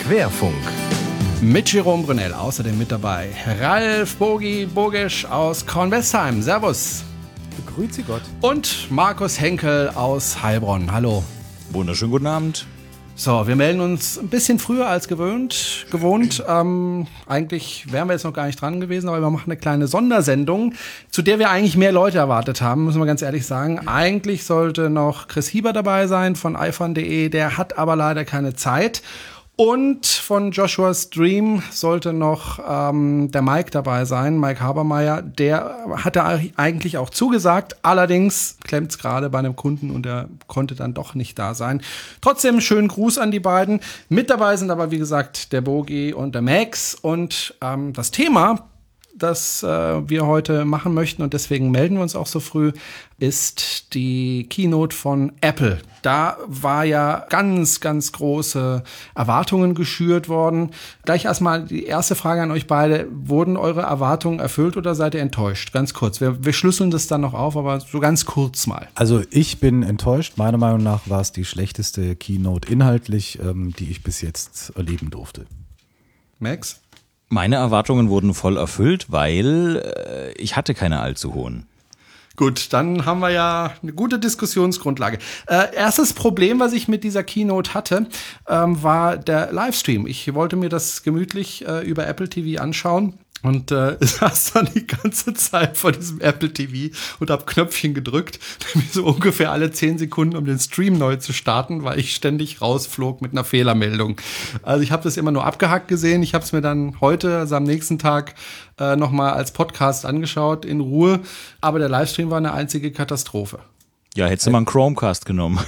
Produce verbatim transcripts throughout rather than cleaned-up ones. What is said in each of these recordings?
Querfunk. Mit Jerome Brunel, außerdem mit dabei Ralf Bogi Bogisch aus Kornwestheim. Servus. Grüezi Gott. Und Markus Henkel aus Heilbronn. Hallo. Wunderschönen guten Abend. So, wir melden uns ein bisschen früher als gewöhnt, gewohnt. Ähm, eigentlich wären wir jetzt noch gar nicht dran gewesen, aber wir machen eine kleine Sondersendung, zu der wir eigentlich mehr Leute erwartet haben, müssen wir ganz ehrlich sagen. Eigentlich sollte noch Chris Hieber dabei sein von iPhone punkt de, der hat aber leider keine Zeit. Und von Joshua Stream sollte noch ähm, der Mike dabei sein, Mike Habermeier. Der hatte eigentlich auch zugesagt, allerdings klemmt es gerade bei einem Kunden und er konnte dann doch nicht da sein. Trotzdem schönen Gruß an die beiden. Mit dabei sind aber, wie gesagt, der Bogi und der Max. Und ähm, das Thema, das äh, wir heute machen möchten, und deswegen melden wir uns auch so früh, ist die Keynote von Apple. Da war ja ganz, ganz große Erwartungen geschürt worden. Gleich erstmal die erste Frage an euch beide. Wurden eure Erwartungen erfüllt oder seid ihr enttäuscht? Ganz kurz. Wir, wir schlüsseln das dann noch auf, aber so ganz kurz mal. Also ich bin enttäuscht. Meiner Meinung nach war es die schlechteste Keynote inhaltlich, ähm, die ich bis jetzt erleben durfte. Max? Meine Erwartungen wurden voll erfüllt, weil äh, ich hatte keine allzu hohen. Gut, dann haben wir ja eine gute Diskussionsgrundlage. Äh, erstes Problem, was ich mit dieser Keynote hatte, ähm, war der Livestream. Ich wollte mir das gemütlich äh, über Apple T V anschauen. Und äh, saß dann die ganze Zeit vor diesem Apple T V und hab Knöpfchen gedrückt, so ungefähr alle zehn Sekunden, um den Stream neu zu starten, weil ich ständig rausflog mit einer Fehlermeldung. Also ich habe das immer nur abgehackt gesehen. Ich habe es mir dann heute, also am nächsten Tag, äh, nochmal als Podcast angeschaut, in Ruhe. Aber der Livestream war eine einzige Katastrophe. Ja, hättest du mal einen Chromecast genommen.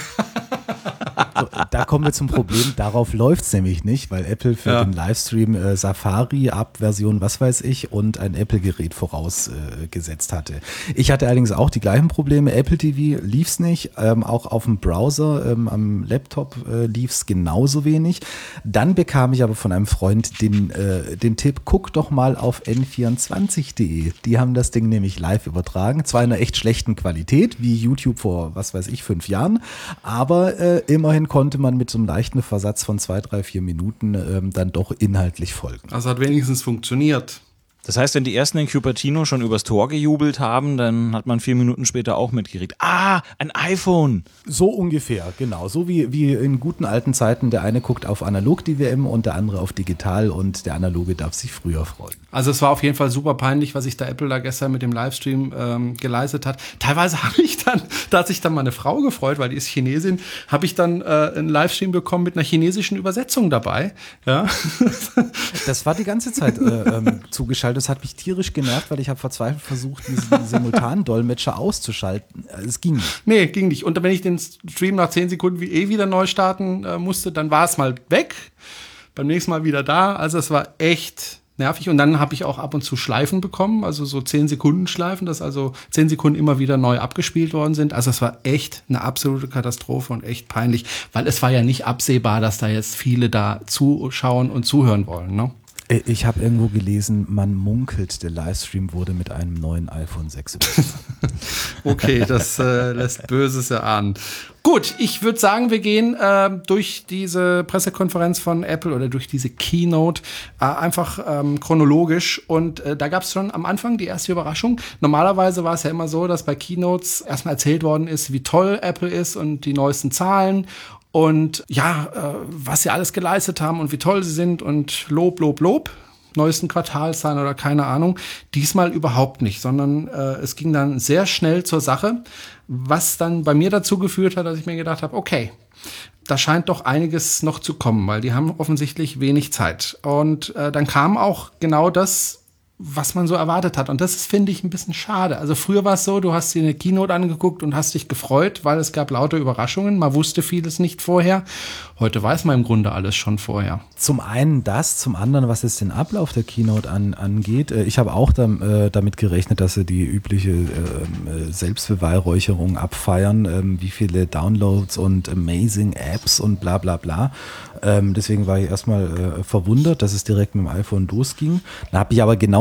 Da kommen wir zum Problem, darauf läuft es nämlich nicht, weil Apple für ja. den Livestream äh, Safari ab Version was weiß ich und ein Apple-Gerät vorausgesetzt äh, hatte. Ich hatte allerdings auch die gleichen Probleme. Apple T V lief es nicht, ähm, auch auf dem Browser, ähm, am Laptop äh, lief es genauso wenig. Dann bekam ich aber von einem Freund den, äh, den Tipp, guck doch mal auf N vierundzwanzig punkt de. Die haben das Ding nämlich live übertragen, zwar in einer echt schlechten Qualität, wie YouTube vor was weiß ich, fünf Jahren, aber äh, immerhin konnte man mit so einem leichten Versatz von zwei, drei, vier Minuten ähm, dann doch inhaltlich folgen. Also hat wenigstens funktioniert. Das heißt, wenn die ersten in Cupertino schon übers Tor gejubelt haben, dann hat man vier Minuten später auch mitgekriegt. Ah, ein iPhone! So ungefähr, genau. So wie, wie in guten alten Zeiten. Der eine guckt auf analog die W M und der andere auf digital und der Analoge darf sich früher freuen. Also es war auf jeden Fall super peinlich, was sich da Apple da gestern mit dem Livestream ähm, geleistet hat. Teilweise habe ich dann, da hat sich dann meine Frau gefreut, weil die ist Chinesin, habe ich dann äh, einen Livestream bekommen mit einer chinesischen Übersetzung dabei. Ja. Das war die ganze Zeit äh, ähm, zugeschaltet. Das hat mich tierisch genervt, weil ich habe verzweifelt versucht, diesen Simultandolmetscher auszuschalten. Es ging nicht. Nee, ging nicht. Und wenn ich den Stream nach zehn Sekunden wie eh wieder neu starten äh, musste, dann war es mal weg. Beim nächsten Mal wieder da. Also es war echt nervig. Und dann habe ich auch ab und zu Schleifen bekommen, also so zehn Sekunden Schleifen, dass also zehn Sekunden immer wieder neu abgespielt worden sind. Also es war echt eine absolute Katastrophe und echt peinlich, weil es war ja nicht absehbar, dass da jetzt viele da zuschauen und zuhören wollen, ne? Ich habe irgendwo gelesen, man munkelt, der Livestream wurde mit einem neuen iPhone sechs übertragen. Okay, das äh, lässt Böses erahnen. Gut, ich würde sagen, wir gehen äh, durch diese Pressekonferenz von Apple oder durch diese Keynote äh, einfach ähm, chronologisch. Und äh, da gab es schon am Anfang die erste Überraschung. Normalerweise war es ja immer so, dass bei Keynotes erstmal erzählt worden ist, wie toll Apple ist und die neuesten Zahlen. Und ja, äh, was sie alles geleistet haben und wie toll sie sind und Lob, Lob, Lob. Neuesten Quartalszahlen oder keine Ahnung. Diesmal überhaupt nicht, sondern äh, es ging dann sehr schnell zur Sache, was dann bei mir dazu geführt hat, dass ich mir gedacht habe, okay, da scheint doch einiges noch zu kommen, weil die haben offensichtlich wenig Zeit. Und äh, dann kam auch genau das, was man so erwartet hat. Und das ist, finde ich, ein bisschen schade. Also früher war es so, du hast dir eine Keynote angeguckt und hast dich gefreut, weil es gab lauter Überraschungen. Man wusste vieles nicht vorher. Heute weiß man im Grunde alles schon vorher. Zum einen das, zum anderen, was jetzt den Ablauf der Keynote an, angeht. Ich habe auch da, äh, damit gerechnet, dass sie die übliche äh, Selbstbeweihräucherung abfeiern, äh, wie viele Downloads und amazing Apps und bla bla bla. Ähm, deswegen war ich erstmal äh, verwundert, dass es direkt mit dem iPhone losging. Da habe ich aber genau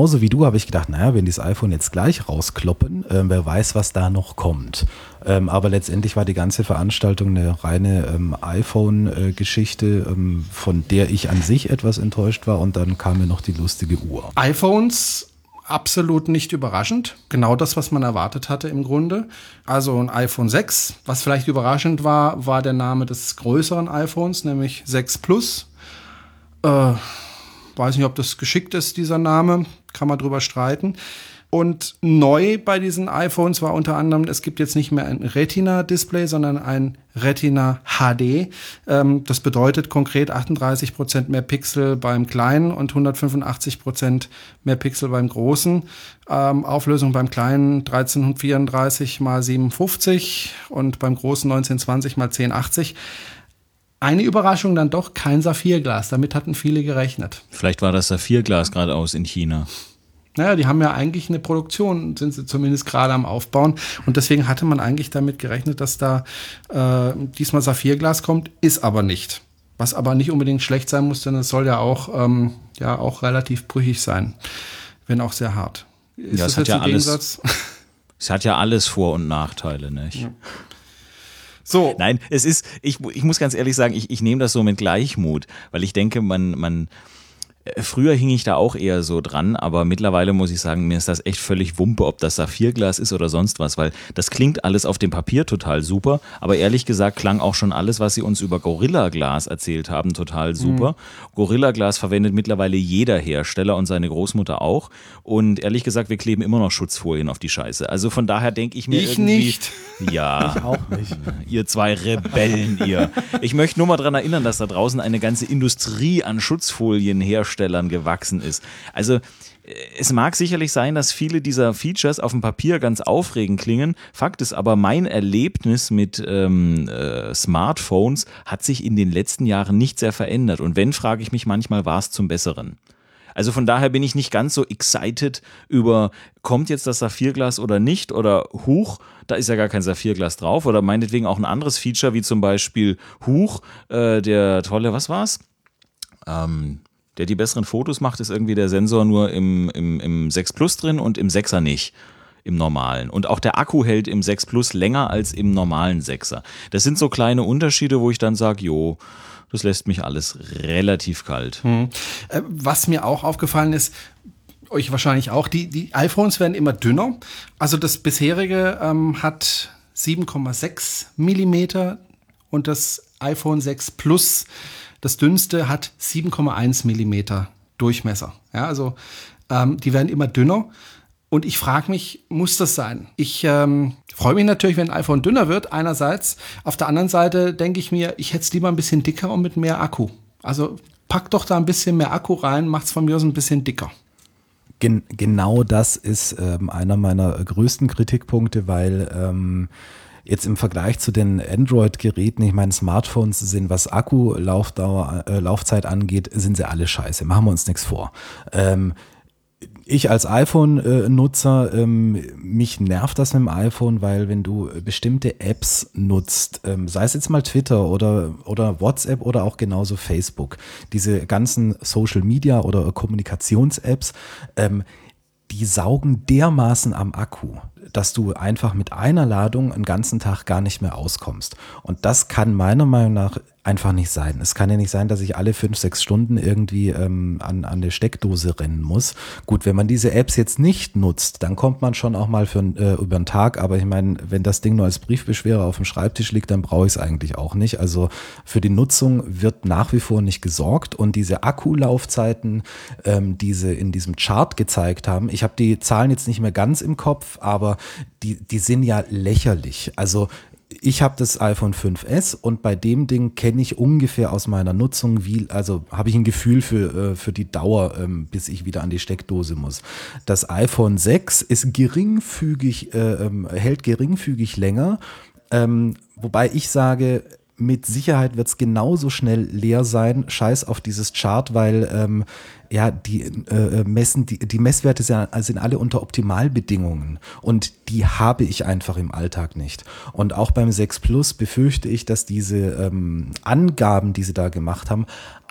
genauso wie du habe ich gedacht, naja, wenn die das iPhone jetzt gleich rauskloppen, äh, wer weiß, was da noch kommt. Ähm, aber letztendlich war die ganze Veranstaltung eine reine ähm, iPhone-Geschichte, ähm, von der ich an sich etwas enttäuscht war. Und dann kam mir noch die lustige Uhr. iPhones absolut nicht überraschend. Genau das, was man erwartet hatte im Grunde. Also ein iPhone sechs. Was vielleicht überraschend war, war der Name des größeren iPhones, nämlich sechs Plus. Äh, weiß nicht, ob das geschickt ist, dieser Name. Kann man drüber streiten. Und neu bei diesen iPhones war unter anderem, es gibt jetzt nicht mehr ein Retina-Display, sondern ein Retina H D. Ähm, das bedeutet konkret achtunddreißig Prozent mehr Pixel beim kleinen und hundertfünfundachtzig Prozent mehr Pixel beim großen. Ähm, Auflösung beim kleinen dreizehnhundertvierunddreißig mal siebenundfünfzig und beim großen neunzehnhundertzwanzig mal zehnhundertachtzig. Eine Überraschung dann doch, kein Saphirglas. Damit hatten viele gerechnet. Vielleicht war das Saphirglas gerade aus in China. Naja, die haben ja eigentlich eine Produktion, sind sie zumindest gerade am Aufbauen. Und deswegen hatte man eigentlich damit gerechnet, dass da äh, diesmal Saphirglas kommt, ist aber nicht. Was aber nicht unbedingt schlecht sein muss, denn es soll ja auch, ähm, ja auch relativ brüchig sein, wenn auch sehr hart. Ist ja, das es hat jetzt ja ein alles, Gegensatz? Es hat ja alles Vor- und Nachteile, nicht? Ja. So. Nein, es ist, ich, ich muss ganz ehrlich sagen, ich, ich nehme das so mit Gleichmut, weil ich denke, man, man, früher hing ich da auch eher so dran, aber mittlerweile muss ich sagen, mir ist das echt völlig Wumpe, ob das Saphirglas ist oder sonst was, weil das klingt alles auf dem Papier total super, aber ehrlich gesagt klang auch schon alles, was sie uns über Gorilla Glas erzählt haben, total super. Mhm. Gorilla Glas verwendet mittlerweile jeder Hersteller und seine Großmutter auch und ehrlich gesagt, wir kleben immer noch Schutzfolien auf die Scheiße. Also von daher denke ich mir ich irgendwie... nicht. Ja, ich auch nicht. Ihr zwei Rebellen, ihr. Ich möchte nur mal daran erinnern, dass da draußen eine ganze Industrie an Schutzfolienherstellern gewachsen ist. Also es mag sicherlich sein, dass viele dieser Features auf dem Papier ganz aufregend klingen. Fakt ist aber, mein Erlebnis mit ähm, äh, Smartphones hat sich in den letzten Jahren nicht sehr verändert. Und wenn, frage ich mich manchmal, war es zum Besseren? Also von daher bin ich nicht ganz so excited über, kommt jetzt das Saphirglas oder nicht oder huch, da ist ja gar kein Saphirglas drauf oder meinetwegen auch ein anderes Feature wie zum Beispiel huch, äh, der tolle, was war's? Ähm, der die besseren Fotos macht, ist irgendwie der Sensor nur im, im, im sechs Plus drin und im sechser nicht, im normalen. Und auch der Akku hält im sechs Plus länger als im normalen sechser. Das sind so kleine Unterschiede, wo ich dann sage, jo, das lässt mich alles relativ kalt. Hm. Was mir auch aufgefallen ist, euch wahrscheinlich auch, die, die iPhones werden immer dünner. Also das bisherige ähm, hat sieben Komma sechs Millimeter und das iPhone sechs Plus, das dünnste, hat sieben Komma eins Millimeter Durchmesser. Ja, also ähm, die werden immer dünner. Und ich frage mich, muss das sein? Ich ähm, freue mich natürlich, wenn ein iPhone dünner wird, einerseits. Auf der anderen Seite denke ich mir, ich hätte es lieber ein bisschen dicker und mit mehr Akku. Also pack doch da ein bisschen mehr Akku rein, macht's von mir aus ein bisschen dicker. Gen- genau das ist ähm, einer meiner größten Kritikpunkte, weil ähm, jetzt im Vergleich zu den Android-Geräten, ich meine, Smartphones sind, was Akkulaufdauer, äh, Laufzeit angeht, sind sie alle scheiße. Machen wir uns nichts vor. Ähm, Ich als iPhone-Nutzer, ähm, mich nervt das mit dem iPhone, weil wenn du bestimmte Apps nutzt, ähm, sei es jetzt mal Twitter oder, oder WhatsApp oder auch genauso Facebook, diese ganzen Social-Media- oder Kommunikations-Apps, ähm, die saugen dermaßen am Akku, dass du einfach mit einer Ladung einen ganzen Tag gar nicht mehr auskommst. Und das kann meiner Meinung nach einfach nicht sein. Es kann ja nicht sein, dass ich alle fünf, sechs Stunden irgendwie ähm, an, an eine Steckdose rennen muss. Gut, wenn man diese Apps jetzt nicht nutzt, dann kommt man schon auch mal für, äh, über den Tag. Aber ich meine, wenn das Ding nur als Briefbeschwerer auf dem Schreibtisch liegt, dann brauche ich es eigentlich auch nicht. Also für die Nutzung wird nach wie vor nicht gesorgt. Und diese Akkulaufzeiten, ähm, die sie in diesem Chart gezeigt haben, ich habe die Zahlen jetzt nicht mehr ganz im Kopf, aber die, die sind ja lächerlich. Also ich habe das iPhone fünf S und bei dem Ding kenne ich ungefähr aus meiner Nutzung, wie, also habe ich ein Gefühl für, für die Dauer, ähm, bis ich wieder an die Steckdose muss. Das iPhone sechs ist geringfügig, äh, hält geringfügig länger, ähm, wobei ich sage, mit Sicherheit wird es genauso schnell leer sein. Scheiß auf dieses Chart, weil ähm, ja die äh, messen die, die Messwerte sind, sind alle unter Optimalbedingungen und die habe ich einfach im Alltag nicht. Und auch beim sechs Plus befürchte ich, dass diese ähm, Angaben, die sie da gemacht haben,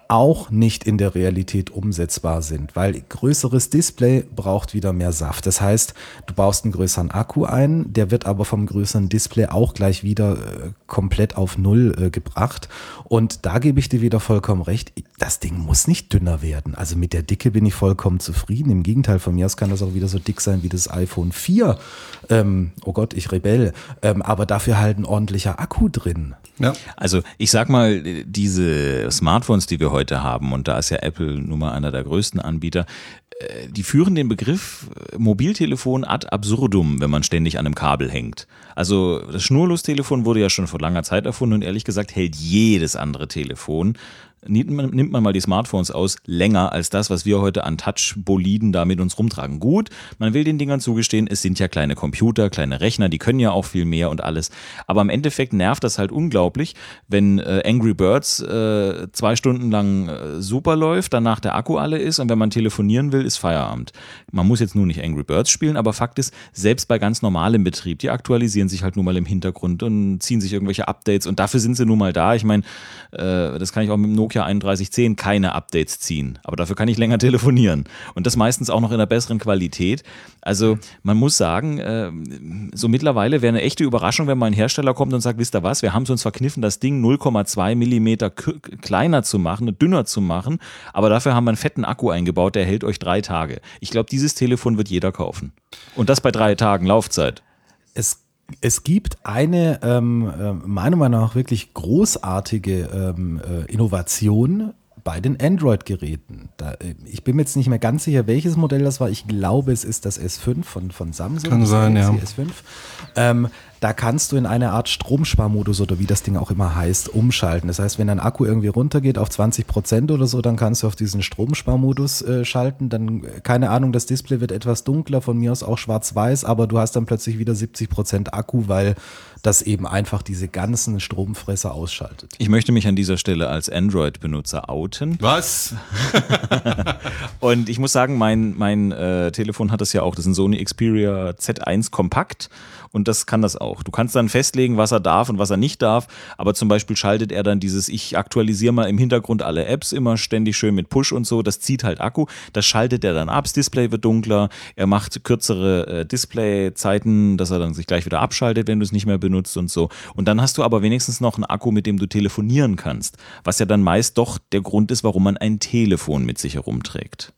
auch nicht in der Realität umsetzbar sind, weil größeres Display braucht wieder mehr Saft. Das heißt, du baust einen größeren Akku ein, der wird aber vom größeren Display auch gleich wieder äh, komplett auf Null äh, gebracht. Und da gebe ich dir wieder vollkommen recht, das Ding muss nicht dünner werden. Also mit der Dicke bin ich vollkommen zufrieden. Im Gegenteil, von mir aus kann das auch wieder so dick sein wie das iPhone vier. Ähm, oh Gott, ich Rebell. Ähm, aber dafür halt ein ordentlicher Akku drin. Ja. Also ich sag mal, diese Smartphones, die wir heute haben, und da ist ja Apple nun mal einer der größten Anbieter, die führen den Begriff Mobiltelefon ad absurdum, wenn man ständig an einem Kabel hängt. Also das Schnurlostelefon wurde ja schon vor langer Zeit erfunden und ehrlich gesagt hält jedes andere Telefon, nimmt man, nimmt man mal die Smartphones aus, länger als das, was wir heute an Touch-Boliden da mit uns rumtragen. Gut, man will den Dingern zugestehen, es sind ja kleine Computer, kleine Rechner, die können ja auch viel mehr und alles. Aber im Endeffekt nervt das halt unglaublich, wenn äh, Angry Birds äh, zwei Stunden lang äh, super läuft, danach der Akku alle ist und wenn man telefonieren will, ist Feierabend. Man muss jetzt nur nicht Angry Birds spielen, aber Fakt ist, selbst bei ganz normalem Betrieb, die aktualisieren sich halt nun mal im Hintergrund und ziehen sich irgendwelche Updates und dafür sind sie nun mal da. Ich meine, äh, das kann ich auch mit dem Nokia einunddreißig zehn keine Updates ziehen, aber dafür kann ich länger telefonieren und das meistens auch noch in einer besseren Qualität. Also man muss sagen, äh, so mittlerweile wäre eine echte Überraschung, wenn mal ein Hersteller kommt und sagt, wisst ihr was, wir haben es uns verkniffen, das Ding null Komma zwei Millimeter k- kleiner zu machen, dünner zu machen, aber dafür haben wir einen fetten Akku eingebaut, der hält euch drei Tage. Ich glaube, dieses Telefon wird jeder kaufen. Und das bei drei Tagen Laufzeit. Es Es gibt eine, ähm, meiner Meinung nach wirklich großartige ähm, äh, Innovation bei den Android-Geräten. Da, ich bin mir jetzt nicht mehr ganz sicher, welches Modell das war. Ich glaube, es ist das S fünf von, von Samsung. Kann sein, ja. S fünf. Ähm, da kannst du in eine Art Stromsparmodus oder wie das Ding auch immer heißt, umschalten. Das heißt, wenn dein Akku irgendwie runtergeht auf zwanzig Prozent oder so, dann kannst du auf diesen Stromsparmodus äh, schalten. Dann, keine Ahnung, das Display wird etwas dunkler, von mir aus auch schwarz-weiß, aber du hast dann plötzlich wieder siebzig Prozent Akku, weil das eben einfach diese ganzen Stromfresser ausschaltet. Ich möchte mich an dieser Stelle als Android-Benutzer outen. Was? Und ich muss sagen, mein, mein äh, Telefon hat das ja auch. Das ist ein Sony Xperia Z eins Kompakt und das kann das auch. Du kannst dann festlegen, was er darf und was er nicht darf, aber zum Beispiel schaltet er dann dieses, ich aktualisiere mal im Hintergrund alle Apps immer ständig schön mit Push und so, das zieht halt Akku, das schaltet er dann ab, das Display wird dunkler, er macht kürzere äh, Displayzeiten, dass er dann sich gleich wieder abschaltet, wenn du es nicht mehr benutzt und so. Und dann hast du aber wenigstens noch einen Akku, mit dem du telefonieren kannst, was ja dann meist doch der Grund ist, warum man ein Telefon mit sich herumträgt.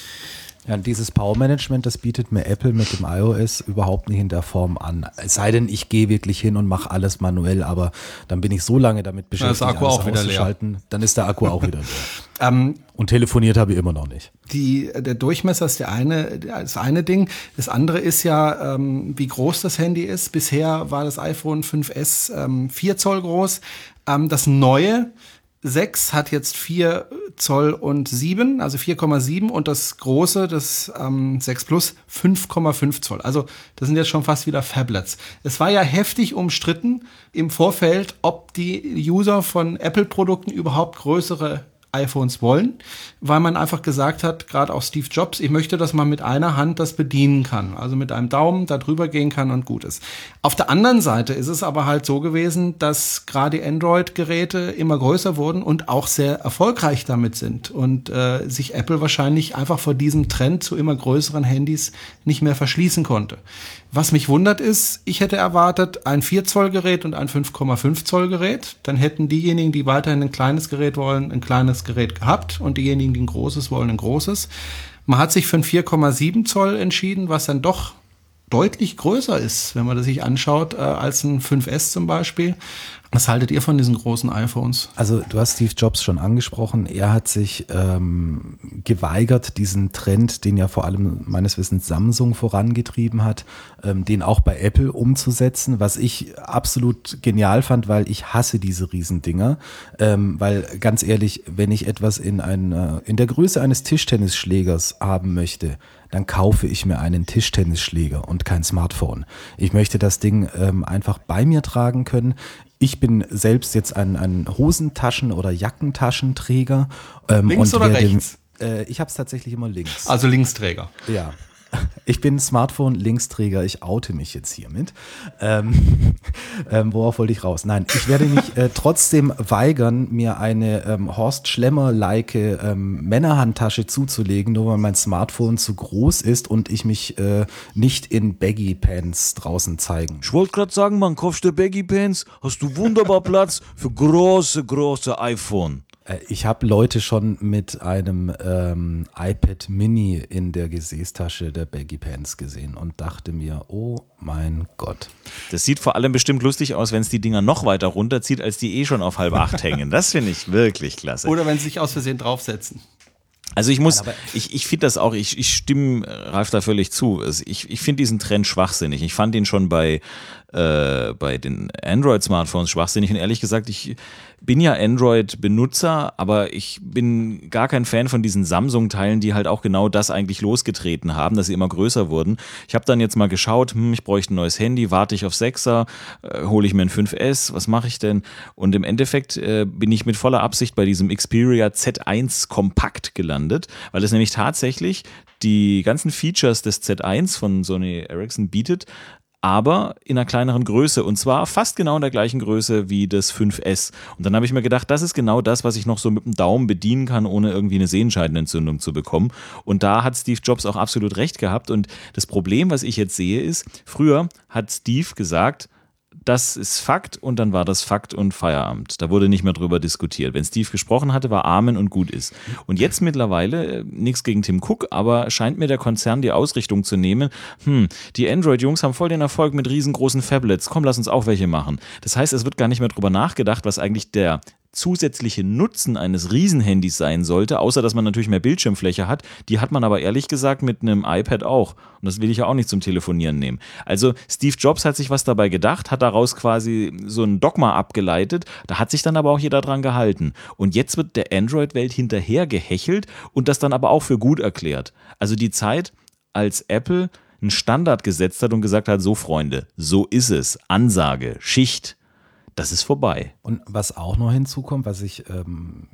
Ja, dieses Power-Management, das bietet mir Apple mit dem iOS überhaupt nicht in der Form an. Es sei denn, ich gehe wirklich hin und mache alles manuell, aber dann bin ich so lange damit beschäftigt, dann ist der Akku auch wieder leer. Dann ist der Akku auch wieder leer. ähm, und telefoniert habe ich immer noch nicht. Die, der Durchmesser ist der eine, das eine Ding. Das andere ist ja, ähm, wie groß das Handy ist. Bisher war das iPhone fünf S ähm, vier Zoll groß. Ähm, das neue sechs hat jetzt vier Zoll und sieben, also vier Komma sieben und das große, das ähm, sechs Plus, fünf Komma fünf Zoll. Also das sind jetzt schon fast wieder Phablets. Es war ja heftig umstritten im Vorfeld, ob die User von Apple-Produkten überhaupt größere iPhones wollen, weil man einfach gesagt hat, gerade auch Steve Jobs, ich möchte, dass man mit einer Hand das bedienen kann, also mit einem Daumen da drüber gehen kann und gut ist. Auf der anderen Seite ist es aber halt so gewesen, dass gerade Android-Geräte immer größer wurden und auch sehr erfolgreich damit sind und äh, sich Apple wahrscheinlich einfach vor diesem Trend zu immer größeren Handys nicht mehr verschließen konnte. Was mich wundert ist, ich hätte erwartet, ein vier Zoll Gerät und ein fünf Komma fünf Zoll Gerät. Dann hätten diejenigen, die weiterhin ein kleines Gerät wollen, ein kleines Gerät gehabt und diejenigen, die ein großes wollen, ein großes. Man hat sich für ein vier Komma sieben Zoll entschieden, was dann doch deutlich größer ist, wenn man das sich anschaut, äh, als ein fünf S zum Beispiel. Was haltet ihr von diesen großen iPhones? Also du hast Steve Jobs schon angesprochen. Er hat sich ähm, geweigert, diesen Trend, den ja vor allem meines Wissens Samsung vorangetrieben hat, ähm, den auch bei Apple umzusetzen, was ich absolut genial fand, weil ich hasse diese Riesendinger. Ähm, weil ganz ehrlich, wenn ich etwas in, ein, äh, in der Größe eines Tischtennisschlägers haben möchte, dann kaufe ich mir einen Tischtennisschläger und kein Smartphone. Ich möchte das Ding ähm, einfach bei mir tragen können. Ich bin selbst jetzt ein, ein Hosentaschen- oder Jackentaschenträger. Ähm, links und oder werde, rechts? Äh, ich habe es tatsächlich immer links. Also Linksträger. Ja. Ich bin Smartphone-Linksträger, ich oute mich jetzt hiermit. Ähm, ähm, worauf wollte ich raus? Nein, ich werde mich äh, trotzdem weigern, mir eine ähm, Horst Schlemmer-like ähm, Männerhandtasche zuzulegen, nur weil mein Smartphone zu groß ist und ich mich äh, nicht in Baggy-Pants draußen zeigen. Ich wollte gerade sagen, man, kaufst du Baggy-Pants, hast du wunderbar Platz für große, große iPhone. Ich habe Leute schon mit einem ähm, iPad Mini in der Gesäßtasche der Baggy Pants gesehen und dachte mir, oh mein Gott. Das sieht vor allem bestimmt lustig aus, wenn es die Dinger noch weiter runterzieht, als die eh schon auf halb acht hängen. Das finde ich wirklich klasse. Oder wenn sie sich aus Versehen draufsetzen. Also ich muss, ich, ich finde das auch, ich, ich stimme Ralf da völlig zu. Ich, ich finde diesen Trend schwachsinnig. Ich fand ihn schon bei, äh, bei den Android-Smartphones schwachsinnig und ehrlich gesagt, ich bin ja Android-Benutzer, aber ich bin gar kein Fan von diesen Samsung-Teilen, die halt auch genau das eigentlich losgetreten haben, dass sie immer größer wurden. Ich habe dann jetzt mal geschaut, hm, ich bräuchte ein neues Handy, warte ich auf sechser, äh, hole ich mir ein fünf S, was mache ich denn? Und im Endeffekt äh, bin ich mit voller Absicht bei diesem Xperia Z eins Kompakt gelandet, weil es nämlich tatsächlich die ganzen Features des Z eins von Sony Ericsson bietet, aber in einer kleineren Größe und zwar fast genau in der gleichen Größe wie das fünf S. Und dann habe ich mir gedacht, das ist genau das, was ich noch so mit dem Daumen bedienen kann, ohne irgendwie eine Sehenscheidenentzündung zu bekommen. Und da hat Steve Jobs auch absolut recht gehabt. Und das Problem, was ich jetzt sehe, ist, früher hat Steve gesagt, das ist Fakt und dann war das Fakt und Feierabend. Da wurde nicht mehr drüber diskutiert. Wenn Steve gesprochen hatte, war Amen und gut ist. Und jetzt mittlerweile, nichts gegen Tim Cook, aber scheint mir der Konzern die Ausrichtung zu nehmen, hm, die Android-Jungs haben voll den Erfolg mit riesengroßen Phablets, komm, lass uns auch welche machen. Das heißt, es wird gar nicht mehr drüber nachgedacht, was eigentlich der zusätzliche Nutzen eines Riesenhandys sein sollte, außer dass man natürlich mehr Bildschirmfläche hat. Die hat man aber ehrlich gesagt mit einem iPad auch. Und das will ich ja auch nicht zum Telefonieren nehmen. Also Steve Jobs hat sich was dabei gedacht, hat daraus quasi so ein Dogma abgeleitet. Da hat sich dann aber auch jeder dran gehalten. Und jetzt wird der Android-Welt hinterher gehechelt und das dann aber auch für gut erklärt. Also die Zeit, als Apple einen Standard gesetzt hat und gesagt hat, so Freunde, so ist es, Ansage, Schicht, das ist vorbei. Und was auch noch hinzukommt, was ich ähm,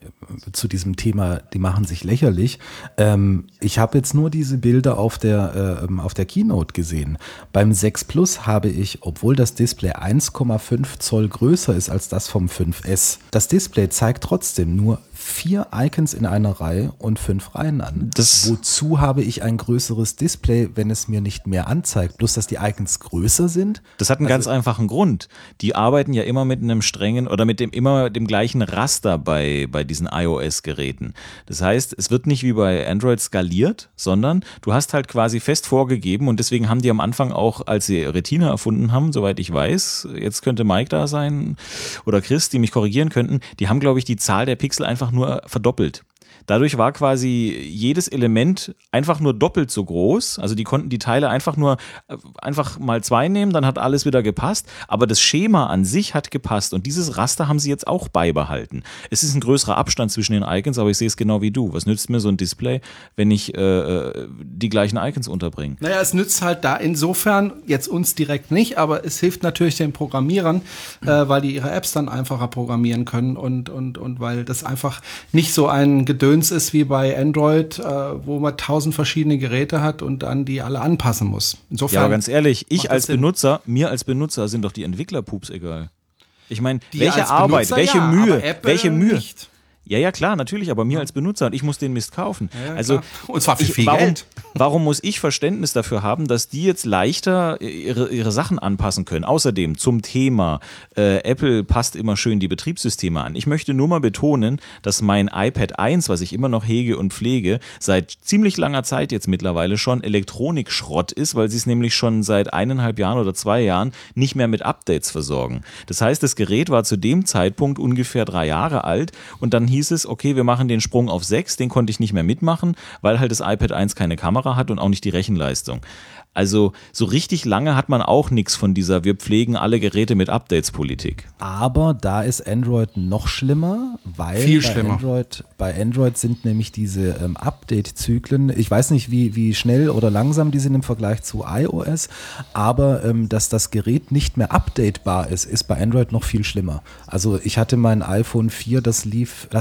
zu diesem Thema, die machen sich lächerlich, ähm, ich habe jetzt nur diese Bilder auf der, äh, auf der Keynote gesehen. Beim sechs Plus habe ich, obwohl das Display eins Komma fünf Zoll größer ist als das vom fünf S, das Display zeigt trotzdem nur vier Icons in einer Reihe und fünf Reihen an. Das Wozu habe ich ein größeres Display, wenn es mir nicht mehr anzeigt? Bloß, dass die Icons größer sind? Das hat einen also, ganz einfachen Grund. Die arbeiten ja immer mit einem strengen oder mit dem immer dem gleichen Raster bei, bei diesen iOS-Geräten. Das heißt, es wird nicht wie bei Android skaliert, sondern du hast halt quasi fest vorgegeben und deswegen haben die am Anfang auch, als sie Retina erfunden haben, soweit ich weiß, jetzt könnte Mike da sein oder Chris, die mich korrigieren könnten, die haben, glaube ich, die Zahl der Pixel einfach nur verdoppelt. Dadurch war quasi jedes Element einfach nur doppelt so groß. Also die konnten die Teile einfach nur einfach mal zwei nehmen, dann hat alles wieder gepasst. Aber das Schema an sich hat gepasst und dieses Raster haben sie jetzt auch beibehalten. Es ist ein größerer Abstand zwischen den Icons, aber ich sehe es genau wie du. Was nützt mir so ein Display, wenn ich äh, die gleichen Icons unterbringe? Naja, es nützt halt da insofern, jetzt uns direkt nicht, aber es hilft natürlich den Programmierern, äh, weil die ihre Apps dann einfacher programmieren können und, und, und weil das einfach nicht so ein Gedöns ist wie bei Android, äh, wo man tausend verschiedene Geräte hat und dann die alle anpassen muss. Insofern. Ja, aber ganz ehrlich, ich als Benutzer, mir als Benutzer sind doch die Entwicklerpups egal. Ich meine, welche Arbeit, Benutzer, welche ja, Mühe, Apple welche Mühe. Nicht. Ja, ja, klar, natürlich, aber mir als Benutzer und ich muss den Mist kaufen. Ja, also, und zwar für ich, viel warum, Geld. Warum muss ich Verständnis dafür haben, dass die jetzt leichter ihre, ihre Sachen anpassen können? Außerdem zum Thema, äh, Apple passt immer schön die Betriebssysteme an. Ich möchte nur mal betonen, dass mein iPad eins, was ich immer noch hege und pflege, seit ziemlich langer Zeit jetzt mittlerweile schon Elektronikschrott ist, weil sie es nämlich schon seit eineinhalb Jahren oder zwei Jahren nicht mehr mit Updates versorgen. Das heißt, das Gerät war zu dem Zeitpunkt ungefähr drei Jahre alt und dann hieß es, okay, wir machen den Sprung auf sechs, den konnte ich nicht mehr mitmachen, weil halt das iPad eins keine Kamera hat und auch nicht die Rechenleistung. Also so richtig lange hat man auch nichts von dieser wir pflegen alle Geräte mit Updates-Politik. Aber da ist Android noch schlimmer, weil Viel bei, schlimmer. Android, bei Android sind nämlich diese ähm, Update-Zyklen, ich weiß nicht, wie, wie schnell oder langsam die sind im Vergleich zu iOS, aber ähm, dass das Gerät nicht mehr updatebar ist, ist bei Android noch viel schlimmer. Also ich hatte mein iPhone vier, das lief,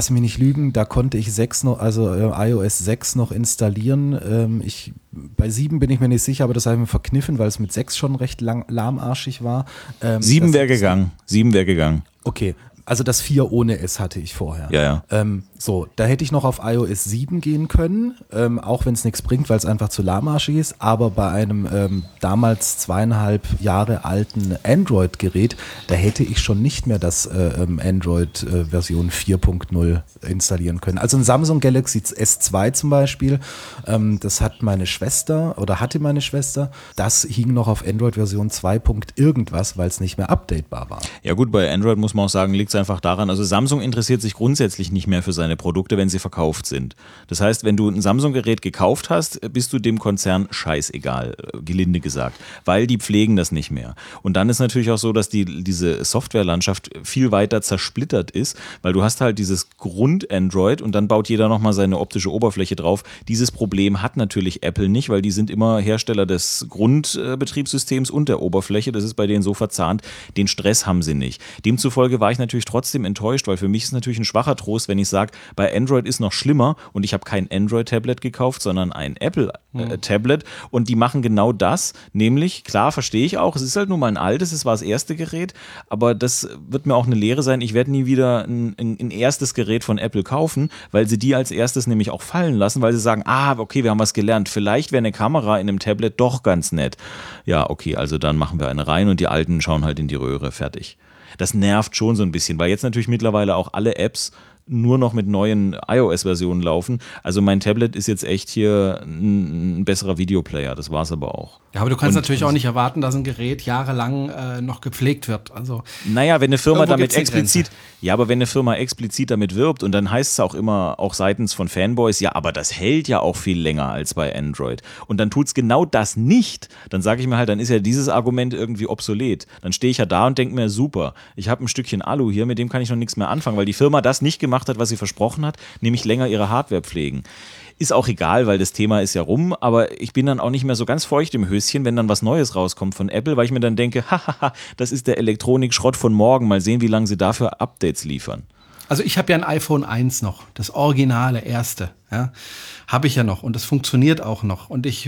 lass mich nicht lügen, da konnte ich sechs noch, also äh, iOS sechs noch installieren. Ähm, ich, bei sieben bin ich mir nicht sicher, aber das habe ich mir verkniffen, weil es mit sechs schon recht lang, lahmarschig war. Ähm, sieben wäre gegangen. sieben wäre gegangen. Okay. Also das vier ohne S hatte ich vorher. Ja, ja. Ähm, so, da hätte ich noch auf iOS sieben gehen können, ähm, auch wenn es nichts bringt, weil es einfach zu lahmarschig ist. Aber bei einem ähm, damals zweieinhalb Jahre alten Android-Gerät, da hätte ich schon nicht mehr das äh, Android-Version äh, vier Punkt null installieren können. Also ein Samsung Galaxy S zwei zum Beispiel, ähm, das hat meine Schwester oder hatte meine Schwester, das hing noch auf Android-Version zwei. irgendwas, weil es nicht mehr updatebar war. Ja gut, bei Android muss man auch sagen, liegt es einfach daran, also Samsung interessiert sich grundsätzlich nicht mehr für seine Produkte, wenn sie verkauft sind. Das heißt, wenn du ein Samsung-Gerät gekauft hast, bist du dem Konzern scheißegal, gelinde gesagt, weil die pflegen das nicht mehr. Und dann ist natürlich auch so, dass die, diese Softwarelandschaft viel weiter zersplittert ist, weil du hast halt dieses Grund-Android und dann baut jeder nochmal seine optische Oberfläche drauf. Dieses Problem hat natürlich Apple nicht, weil die sind immer Hersteller des Grundbetriebssystems und der Oberfläche. Das ist bei denen so verzahnt. Den Stress haben sie nicht. Demzufolge war ich natürlich trotzdem enttäuscht, weil für mich ist es natürlich ein schwacher Trost, wenn ich sage, bei Android ist noch schlimmer und ich habe kein Android-Tablet gekauft, sondern ein Apple-Tablet und die machen genau das, nämlich, klar, verstehe ich auch, es ist halt nur mal ein altes, es war das erste Gerät, aber das wird mir auch eine Lehre sein, ich werde nie wieder ein, ein, ein erstes Gerät von Apple kaufen, weil sie die als erstes nämlich auch fallen lassen, weil sie sagen, ah, okay, wir haben was gelernt, vielleicht wäre eine Kamera in einem Tablet doch ganz nett. Ja, okay, also dann machen wir eine rein und die alten schauen halt in die Röhre, fertig. Das nervt schon so ein bisschen, weil jetzt natürlich mittlerweile auch alle Apps nur noch mit neuen iOS-Versionen laufen. Also mein Tablet ist jetzt echt hier ein, ein besserer Videoplayer, das war es aber auch. Ja, aber du kannst und, natürlich auch nicht erwarten, dass ein Gerät jahrelang äh, noch gepflegt wird. Also naja, wenn eine Firma damit eine explizit, ja, aber wenn eine Firma explizit damit wirbt und dann heißt es auch immer, auch seitens von Fanboys, ja, aber das hält ja auch viel länger als bei Android. Und dann tut es genau das nicht. Dann sage ich mir halt, dann ist ja dieses Argument irgendwie obsolet. Dann stehe ich ja da und denke mir, super, ich habe ein Stückchen Alu hier, mit dem kann ich noch nichts mehr anfangen, weil die Firma das nicht gemacht hat, was sie versprochen hat, nämlich länger ihre Hardware pflegen. Ist auch egal, weil das Thema ist ja rum, aber ich bin dann auch nicht mehr so ganz feucht im Höschen, wenn dann was Neues rauskommt von Apple, weil ich mir dann denke, hahaha, das ist der Elektronik-Schrott von morgen, mal sehen, wie lange sie dafür Updates liefern. Also ich habe ja ein iPhone eins noch, das originale, erste, ja, habe ich ja noch und das funktioniert auch noch und ich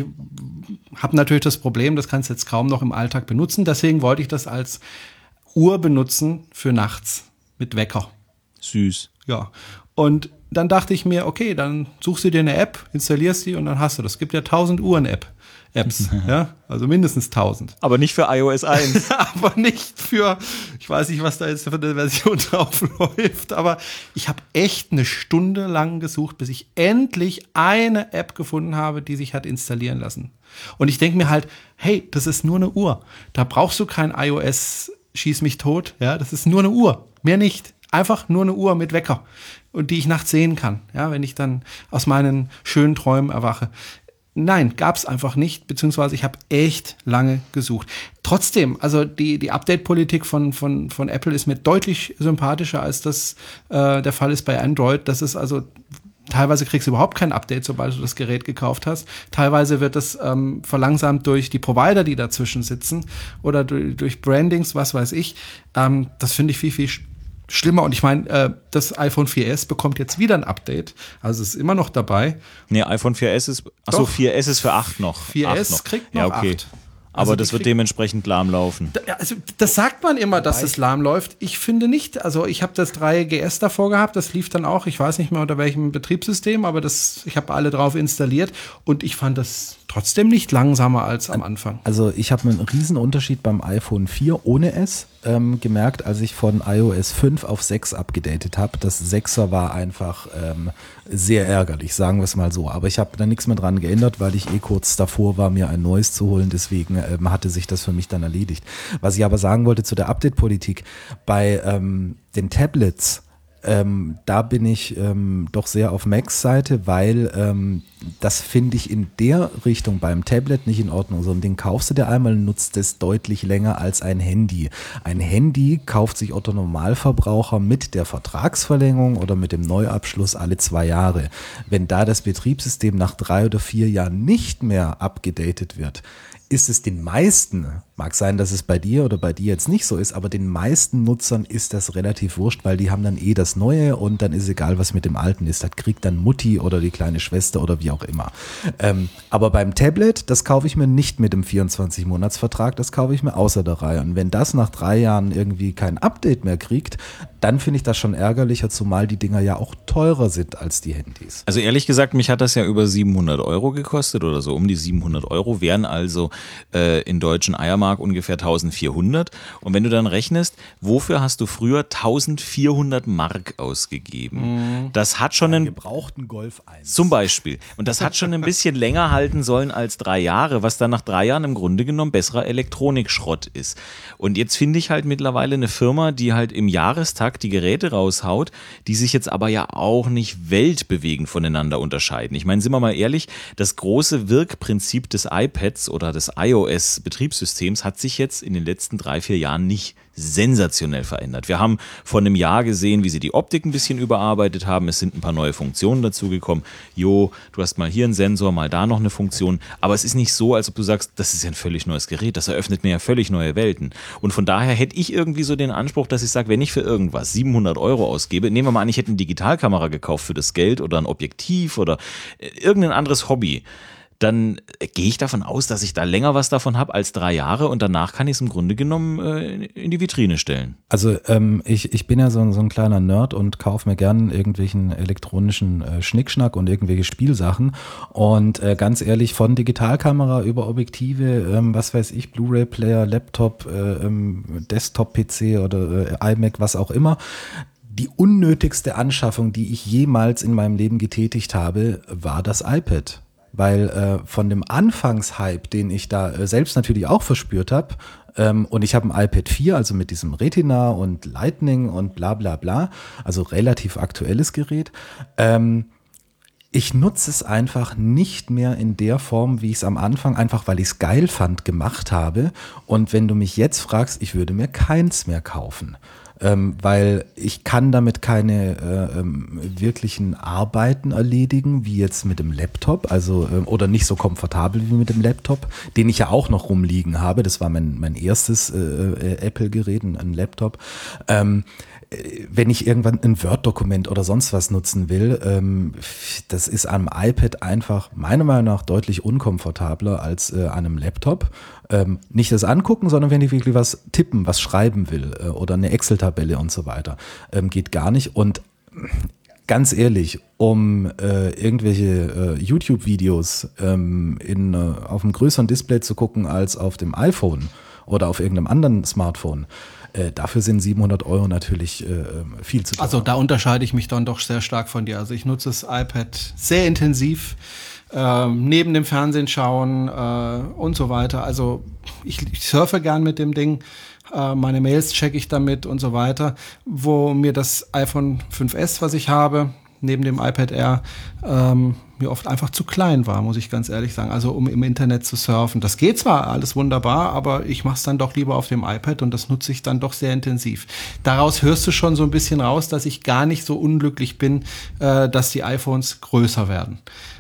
habe natürlich das Problem, das kannst du jetzt kaum noch im Alltag benutzen, deswegen wollte ich das als Uhr benutzen für nachts mit Wecker. Süß. Ja, und dann dachte ich mir, okay, dann suchst du dir eine App, installierst die und dann hast du das. Es gibt ja tausend Uhren-App. Apps, ja, also mindestens tausend. Aber nicht für iOS eins. Aber nicht für, ich weiß nicht, was da jetzt für eine Version drauf läuft, aber ich habe echt eine Stunde lang gesucht, bis ich endlich eine App gefunden habe, die sich hat installieren lassen. Und ich denke mir halt, hey, das ist nur eine Uhr. Da brauchst du kein iOS, schieß mich tot, ja, das ist nur eine Uhr, mehr nicht. Einfach nur eine Uhr mit Wecker und die ich nachts sehen kann, ja, wenn ich dann aus meinen schönen Träumen erwache. Nein, gab's einfach nicht, beziehungsweise ich habe echt lange gesucht. Trotzdem, also die die Update-Politik von von von Apple ist mir deutlich sympathischer, als das äh, der Fall ist bei Android. Das ist also teilweise kriegst du überhaupt kein Update, sobald du das Gerät gekauft hast. Teilweise wird das ähm, verlangsamt durch die Provider, die dazwischen sitzen oder durch, durch Brandings, was weiß ich. Ähm, das finde ich viel, viel schlimmer. Und ich meine, äh, das iPhone vier S bekommt jetzt wieder ein Update. Also es ist immer noch dabei. Nee, iPhone vier S ist, achso, vier S ist für acht noch. vier S noch. kriegt noch ja, okay. acht. Aber Also das die wird krieg- dementsprechend lahm laufen. Da- Also das sagt man immer, dass es lahm läuft. Ich finde nicht. Also ich habe das drei G S davor gehabt, das lief dann auch, ich weiß nicht mehr unter welchem Betriebssystem, aber das, ich habe alle drauf installiert und ich fand das trotzdem nicht langsamer als am Anfang. Also ich habe einen riesen Unterschied beim iPhone vier ohne S ähm, gemerkt, als ich von iOS fünf auf sechs abgedatet habe. Das sechser war einfach ähm, sehr ärgerlich, sagen wir es mal so. Aber ich habe da nichts mehr dran geändert, weil ich eh kurz davor war, mir ein neues zu holen. Deswegen ähm, hatte sich das für mich dann erledigt. Was ich aber sagen wollte zu der Update-Politik, bei ähm, den Tablets, Ähm, da bin ich ähm, doch sehr auf Macs Seite, weil ähm, das finde ich in der Richtung beim Tablet nicht in Ordnung. So ein Ding kaufst du dir einmal und nutzt es deutlich länger als ein Handy. Ein Handy kauft sich Otto Normalverbraucher mit der Vertragsverlängerung oder mit dem Neuabschluss alle zwei Jahre. Wenn da das Betriebssystem nach drei oder vier Jahren nicht mehr abgedatet wird, ist es den meisten Mag sein, dass es bei dir oder bei dir jetzt nicht so ist, aber den meisten Nutzern ist das relativ wurscht, weil die haben dann eh das Neue und dann ist egal, was mit dem Alten ist. Das kriegt dann Mutti oder die kleine Schwester oder wie auch immer. Ähm, aber beim Tablet, das kaufe ich mir nicht mit dem vierundzwanzig-Monats-Vertrag, das kaufe ich mir außer der Reihe. Und wenn das nach drei Jahren irgendwie kein Update mehr kriegt, dann finde ich das schon ärgerlicher, zumal die Dinger ja auch teurer sind als die Handys. Also ehrlich gesagt, mich hat das ja über siebenhundert Euro gekostet oder so, um die siebenhundert Euro, wären also äh, in deutschen Eiermark ungefähr eintausendvierhundert. Und wenn du dann rechnest, wofür hast du früher eintausendvierhundert Mark ausgegeben? Mhm. Das hat schon einen gebrauchten Golf eins. Zum Beispiel. Und das hat schon ein bisschen länger halten sollen als drei Jahre, was dann nach drei Jahren im Grunde genommen besserer Elektronikschrott ist. Und jetzt finde ich halt mittlerweile eine Firma, die halt im Jahrestakt die Geräte raushaut, die sich jetzt aber ja auch nicht weltbewegend voneinander unterscheiden. Ich meine, sind wir mal ehrlich, das große Wirkprinzip des iPads oder des iOS-Betriebssystems hat sich jetzt in den letzten drei, vier Jahren nicht sensationell verändert. Wir haben vor einem Jahr gesehen, wie sie die Optik ein bisschen überarbeitet haben. Es sind ein paar neue Funktionen dazugekommen. Jo, du hast mal hier einen Sensor, mal da noch eine Funktion. Aber es ist nicht so, als ob du sagst, das ist ja ein völlig neues Gerät. Das eröffnet mir ja völlig neue Welten. Und von daher hätte ich irgendwie so den Anspruch, dass ich sage, wenn ich für irgendwas siebenhundert Euro ausgebe, nehmen wir mal an, ich hätte eine Digitalkamera gekauft für das Geld oder ein Objektiv oder irgendein anderes Hobby, dann gehe ich davon aus, dass ich da länger was davon habe als drei Jahre und danach kann ich es im Grunde genommen äh, in die Vitrine stellen. Also ähm, ich, ich bin ja so, so ein kleiner Nerd und kaufe mir gern irgendwelchen elektronischen äh, Schnickschnack und irgendwelche Spielsachen und äh, ganz ehrlich, von Digitalkamera über Objektive, ähm, was weiß ich, Blu-ray-Player, Laptop, äh, ähm, Desktop-P C oder äh, iMac, was auch immer, die unnötigste Anschaffung, die ich jemals in meinem Leben getätigt habe, war das iPad. Weil äh, von dem Anfangshype, den ich da äh, selbst natürlich auch verspürt habe, ähm, und ich habe ein iPad vier, also mit diesem Retina und Lightning und bla bla bla, also relativ aktuelles Gerät, ähm, ich nutze es einfach nicht mehr in der Form, wie ich es am Anfang, einfach weil ich es geil fand, gemacht habe. Und wenn du mich jetzt fragst, ich würde mir keins mehr kaufen. Ähm, weil ich kann damit keine äh, ähm, wirklichen Arbeiten erledigen, wie jetzt mit dem Laptop, also ähm, oder nicht so komfortabel wie mit dem Laptop, den ich ja auch noch rumliegen habe. Das war mein, mein erstes äh, äh, Apple-Gerät, ein Laptop. Ähm, wenn ich irgendwann ein Word-Dokument oder sonst was nutzen will, ähm, das ist am iPad einfach meiner Meinung nach deutlich unkomfortabler als äh, an einem Laptop. Ähm, nicht das Angucken, sondern wenn ich wirklich was tippen, was schreiben will äh, oder eine Excel-Tabelle und so weiter, ähm, geht gar nicht. Und ganz ehrlich, um äh, irgendwelche äh, YouTube-Videos ähm, in, äh, auf einem größeren Display zu gucken als auf dem iPhone oder auf irgendeinem anderen Smartphone, Äh, dafür sind siebenhundert Euro natürlich äh, viel zu teuer. Also da unterscheide ich mich dann doch sehr stark von dir. Also ich nutze das iPad sehr intensiv, äh, neben dem Fernsehen schauen äh, und so weiter. Also ich, ich surfe gern mit dem Ding, äh, meine Mails checke ich damit und so weiter. Wo mir das iPhone fünf S, was ich habe, neben dem iPad Air, ähm, mir oft einfach zu klein war, muss ich ganz ehrlich sagen. Also um im Internet zu surfen. Das geht zwar alles wunderbar, aber ich mache es dann doch lieber auf dem iPad und das nutze ich dann doch sehr intensiv. Daraus hörst du schon so ein bisschen raus, dass ich gar nicht so unglücklich bin, äh, dass die iPhones größer werden.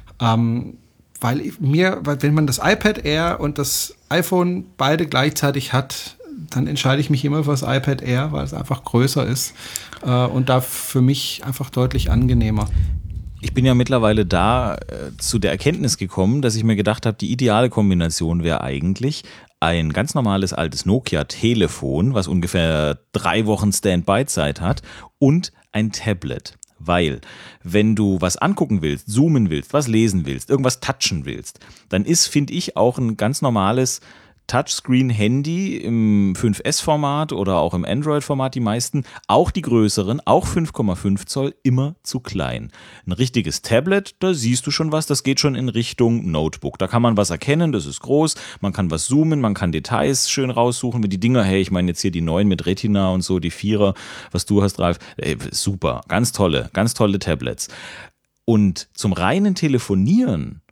Ähm, weil ich, mir, weil wenn man das iPad Air und das iPhone beide gleichzeitig hat, dann entscheide ich mich immer für das iPad Air, weil es einfach größer ist äh, und da für mich einfach deutlich angenehmer. Ich bin ja mittlerweile da äh, zu der Erkenntnis gekommen, dass ich mir gedacht habe, die ideale Kombination wäre eigentlich ein ganz normales altes Nokia-Telefon, was ungefähr drei Wochen Standby-Zeit hat, und ein Tablet. Weil, wenn du was angucken willst, zoomen willst, was lesen willst, irgendwas touchen willst, dann ist, finde ich, auch ein ganz normales Touchscreen-Handy im fünf S-Format oder auch im Android-Format, die meisten, auch die größeren, auch fünf Komma fünf Zoll, immer zu klein. Ein richtiges Tablet, da siehst du schon was, das geht schon in Richtung Notebook. Da kann man was erkennen, das ist groß, man kann was zoomen, man kann Details schön raussuchen, wie die Dinger, hey, ich meine jetzt hier die neuen mit Retina und so, die Vierer, was du hast, Ralf, ey, super, ganz tolle, ganz tolle Tablets. Und zum reinen Telefonieren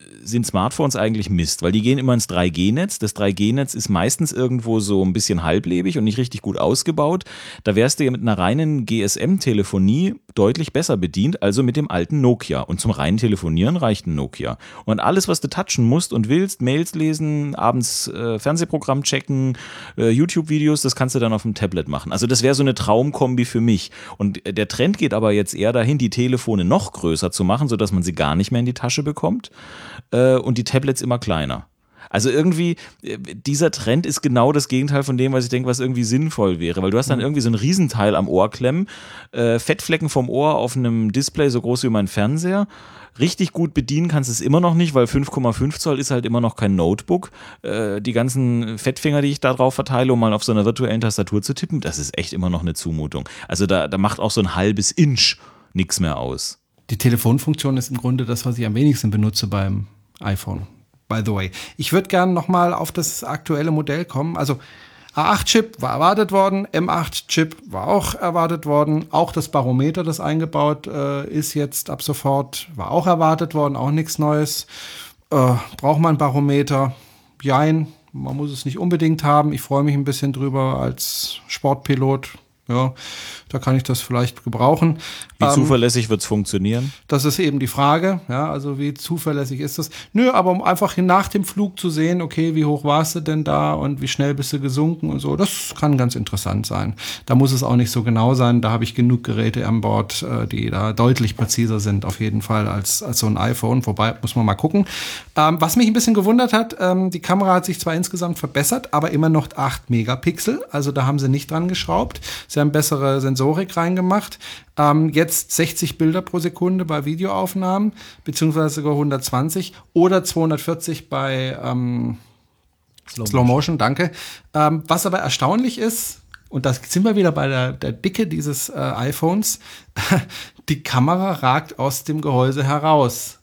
sind Smartphones eigentlich Mist, weil die gehen immer ins drei G Netz. Das drei G Netz ist meistens irgendwo so ein bisschen halblebig und nicht richtig gut ausgebaut. Da wärst du ja mit einer reinen G S M-Telefonie deutlich besser bedient, also mit dem alten Nokia. Und zum reinen Telefonieren reicht ein Nokia. Und alles, was du touchen musst und willst, Mails lesen, abends äh, Fernsehprogramm checken, äh, YouTube-Videos, das kannst du dann auf dem Tablet machen. Also das wäre so eine Traumkombi für mich. Und der Trend geht aber jetzt eher dahin, die Telefone noch größer zu machen, sodass man sie gar nicht mehr in die Tasche bekommt äh, und die Tablets immer kleiner. Also irgendwie, dieser Trend ist genau das Gegenteil von dem, was ich denke, was irgendwie sinnvoll wäre. Weil du hast dann irgendwie so ein Riesenteil am Ohr klemmen, äh, Fettflecken vom Ohr auf einem Display so groß wie mein Fernseher. Richtig gut bedienen kannst du es immer noch nicht, weil fünf Komma fünf Zoll ist halt immer noch kein Notebook. Äh, die ganzen Fettfinger, die ich da drauf verteile, um mal auf so einer virtuellen Tastatur zu tippen, das ist echt immer noch eine Zumutung. Also da, da macht auch so ein halbes Inch nichts mehr aus. Die Telefonfunktion ist im Grunde das, was ich am wenigsten benutze beim iPhone. By the way. Ich würde gerne nochmal auf das aktuelle Modell kommen. Also A acht Chip war erwartet worden, M acht Chip war auch erwartet worden. Auch das Barometer, das eingebaut äh, ist jetzt ab sofort, war auch erwartet worden, auch nichts Neues. Äh, braucht man ein Barometer? Jein, man muss es nicht unbedingt haben. Ich freue mich ein bisschen drüber als Sportpilot. Ja, da kann ich das vielleicht gebrauchen. Wie ähm, zuverlässig wird es funktionieren? Das ist eben die Frage. Ja, also wie zuverlässig ist das? Nö, aber um einfach nach dem Flug zu sehen, okay, wie hoch warst du denn da und wie schnell bist du gesunken und so, das kann ganz interessant sein. Da muss es auch nicht so genau sein. Da habe ich genug Geräte an Bord, die da deutlich präziser sind, auf jeden Fall, als, als so ein iPhone. Wobei, muss man mal gucken. Ähm, was mich ein bisschen gewundert hat, ähm, die Kamera hat sich zwar insgesamt verbessert, aber immer noch acht Megapixel. Also da haben sie nicht dran geschraubt. Sie haben bessere Sensorik reingemacht. Ähm, jetzt sechzig Bilder pro Sekunde bei Videoaufnahmen, beziehungsweise sogar hundertzwanzig oder zweihundertvierzig bei ähm, Slow, Slow Motion, danke. Ähm, was aber erstaunlich ist, und da sind wir wieder bei der, der Dicke dieses äh, iPhones, die Kamera ragt aus dem Gehäuse heraus.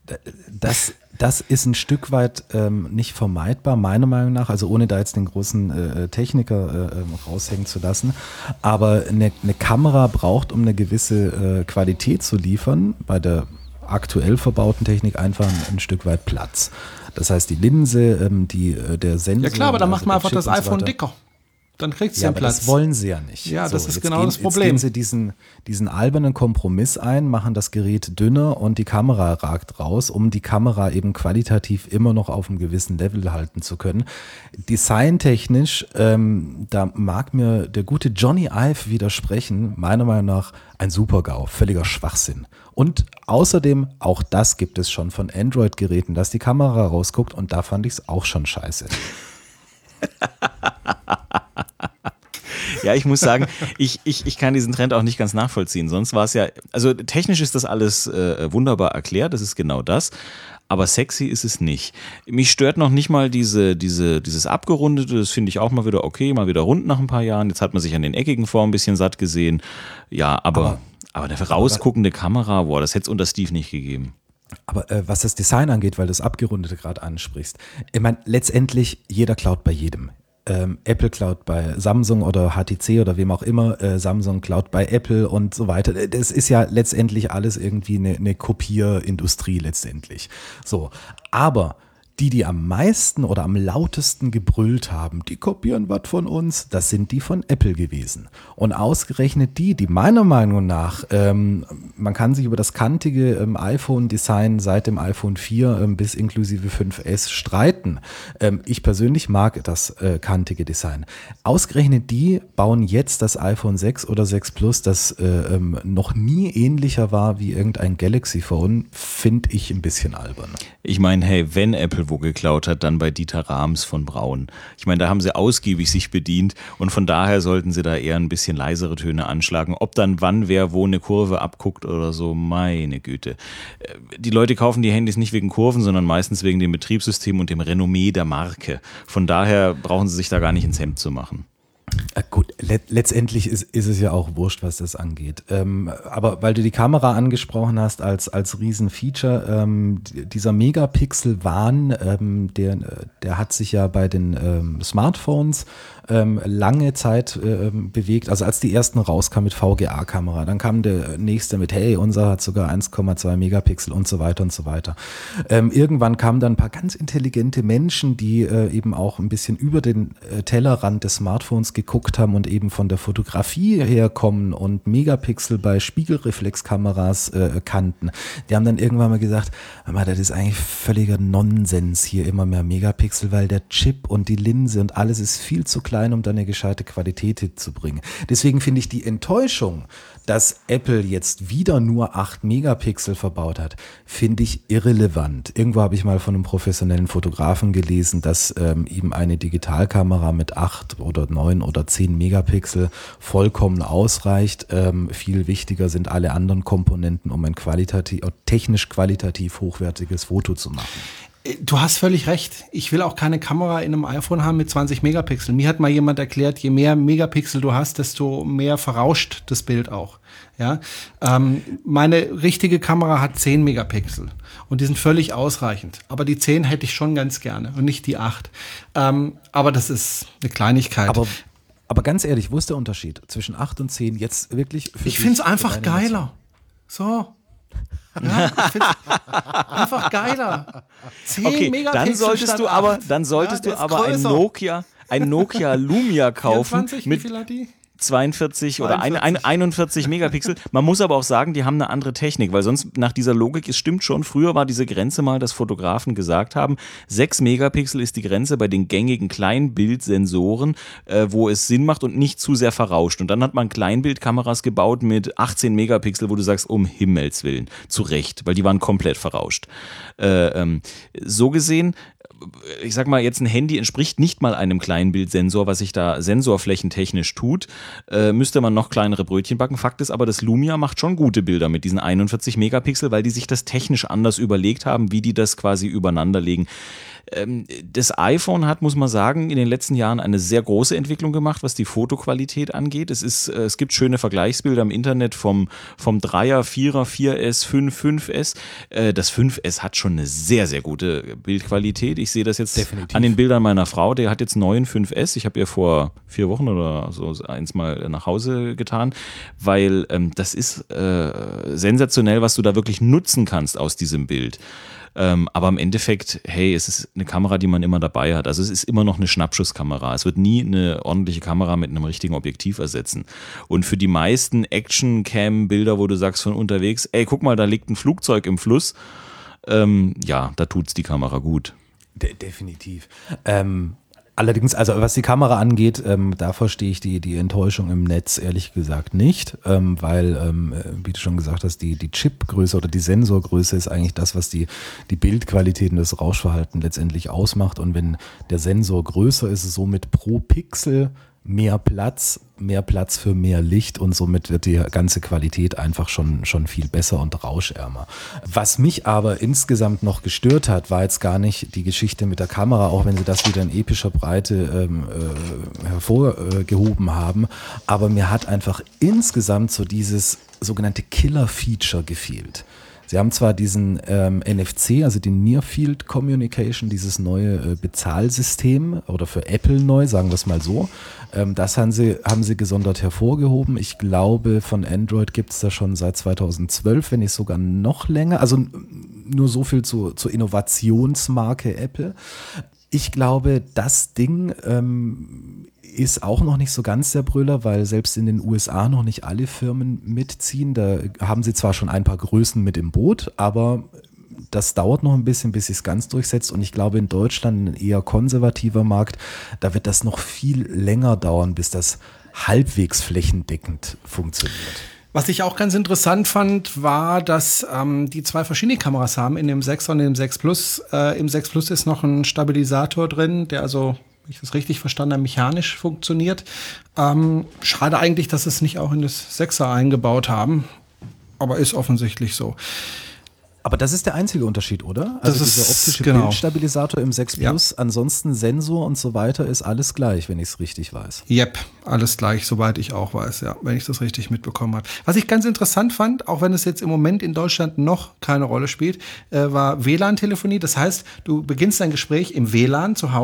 Das Das ist ein Stück weit ähm, nicht vermeidbar, meiner Meinung nach, also ohne da jetzt den großen äh, Techniker äh, raushängen zu lassen. Aber eine, eine Kamera braucht, um eine gewisse äh, Qualität zu liefern, bei der aktuell verbauten Technik einfach ein, ein Stück weit Platz. Das heißt, die Linse, ähm, die, äh, der Sensor. Ja klar, aber dann also macht man einfach Chip das iPhone so dicker. Dann kriegst du ja, den aber Platz. Das wollen sie ja nicht. Ja, das so, ist jetzt genau gehen, das Problem. Jetzt gehen sie diesen, diesen albernen Kompromiss ein, machen das Gerät dünner und die Kamera ragt raus, um die Kamera eben qualitativ immer noch auf einem gewissen Level halten zu können. Designtechnisch, ähm, da mag mir der gute Johnny Ive widersprechen, meiner Meinung nach ein Super-GAU, völliger Schwachsinn. Und außerdem, auch das gibt es schon von Android-Geräten, dass die Kamera rausguckt und da fand ich es auch schon scheiße. Ja, ich muss sagen, ich, ich, ich kann diesen Trend auch nicht ganz nachvollziehen. Sonst war es ja, also technisch ist das alles äh, wunderbar erklärt, das ist genau das. Aber sexy ist es nicht. Mich stört noch nicht mal diese, diese, dieses Abgerundete, das finde ich auch mal wieder okay, mal wieder rund nach ein paar Jahren. Jetzt hat man sich an den eckigen Formen ein bisschen satt gesehen. Ja, aber, aber, aber eine rausguckende Kamera, boah, das hätte es unter Steve nicht gegeben. Aber äh, was das Design angeht, weil du das Abgerundete gerade ansprichst, ich meine, letztendlich jeder klaut bei jedem. Ähm, Apple klaut bei Samsung oder H T C oder wem auch immer, äh, Samsung klaut bei Apple und so weiter. Das ist ja letztendlich alles irgendwie eine, eine Kopierindustrie letztendlich. So, aber die, die am meisten oder am lautesten gebrüllt haben, die kopieren was von uns, das sind die von Apple gewesen. Und ausgerechnet die, die meiner Meinung nach, ähm, man kann sich über das kantige ähm, iPhone-Design seit dem iPhone vier ähm, bis inklusive fünf S streiten. Ähm, ich persönlich mag das äh, kantige Design. Ausgerechnet die bauen jetzt das iPhone sechs oder sechs Plus, das äh, ähm, noch nie ähnlicher war wie irgendein Galaxy Phone, finde ich ein bisschen albern. Ich meine, hey, wenn Apple wo geklaut hat, dann bei Dieter Rams von Braun. Ich meine, da haben sie ausgiebig sich bedient und von daher sollten sie da eher ein bisschen leisere Töne anschlagen. Ob dann wann wer wo eine Kurve abguckt oder so, meine Güte. Die Leute kaufen die Handys nicht wegen Kurven, sondern meistens wegen dem Betriebssystem und dem Renommee der Marke. Von daher brauchen sie sich da gar nicht ins Hemd zu machen. Gut, let- letztendlich ist, ist es ja auch wurscht, was das angeht. Ähm, aber weil du die Kamera angesprochen hast als, als Riesenfeature, ähm, dieser Megapixel-Wahn, ähm, der, der hat sich ja bei den ähm, Smartphones ähm, lange Zeit äh, bewegt. Also als die ersten rauskamen mit V G A-Kamera, dann kam der nächste mit, hey, unser hat sogar eins Komma zwei Megapixel und so weiter und so weiter. Ähm, irgendwann kamen dann ein paar ganz intelligente Menschen, die äh, eben auch ein bisschen über den äh, Tellerrand des Smartphones geguckt haben und eben von der Fotografie herkommen und Megapixel bei Spiegelreflexkameras äh, kannten. Die haben dann irgendwann mal gesagt, das ist eigentlich völliger Nonsens hier immer mehr Megapixel, weil der Chip und die Linse und alles ist viel zu klein, um da eine gescheite Qualität hinzubringen. Deswegen finde ich die Enttäuschung, dass Apple jetzt wieder nur acht Megapixel verbaut hat, finde ich irrelevant. Irgendwo habe ich mal von einem professionellen Fotografen gelesen, dass ähm, ihm eine Digitalkamera mit acht oder neun oder zehn Megapixel vollkommen ausreicht. Ähm, viel wichtiger sind alle anderen Komponenten, um ein qualitativ, technisch qualitativ hochwertiges Foto zu machen. Du hast völlig recht. Ich will auch keine Kamera in einem iPhone haben mit zwanzig Megapixel. Mir hat mal jemand erklärt, je mehr Megapixel du hast, desto mehr verrauscht das Bild auch. Ja, ähm, meine richtige Kamera hat zehn Megapixel und die sind völlig ausreichend. Aber die zehn hätte ich schon ganz gerne und nicht die acht. Ähm, aber das ist eine Kleinigkeit. Aber, aber ganz ehrlich, wo ist der Unterschied zwischen acht und zehn jetzt wirklich? Für ich finde es einfach geiler. So. Ja, ich find's einfach geiler. zehn okay, Megapixel dann solltest du aber, dann solltest ja, du aber ein größer. Nokia, ein Nokia Lumia kaufen vierundzwanzig, mit wie viel hat die? zweiundvierzig oder ein, ein, einundvierzig Megapixel. Man muss aber auch sagen, die haben eine andere Technik, weil sonst nach dieser Logik, es stimmt schon, früher war diese Grenze mal, dass Fotografen gesagt haben, sechs Megapixel ist die Grenze bei den gängigen Kleinbildsensoren, äh, wo es Sinn macht und nicht zu sehr verrauscht. Und dann hat man Kleinbildkameras gebaut mit achtzehn Megapixel, wo du sagst, um Himmels Willen, zu Recht, weil die waren komplett verrauscht. Äh, ähm, so gesehen, ich sag mal, jetzt ein Handy entspricht nicht mal einem Kleinbildsensor, was sich da sensorflächentechnisch tut, äh, müsste man noch kleinere Brötchen backen. Fakt ist aber, das Lumia macht schon gute Bilder mit diesen einundvierzig Megapixel, weil die sich das technisch anders überlegt haben, wie die das quasi übereinander legen. Ähm, das iPhone hat, muss man sagen, in den letzten Jahren eine sehr große Entwicklung gemacht, was die Fotoqualität angeht. Es ist, äh, es gibt schöne Vergleichsbilder im Internet vom, vom Dreier, Vierer, vier S, fünf, fünf S. Äh, das fünf S hat schon eine sehr, sehr gute Bildqualität. Ich sehe das jetzt Definitiv. An den Bildern meiner Frau. Der hat jetzt neuen fünf S. Ich habe ihr vor vier Wochen oder so eins mal nach Hause getan, weil ähm, das ist äh, sensationell, was du da wirklich nutzen kannst aus diesem Bild. Ähm, aber im Endeffekt, hey, es ist eine Kamera, die man immer dabei hat. Also es ist immer noch eine Schnappschusskamera. Es wird nie eine ordentliche Kamera mit einem richtigen Objektiv ersetzen. Und für die meisten Action-Cam-Bilder, wo du sagst von unterwegs, ey, guck mal, da liegt ein Flugzeug im Fluss, ähm, ja, da tut's die Kamera gut. De- definitiv. Ähm Allerdings, also was die Kamera angeht, ähm, da verstehe ich die, die Enttäuschung im Netz ehrlich gesagt nicht, ähm, weil, ähm, wie du schon gesagt hast, die, die Chipgröße oder die Sensorgröße ist eigentlich das, was die, die Bildqualität und das Rauschverhalten letztendlich ausmacht. Und wenn der Sensor größer ist, ist es somit pro Pixel mehr Platz, mehr Platz für mehr Licht und somit wird die ganze Qualität einfach schon, schon viel besser und rauschärmer. Was mich aber insgesamt noch gestört hat, war jetzt gar nicht die Geschichte mit der Kamera, auch wenn sie das wieder in epischer Breite ähm, äh, hervorgehoben haben, aber mir hat einfach insgesamt so dieses sogenannte Killer-Feature gefehlt. Sie haben zwar diesen ähm, N F C, also die Near Field Communication, dieses neue äh, Bezahlsystem oder für Apple neu, sagen wir es mal so. Ähm, das haben sie, haben sie gesondert hervorgehoben. Ich glaube, von Android gibt es da schon seit zweitausendzwölf, wenn nicht sogar noch länger. Also nur so viel zu, zur Innovationsmarke Apple. Ich glaube, das Ding ähm, ist auch noch nicht so ganz der Brüller, weil selbst in den U S A noch nicht alle Firmen mitziehen. Da haben sie zwar schon ein paar Größen mit im Boot, aber das dauert noch ein bisschen, bis sich es ganz durchsetzt. Und ich glaube, in Deutschland, ein eher konservativer Markt, da wird das noch viel länger dauern, bis das halbwegs flächendeckend funktioniert. Was ich auch ganz interessant fand, war, dass ähm, die zwei verschiedene Kameras haben, in dem sechser und dem sechs Plus. Äh, Im sechs Plus ist noch ein Stabilisator drin, der also, wenn ich das richtig verstanden habe, mechanisch funktioniert. Ähm, schade eigentlich, dass sie es nicht auch in das sechser eingebaut haben, aber ist offensichtlich so. Aber das ist der einzige Unterschied, oder? Also das dieser ist, optische genau. Bildstabilisator im sechs Plus, ja. Ansonsten Sensor und so weiter ist alles gleich, wenn ich es richtig weiß. Yep, alles gleich, soweit ich auch weiß, ja, wenn ich das richtig mitbekommen habe. Was ich ganz interessant fand, auch wenn es jetzt im Moment in Deutschland noch keine Rolle spielt, äh, war W L A N-Telefonie. Das heißt, du beginnst dein Gespräch im W L A N zu Hause,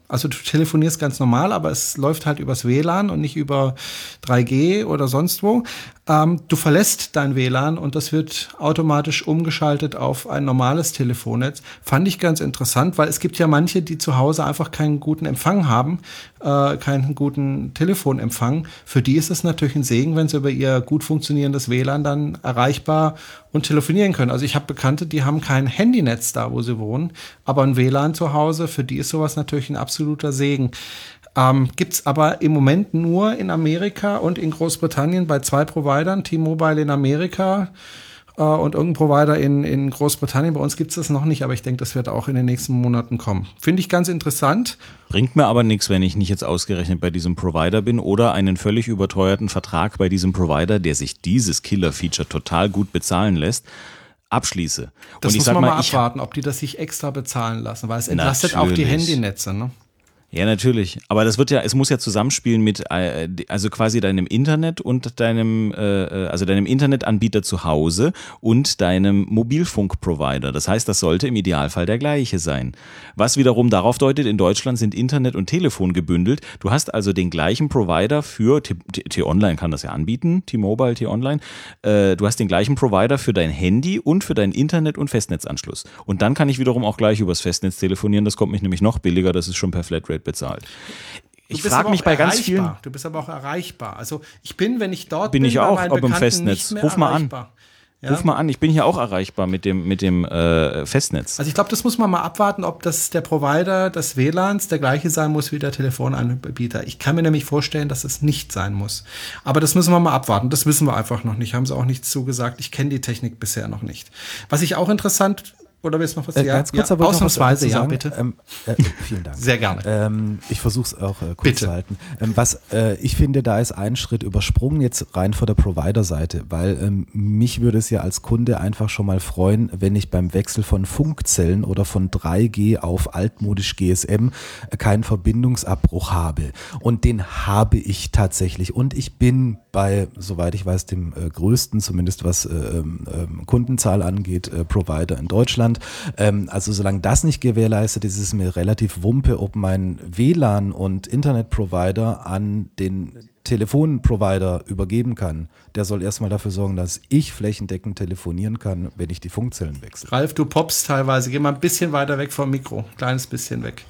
Also du telefonierst ganz normal, aber es läuft halt übers W L A N und nicht über drei G oder sonst wo. Ähm, du verlässt dein W L A N und das wird automatisch umgeschaltet auf ein normales Telefonnetz. Fand ich ganz interessant, weil es gibt ja manche, die zu Hause einfach keinen guten Empfang haben, äh, keinen guten Telefonempfang. Für die ist es natürlich ein Segen, wenn sie über ihr gut funktionierendes W L A N dann erreichbar und telefonieren können. Also ich habe Bekannte, die haben kein Handynetz da, wo sie wohnen, aber ein W L A N zu Hause, für die ist sowas natürlich ein absoluter Segen. Ähm, gibt's aber im Moment nur in Amerika und in Großbritannien bei zwei Providern, T-Mobile in Amerika äh, und irgendein Provider in, in Großbritannien. Bei uns gibt's das noch nicht, aber ich denke, das wird auch in den nächsten Monaten kommen. Finde ich ganz interessant. Bringt mir aber nichts, wenn ich nicht jetzt ausgerechnet bei diesem Provider bin oder einen völlig überteuerten Vertrag bei diesem Provider, der sich dieses Killer-Feature total gut bezahlen lässt, abschließe. Das und ich muss sag man mal, mal ich, abwarten, ob die das sich extra bezahlen lassen, weil es entlastet Natürlich. auch die Handynetze, ne? Ja, natürlich. Aber das wird ja, es muss ja zusammenspielen mit, äh, also quasi deinem Internet und deinem, äh, also deinem Internetanbieter zu Hause und deinem Mobilfunkprovider. Das heißt, das sollte im Idealfall der gleiche sein. Was wiederum darauf deutet, in Deutschland sind Internet und Telefon gebündelt. Du hast also den gleichen Provider für, T-Online kann das ja anbieten, T-Mobile, T-Online. Äh, du hast den gleichen Provider für dein Handy und für dein Internet- und Festnetzanschluss. Und dann kann ich wiederum auch gleich übers Festnetz telefonieren. Das kommt mich nämlich noch billiger. Das ist schon per Flatrate bezahlt. Ich frage mich bei ganz vielen. Du bist aber auch erreichbar. Also ich bin, wenn ich dort bin, bin ich auch, ob im Festnetz. Ruf mal an. Ja? Ruf mal an, ich bin hier auch erreichbar mit dem, mit dem äh, Festnetz. Also ich glaube, das muss man mal abwarten, ob das der Provider des W L A Ns der gleiche sein muss wie der Telefonanbieter. Ich kann mir nämlich vorstellen, dass es nicht sein muss. Aber das müssen wir mal abwarten. Das wissen wir einfach noch nicht. Haben sie auch nichts zugesagt. Ich kenne die Technik bisher noch nicht. Was ich auch interessant Oder willst du noch was? Äh, ja, ganz kurz, ja, aber ausnahmsweise, noch was ja, sagen. bitte. Ähm, äh, vielen Dank. Sehr gerne. Ähm, ich versuche es auch äh, kurz bitte. zu halten. Ähm, was äh, ich finde, da ist ein Schritt übersprungen jetzt rein von der Provider-Seite, weil ähm, mich würde es ja als Kunde einfach schon mal freuen, wenn ich beim Wechsel von Funkzellen oder von drei G auf altmodisch G S M äh, keinen Verbindungsabbruch habe. Und den habe ich tatsächlich. Und ich bin bei, soweit ich weiß, dem äh, größten, zumindest was äh, äh, Kundenzahl angeht, äh, Provider in Deutschland. Ähm, also solange das nicht gewährleistet ist, ist es mir relativ wumpe, ob mein W L A N und Internetprovider an den Telefonprovider übergeben kann. Der soll erstmal dafür sorgen, dass ich flächendeckend telefonieren kann, wenn ich die Funkzellen wechsle. Ralf, du poppst teilweise. Geh mal ein bisschen weiter weg vom Mikro. Kleines bisschen weg.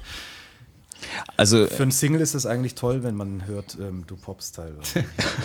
Also für einen Single ist es eigentlich toll, wenn man hört, ähm, du poppst teilweise.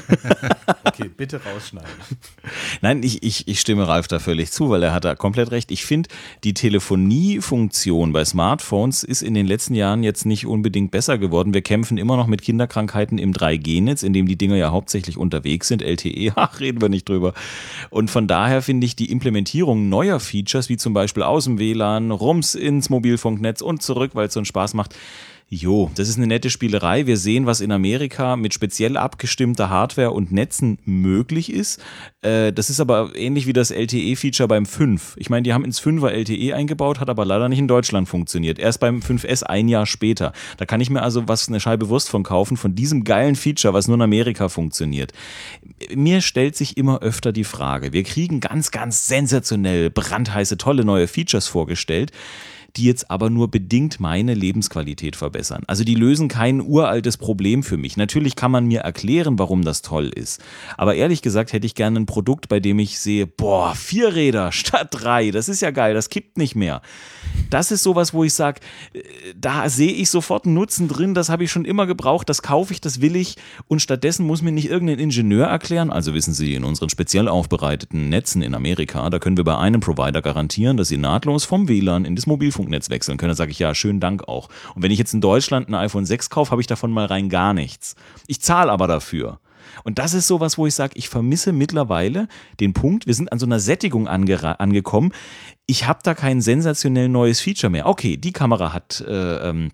Okay, bitte rausschneiden. Nein, ich, ich, ich stimme Ralf da völlig zu, weil er hat da komplett recht. Ich finde, die Telefoniefunktion bei Smartphones ist in den letzten Jahren jetzt nicht unbedingt besser geworden. Wir kämpfen immer noch mit Kinderkrankheiten im drei G Netz, in dem die Dinger ja hauptsächlich unterwegs sind. L T E, ach, reden wir nicht drüber. Und von daher finde ich die Implementierung neuer Features, wie zum Beispiel aus dem W L A N, rums ins Mobilfunknetz und zurück, weil es so einen Spaß macht, jo, das ist eine nette Spielerei. Wir sehen, was in Amerika mit speziell abgestimmter Hardware und Netzen möglich ist. Äh, das ist aber ähnlich wie das L T E-Feature beim fünf. Ich meine, die haben ins fünfer L T E eingebaut, hat aber leider nicht in Deutschland funktioniert. Erst beim fünf S ein Jahr später. Da kann ich mir also was eine Scheibe Wurst von kaufen, von diesem geilen Feature, was nur in Amerika funktioniert. Mir stellt sich immer öfter die Frage, wir kriegen ganz, ganz sensationell brandheiße, tolle neue Features vorgestellt, die jetzt aber nur bedingt meine Lebensqualität verbessern. Also die lösen kein uraltes Problem für mich. Natürlich kann man mir erklären, warum das toll ist. Aber ehrlich gesagt hätte ich gerne ein Produkt, bei dem ich sehe, boah, vier Räder statt drei, das ist ja geil, das kippt nicht mehr. Das ist sowas, wo ich sage, da sehe ich sofort einen Nutzen drin, das habe ich schon immer gebraucht, das kaufe ich, das will ich und stattdessen muss mir nicht irgendein Ingenieur erklären, also wissen Sie, in unseren speziell aufbereiteten Netzen in Amerika, da können wir bei einem Provider garantieren, dass Sie nahtlos vom W L A N in das Mobilfunknetz wechseln können. Dann sage ich, ja, schönen Dank auch. Und wenn ich jetzt in Deutschland ein iPhone sechs kaufe, habe ich davon mal rein gar nichts. Ich zahle aber dafür. Und das ist sowas, wo ich sage, ich vermisse mittlerweile den Punkt, wir sind an so einer Sättigung ange- angekommen, ich habe da kein sensationell neues Feature mehr. Okay, die Kamera hat äh, ähm,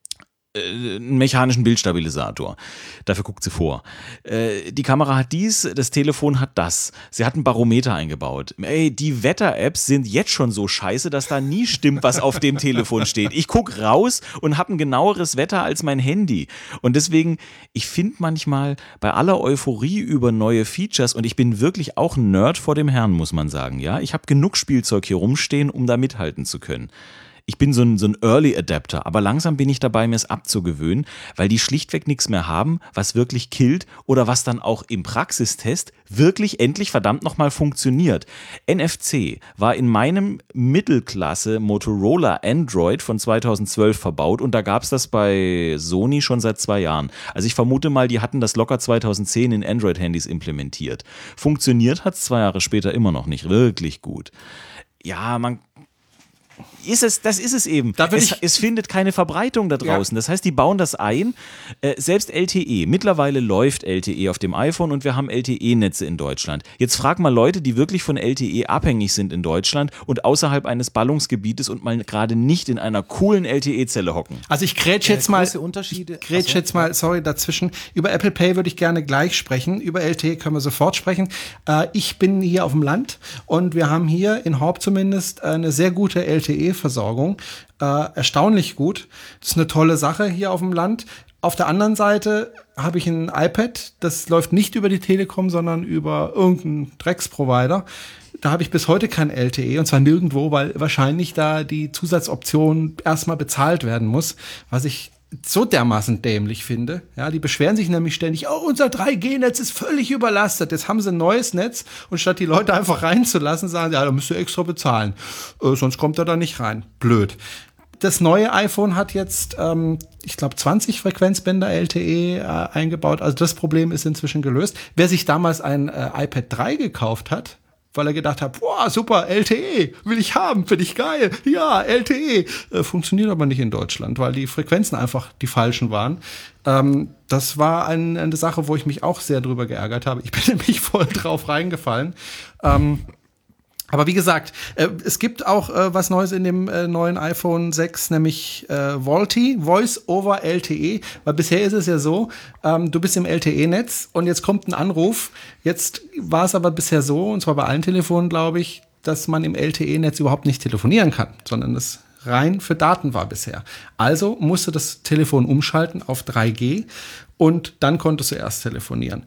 einen mechanischen Bildstabilisator. Dafür guckt sie vor. Äh, die Kamera hat dies, das Telefon hat das. Sie hat ein Barometer eingebaut. Ey, die Wetter-Apps sind jetzt schon so scheiße, dass da nie stimmt, was auf dem Telefon steht. Ich gucke raus und habe ein genaueres Wetter als mein Handy. Und deswegen, ich finde manchmal bei aller Euphorie über neue Features, und ich bin wirklich auch ein Nerd vor dem Herrn, muss man sagen. Ja, ich habe genug Spielzeug hier rumstehen, um da mithalten zu können. ich bin so ein, so ein Early Adapter, aber langsam bin ich dabei, mir es abzugewöhnen, weil die schlichtweg nichts mehr haben, was wirklich killt oder was dann auch im Praxistest wirklich endlich verdammt nochmal funktioniert. N F C war in meinem Mittelklasse Motorola Android von zweitausendzwölf verbaut und da gab es das bei Sony schon seit zwei Jahren. Also ich vermute mal, die hatten das locker zweitausendzehn in Android-Handys implementiert. Funktioniert hat es zwei Jahre später immer noch nicht wirklich gut. Ja, man Ist es, das ist es eben. Es, es findet keine Verbreitung da draußen. Ja. Das heißt, die bauen das ein. Äh, selbst L T E. Mittlerweile läuft L T E auf dem iPhone und wir haben L T E-Netze in Deutschland. Jetzt frag mal Leute, die wirklich von L T E abhängig sind in Deutschland und außerhalb eines Ballungsgebietes und mal gerade nicht in einer coolen L T E-Zelle hocken. Also ich grätsch jetzt äh, mal, Unterschiede. Ich grätsch jetzt mal, sorry, dazwischen. Über Apple Pay würde ich gerne gleich sprechen. Über L T E können wir sofort sprechen. Äh, ich bin hier auf dem Land und wir haben hier in Horb zumindest eine sehr gute L T E-Versorgung. Äh, erstaunlich gut. Das ist eine tolle Sache hier auf dem Land. Auf der anderen Seite habe ich ein iPad, das läuft nicht über die Telekom, sondern über irgendeinen Drecksprovider. Da habe ich bis heute kein L T E und zwar nirgendwo, weil wahrscheinlich da die Zusatzoption erstmal bezahlt werden muss, was ich so dermaßen dämlich finde. Ja, die beschweren sich nämlich ständig, oh, unser drei G Netz ist völlig überlastet. Jetzt haben sie ein neues Netz und statt die Leute einfach reinzulassen, sagen sie, ja, da müsst ihr extra bezahlen. Äh, sonst kommt er da nicht rein. Blöd. Das neue iPhone hat jetzt, ähm, ich glaube, zwanzig Frequenzbänder L T E äh, eingebaut. Also das Problem ist inzwischen gelöst. Wer sich damals ein äh, iPad drei gekauft hat, weil er gedacht hat, boah, super, L T E, will ich haben, finde ich geil, ja, L T E. Äh, funktioniert aber nicht in Deutschland, weil die Frequenzen einfach die falschen waren. Ähm, das war ein, eine Sache, wo ich mich auch sehr drüber geärgert habe. Ich bin nämlich voll drauf reingefallen. Ähm, Aber wie gesagt, äh, es gibt auch äh, was Neues in dem äh, neuen iPhone sechs, nämlich äh, VoLTE, Voice over L T E. Weil bisher ist es ja so, ähm, du bist im L T E-Netz und jetzt kommt ein Anruf. Jetzt war es aber bisher so, und zwar bei allen Telefonen, glaube ich, dass man im L T E-Netz überhaupt nicht telefonieren kann, sondern es rein für Daten war bisher. Also musste das Telefon umschalten auf drei G und dann konntest du erst telefonieren.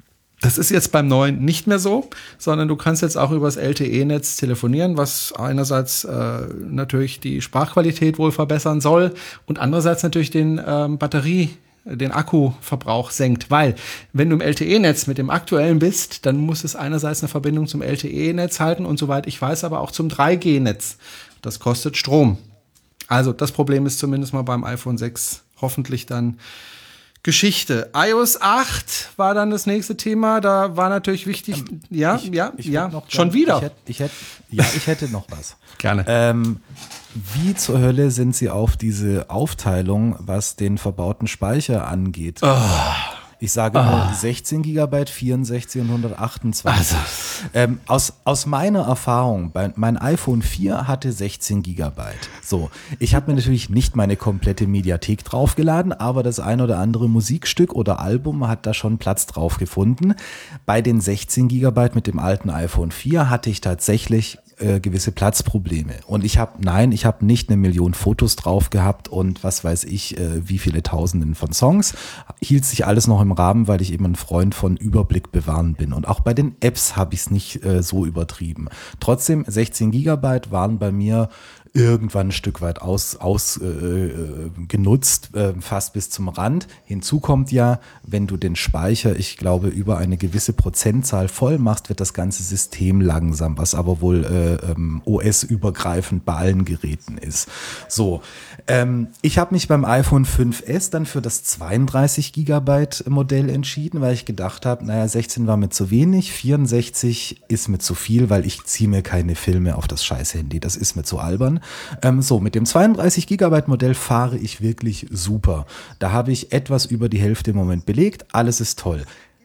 Das ist jetzt beim neuen nicht mehr so, sondern du kannst jetzt auch über das L T E-Netz telefonieren, was einerseits äh, natürlich die Sprachqualität wohl verbessern soll und andererseits natürlich den ähm, Batterie, den Akkuverbrauch senkt, weil wenn du im L T E-Netz mit dem aktuellen bist, dann muss es einerseits eine Verbindung zum L T E-Netz halten und soweit ich weiß, aber auch zum drei G Netz. Das kostet Strom. Also das Problem ist zumindest mal beim iPhone sechs hoffentlich dann Geschichte. iOS acht war dann das nächste Thema. Da war natürlich wichtig, ähm, ja, ich, ja, ich ja, noch schon gern, wieder. Ich hätte, ich hätte, ja, ich hätte noch was. Gerne. Ähm, wie zur Hölle sind Sie auf diese Aufteilung, was den verbauten Speicher angeht? Oh. Ich sage nur oh. sechzehn Gigabyte, vierundsechzig und hundertachtundzwanzig. Also. Ähm, aus, aus meiner Erfahrung, bei, mein iPhone vier hatte sechzehn Gigabyte. So, ich habe mir natürlich nicht meine komplette Mediathek draufgeladen, aber das ein oder andere Musikstück oder Album hat da schon Platz drauf gefunden. Bei den sechzehn Gigabyte mit dem alten iPhone vier hatte ich tatsächlich äh, gewisse Platzprobleme. Und ich habe, nein, ich habe nicht eine Million Fotos drauf gehabt und was weiß ich, äh, wie viele Tausenden von Songs. Hielt sich alles noch im Rahmen, weil ich eben ein Freund von Überblick bewahren bin. Und auch bei den Apps habe ich es nicht äh, so übertrieben. Trotzdem, sechzehn Gigabyte waren bei mir irgendwann ein Stück weit aus, aus äh, genutzt, äh, fast bis zum Rand. Hinzu kommt ja, wenn du den Speicher, ich glaube, über eine gewisse Prozentzahl voll machst, wird das ganze System langsam, was aber wohl äh, ähm, O S-übergreifend bei allen Geräten ist. So, ähm, ich habe mich beim iPhone fünf S dann für das zweiunddreißig Gigabyte Modell entschieden, weil ich gedacht habe, naja, sechzehn war mir zu wenig, vierundsechzig ist mir zu viel, weil ich ziehe mir keine Filme auf das scheiß Handy, das ist mir zu albern. Ähm, so, mit dem zweiunddreißig Gigabyte Modell fahre ich wirklich super. Da habe ich etwas über die Hälfte im Moment belegt. Alles ist toll.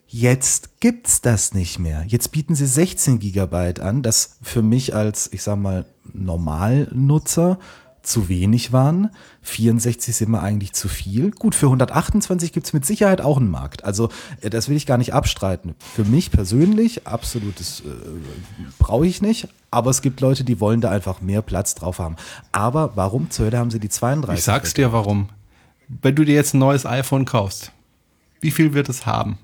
Jetzt gibt's das nicht mehr. Jetzt bieten sie sechzehn Gigabyte an, das für mich als, ich sag mal, Normalnutzer zu wenig waren. vierundsechzig sind mir eigentlich zu viel. Gut, für hundertachtundzwanzig gibt's mit Sicherheit auch einen Markt. Also das will ich gar nicht abstreiten. Für mich persönlich, absolutes äh, brauche ich nicht. Aber es gibt Leute, die wollen da einfach mehr Platz drauf haben. Aber warum zur Hölle haben sie die zweiunddreißig? Ich sag's dir warum. Wenn du dir jetzt ein neues iPhone kaufst, wie viel wird es haben?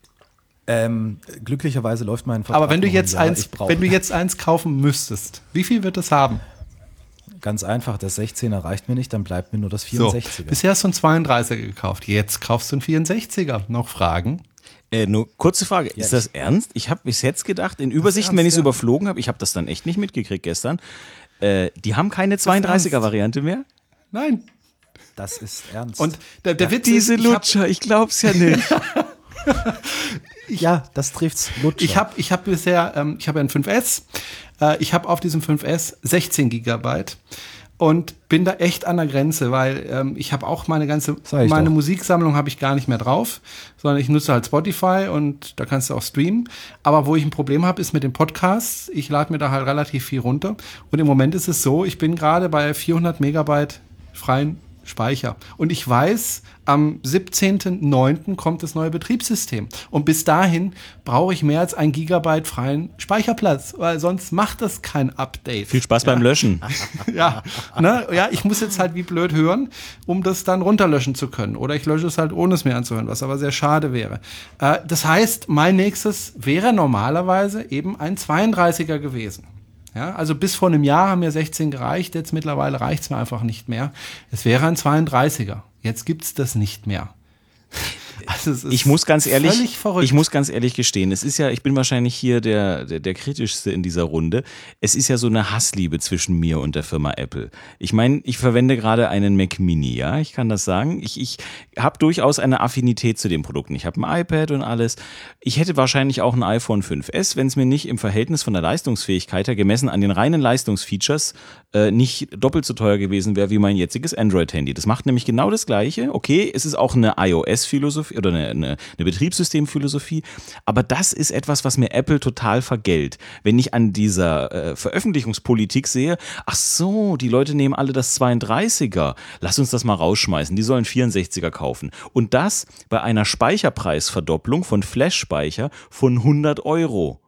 Ähm, glücklicherweise läuft mein Vertrag. Aber wenn du jetzt Jahr. eins, wenn du jetzt eins kaufen müsstest, wie viel wird es haben? Ganz einfach, das sechzehner reicht mir nicht, dann bleibt mir nur das vierundsechziger. So, bisher hast du einen zweiunddreißiger gekauft, jetzt kaufst du einen vierundsechziger. Noch Fragen? Äh, nur kurze Frage, Ja, ist das ernst? Ich habe bis jetzt gedacht, in Übersichten, ernst, wenn ich es ja. überflogen habe, ich habe das dann echt nicht mitgekriegt gestern, äh, die haben keine zweiunddreißiger-Variante mehr? Nein. Das ist ernst. Und der, der Witz Diese ist, ich hab- Lutscher, ich glaub's ja nicht. ja, das trifft's Lutscher. Ich habe ich hab bisher, ähm, ich habe ja einen fünf S, äh, ich habe auf diesem fünf S sechzehn Gigabyte und bin da echt an der Grenze, weil ähm, ich habe auch meine ganze, Sag ich meine doch. Musiksammlung habe ich gar nicht mehr drauf, sondern ich nutze halt Spotify und da kannst du auch streamen. Aber wo ich ein Problem habe, ist mit den Podcasts. Ich lade mir da halt relativ viel runter und im Moment ist es so, ich bin gerade bei vierhundert Megabyte freien Speicher. Und ich weiß, am siebzehnten neunten kommt das neue Betriebssystem. Und bis dahin brauche ich mehr als ein Gigabyte freien Speicherplatz, weil sonst macht das kein Update. Viel Spaß beim Löschen. Ja, ne? Ja, ich muss jetzt halt wie blöd hören, um das dann runterlöschen zu können. Oder ich lösche es halt, ohne es mir anzuhören, was aber sehr schade wäre. Äh, das heißt, mein nächstes wäre normalerweise eben ein zweiunddreißiger gewesen. Ja, also bis vor einem Jahr haben mir sechzehn gereicht, jetzt mittlerweile reicht es mir einfach nicht mehr. Es wäre ein zweiunddreißiger. Jetzt gibt's das nicht mehr. Also es ist Ich muss ganz ehrlich, völlig verrückt. ich muss ganz ehrlich gestehen, es ist ja, ich bin wahrscheinlich hier der, der, der kritischste in dieser Runde. Es ist ja so eine Hassliebe zwischen mir und der Firma Apple. Ich meine, ich verwende gerade einen Mac Mini, ja, ich kann das sagen. Ich, ich habe durchaus eine Affinität zu den Produkten. Ich habe ein iPad und alles. Ich hätte wahrscheinlich auch ein iPhone fünf S, wenn es mir nicht im Verhältnis von der Leistungsfähigkeit her, gemessen an den reinen Leistungsfeatures, äh, nicht doppelt so teuer gewesen wäre wie mein jetziges Android-Handy. Das macht nämlich genau das Gleiche. Okay, es ist auch eine iOS-Philosophie oder eine, eine, eine Betriebssystemphilosophie, aber das ist etwas, was mir Apple total vergällt. Wenn ich an dieser äh, Veröffentlichungspolitik sehe, ach so, die Leute nehmen alle das zweiunddreißiger, lass uns das mal rausschmeißen, die sollen vierundsechziger kaufen. Und das bei einer Speicherpreisverdopplung von Flash-Speicher von hundert Euro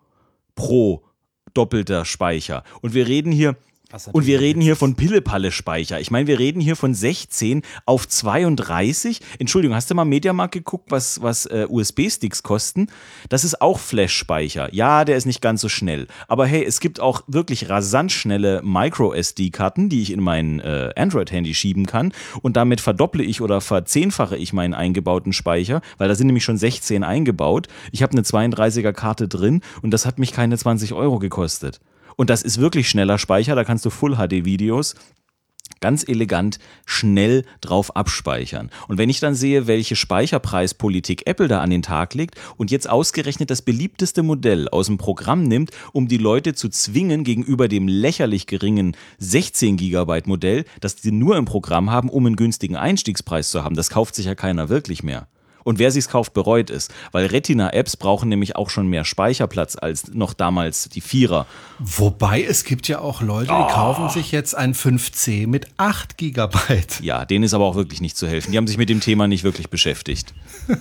pro doppelter Speicher. Und wir reden hier Und wir reden hier von Pille-Palle-Speicher. Ich meine, wir reden hier von sechzehn auf zweiunddreißig. Entschuldigung, hast du mal Mediamarkt geguckt, was, was äh, U S B-Sticks kosten? Das ist auch Flash-Speicher. Ja, der ist nicht ganz so schnell. Aber hey, es gibt auch wirklich rasant schnelle Micro-S D-Karten, die ich in mein äh, Android-Handy schieben kann. Und damit verdopple ich oder verzehnfache ich meinen eingebauten Speicher, weil da sind nämlich schon sechzehn eingebaut. Ich habe eine zweiunddreißiger-Karte drin und das hat mich keine zwanzig Euro gekostet. Und das ist wirklich schneller Speicher, da kannst du Full-H D-Videos ganz elegant schnell drauf abspeichern. Und wenn ich dann sehe, welche Speicherpreispolitik Apple da an den Tag legt und jetzt ausgerechnet das beliebteste Modell aus dem Programm nimmt, um die Leute zu zwingen gegenüber dem lächerlich geringen sechzehn Gigabyte Modell, das sie nur im Programm haben, um einen günstigen Einstiegspreis zu haben, das kauft sich ja keiner wirklich mehr. Und wer sich's kauft, bereut es. Weil Retina-Apps brauchen nämlich auch schon mehr Speicherplatz als noch damals die Vierer. Wobei, es gibt ja auch Leute, die Oh. kaufen sich jetzt ein fünf C mit acht Gigabyte. Ja, denen ist aber auch wirklich nicht zu helfen. Die haben sich mit dem Thema nicht wirklich beschäftigt.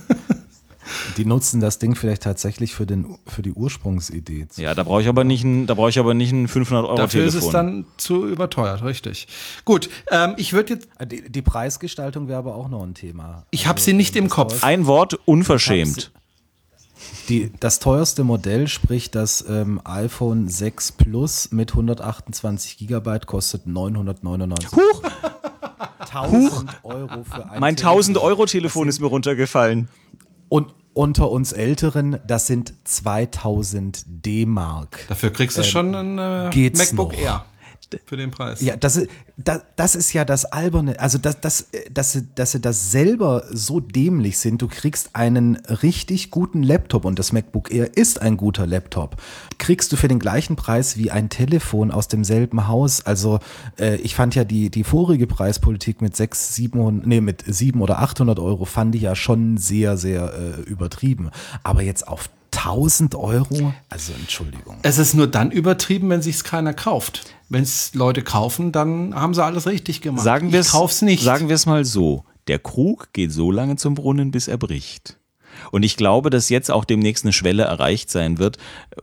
Die nutzen das Ding vielleicht tatsächlich für, den, für die Ursprungsidee. Ja, da brauche ich aber nicht ein, da brauche ich aber nicht ein fünfhundert Euro Dafür Telefon. ist es dann zu überteuert, richtig. Gut, ähm, ich würde jetzt, Die, die Preisgestaltung wäre aber auch noch ein Thema. ich habe sie nicht im Kopf. Ein Wort, unverschämt. Die, das teuerste Modell, sprich das ähm, iPhone sechs Plus mit hundertachtundzwanzig Gigabyte, kostet neunhundertneunundneunzig. Huch, tausend Euro für ein mein tausend Euro Telefon ist mir runtergefallen. Und unter uns Älteren, das sind zweitausend D-Mark. Dafür kriegst du schon ein äh, geht's MacBook noch? Air für den Preis. Ja, das ist, das, das ist ja das Alberne, also dass, dass, dass, sie, dass sie das selber so dämlich sind. Du kriegst einen richtig guten Laptop und das MacBook Air ist ein guter Laptop. Kriegst du für den gleichen Preis wie ein Telefon aus demselben Haus. Also äh, ich fand ja die, die vorige Preispolitik mit sechs, siebenhundert, nee, mit sieben oder achthundert Euro fand ich ja schon sehr, sehr äh, übertrieben. Aber jetzt auf tausend Euro? Also Entschuldigung. Es ist nur dann übertrieben, wenn sich's keiner kauft. Wenn es Leute kaufen, dann haben sie alles richtig gemacht. Sagen wir ich kauf's nicht. Sagen wir es mal so: Der Krug geht so lange zum Brunnen, bis er bricht. Und ich glaube, dass jetzt auch demnächst eine Schwelle erreicht sein wird,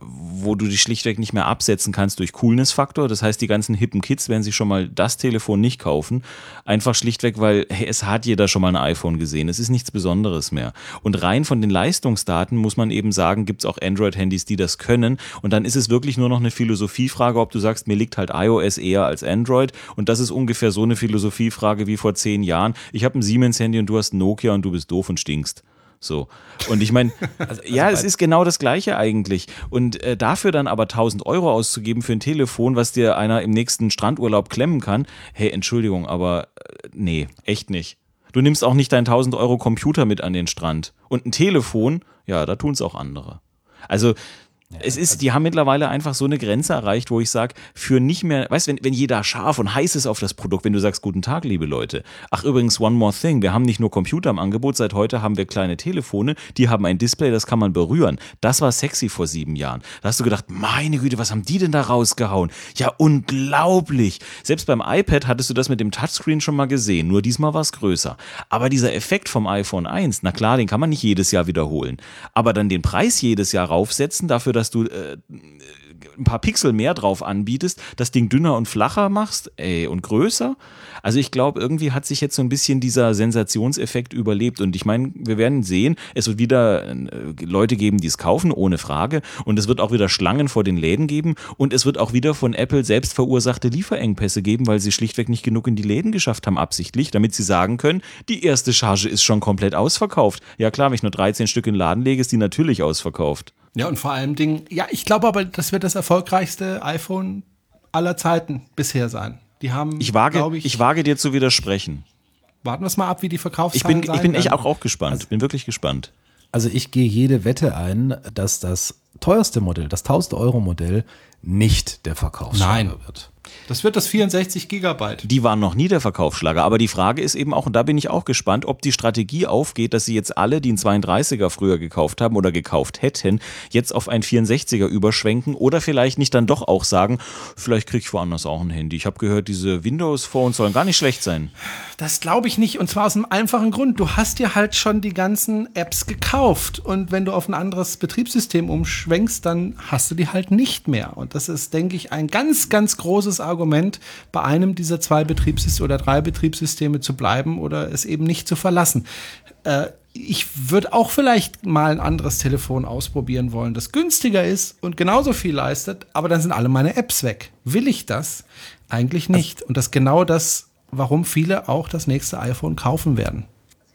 wo du dich schlichtweg nicht mehr absetzen kannst durch Coolness-Faktor. Das heißt, die ganzen hippen Kids werden sich schon mal das Telefon nicht kaufen. Einfach schlichtweg, weil hey, es hat jeder schon mal ein iPhone gesehen. Es ist nichts Besonderes mehr. Und rein von den Leistungsdaten muss man eben sagen, gibt es auch Android-Handys, die das können. Und dann ist es wirklich nur noch eine Philosophiefrage, ob du sagst, mir liegt halt iOS eher als Android. Und das ist ungefähr so eine Philosophiefrage wie vor zehn Jahren. Ich habe ein Siemens-Handy und du hast ein Nokia und du bist doof und stinkst. So. Und ich meine, also, also ja, es ist genau das Gleiche eigentlich. Und äh, dafür dann aber tausend Euro auszugeben für ein Telefon, was dir einer im nächsten Strandurlaub klemmen kann, hey, Entschuldigung, aber äh, nee, echt nicht. Du nimmst auch nicht deinen tausend Euro Computer mit an den Strand. Und ein Telefon, ja, da tun es auch andere. Also Ja, es ist, die haben mittlerweile einfach so eine Grenze erreicht, wo ich sage, für nicht mehr, weißt du, wenn, wenn jeder scharf und heiß ist auf das Produkt, wenn du sagst, guten Tag, liebe Leute. Ach übrigens, one more thing, wir haben nicht nur Computer im Angebot, seit heute haben wir kleine Telefone, die haben ein Display, das kann man berühren. Das war sexy vor sieben Jahren. Da hast du gedacht, meine Güte, was haben die denn da rausgehauen? Ja, unglaublich. Selbst beim iPad hattest du das mit dem Touchscreen schon mal gesehen, nur diesmal war es größer. Aber dieser Effekt vom iPhone eins, na klar, den kann man nicht jedes Jahr wiederholen. Aber dann den Preis jedes Jahr raufsetzen, dafür, dass du äh, ein paar Pixel mehr drauf anbietest, das Ding dünner und flacher machst, ey, und größer. Also ich glaube, irgendwie hat sich jetzt so ein bisschen dieser Sensationseffekt überlebt und ich meine, wir werden sehen, es wird wieder äh, Leute geben, die es kaufen, ohne Frage, und es wird auch wieder Schlangen vor den Läden geben und es wird auch wieder von Apple selbst verursachte Lieferengpässe geben, weil sie schlichtweg nicht genug in die Läden geschafft haben, absichtlich, damit sie sagen können, die erste Charge ist schon komplett ausverkauft. Ja klar, wenn ich nur dreizehn Stück in den Laden lege, ist die natürlich ausverkauft. Ja, und vor allem Dingen, ja, ich glaube aber, das wird das erfolgreichste iPhone aller Zeiten bisher sein. Die haben, ich wage, glaube ich, ich wage dir zu widersprechen. Warten wir es mal ab, wie die Verkaufszahlen ich bin, sein Ich bin echt werden. auch, auch gespannt. Also, ich bin wirklich gespannt. Also ich gehe jede Wette ein, dass das teuerste Modell, das tausend Euro Modell, nicht der Verkaufsschlager Nein. wird. Das wird das vierundsechzig Gigabyte. Die waren noch nie der Verkaufsschlager, aber die Frage ist eben auch, und da bin ich auch gespannt, ob die Strategie aufgeht, dass sie jetzt alle, die einen zweiunddreißiger früher gekauft haben oder gekauft hätten, jetzt auf einen vierundsechziger überschwenken oder vielleicht nicht dann doch auch sagen, vielleicht kriege ich woanders auch ein Handy. Ich habe gehört, diese Windows-Phones sollen gar nicht schlecht sein. Das glaube ich nicht, und zwar aus einem einfachen Grund. Du hast dir halt schon die ganzen Apps gekauft und wenn du auf ein anderes Betriebssystem umschwenkst, dann hast du die halt nicht mehr. Und das ist, denke ich, ein ganz, ganz großes Argument, bei einem dieser zwei Betriebssysteme oder drei Betriebssysteme zu bleiben oder es eben nicht zu verlassen. Äh, ich würde auch vielleicht mal ein anderes Telefon ausprobieren wollen, das günstiger ist und genauso viel leistet, aber dann sind alle meine Apps weg. Will ich das? Eigentlich nicht. Und das ist genau das, warum viele auch das nächste iPhone kaufen werden.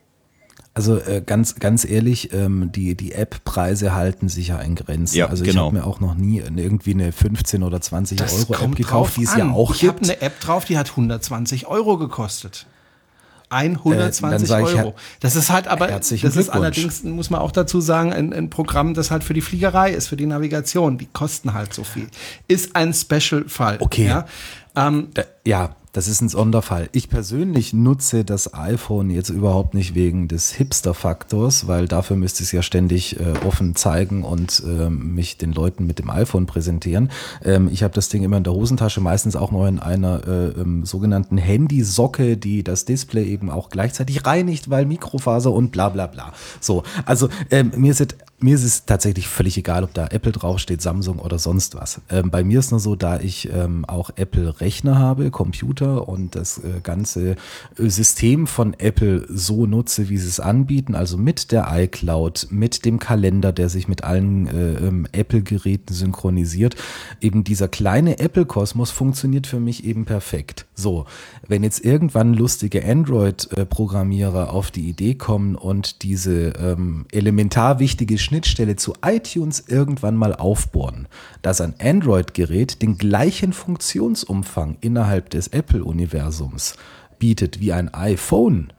Also äh, ganz ganz ehrlich, ähm, die die App-Preise halten sich ja in Grenzen. Ja, also genau. ich habe mir auch noch nie irgendwie eine fünfzehn oder zwanzig Euro App gekauft, die es ja auch ich habe gibt. eine App drauf, die hat hundertzwanzig Euro gekostet. hundertzwanzig Äh, dann sag ich, Euro. Das ist halt aber, das herzlichen ist Glückwunsch. allerdings, muss man auch dazu sagen, ein, ein Programm, das halt für die Fliegerei ist, für die Navigation. Die kosten halt so viel. Ist ein Special-Fall. Okay. Ja, ähm, Da, ja, das ist ein Sonderfall. Ich persönlich nutze das iPhone jetzt überhaupt nicht wegen des Hipster-Faktors, weil dafür müsste ich es ja ständig äh, offen zeigen und ähm, mich den Leuten mit dem iPhone präsentieren. Ähm, ich habe das Ding immer in der Hosentasche, meistens auch noch in einer äh, ähm, sogenannten Handysocke, die das Display eben auch gleichzeitig reinigt, weil Mikrofaser und bla bla bla. So, also ähm, mir ist es Mir ist es tatsächlich völlig egal, ob da Apple draufsteht, Samsung oder sonst was. Ähm, bei mir ist nur so, da ich ähm, auch Apple-Rechner habe, Computer und das äh, ganze System von Apple so nutze, wie sie es anbieten, also mit der iCloud, mit dem Kalender, der sich mit allen äh, ähm, Apple-Geräten synchronisiert. Eben dieser kleine Apple-Kosmos funktioniert für mich eben perfekt. So, wenn jetzt irgendwann lustige Android-Programmierer auf die Idee kommen und diese ähm, elementar wichtige Schnittstelle zu iTunes irgendwann mal aufbohren, dass ein Android-Gerät den gleichen Funktionsumfang innerhalb des Apple-Universums bietet wie ein iPhone,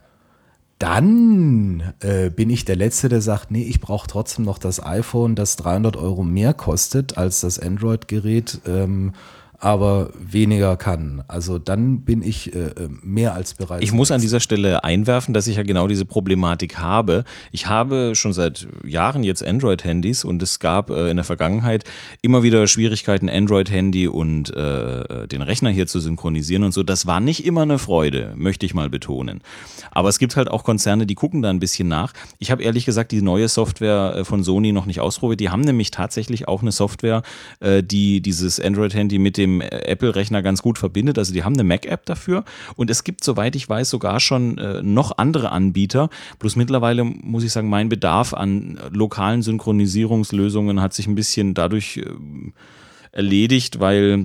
dann äh, bin ich der Letzte, der sagt, nee, ich brauche trotzdem noch das iPhone, das dreihundert Euro mehr kostet als das Android-Gerät, ähm, aber weniger kann. Also dann bin ich äh, mehr als bereit. Ich muss an dieser Stelle einwerfen, dass ich ja genau diese Problematik habe. Ich habe schon seit Jahren jetzt Android-Handys und es gab äh, in der Vergangenheit immer wieder Schwierigkeiten, Android-Handy und äh, den Rechner hier zu synchronisieren und so. Das war nicht immer eine Freude, möchte ich mal betonen. Aber es gibt halt auch Konzerne, die gucken da ein bisschen nach. Ich habe ehrlich gesagt die neue Software von Sony noch nicht ausprobiert. Die haben nämlich tatsächlich auch eine Software, äh, die dieses Android-Handy mit dem Apple-Rechner ganz gut verbindet. Also die haben eine Mac-App dafür und es gibt, soweit ich weiß, sogar schon äh, noch andere Anbieter. Bloß mittlerweile muss ich sagen, mein Bedarf an lokalen Synchronisierungslösungen hat sich ein bisschen dadurch äh, erledigt, weil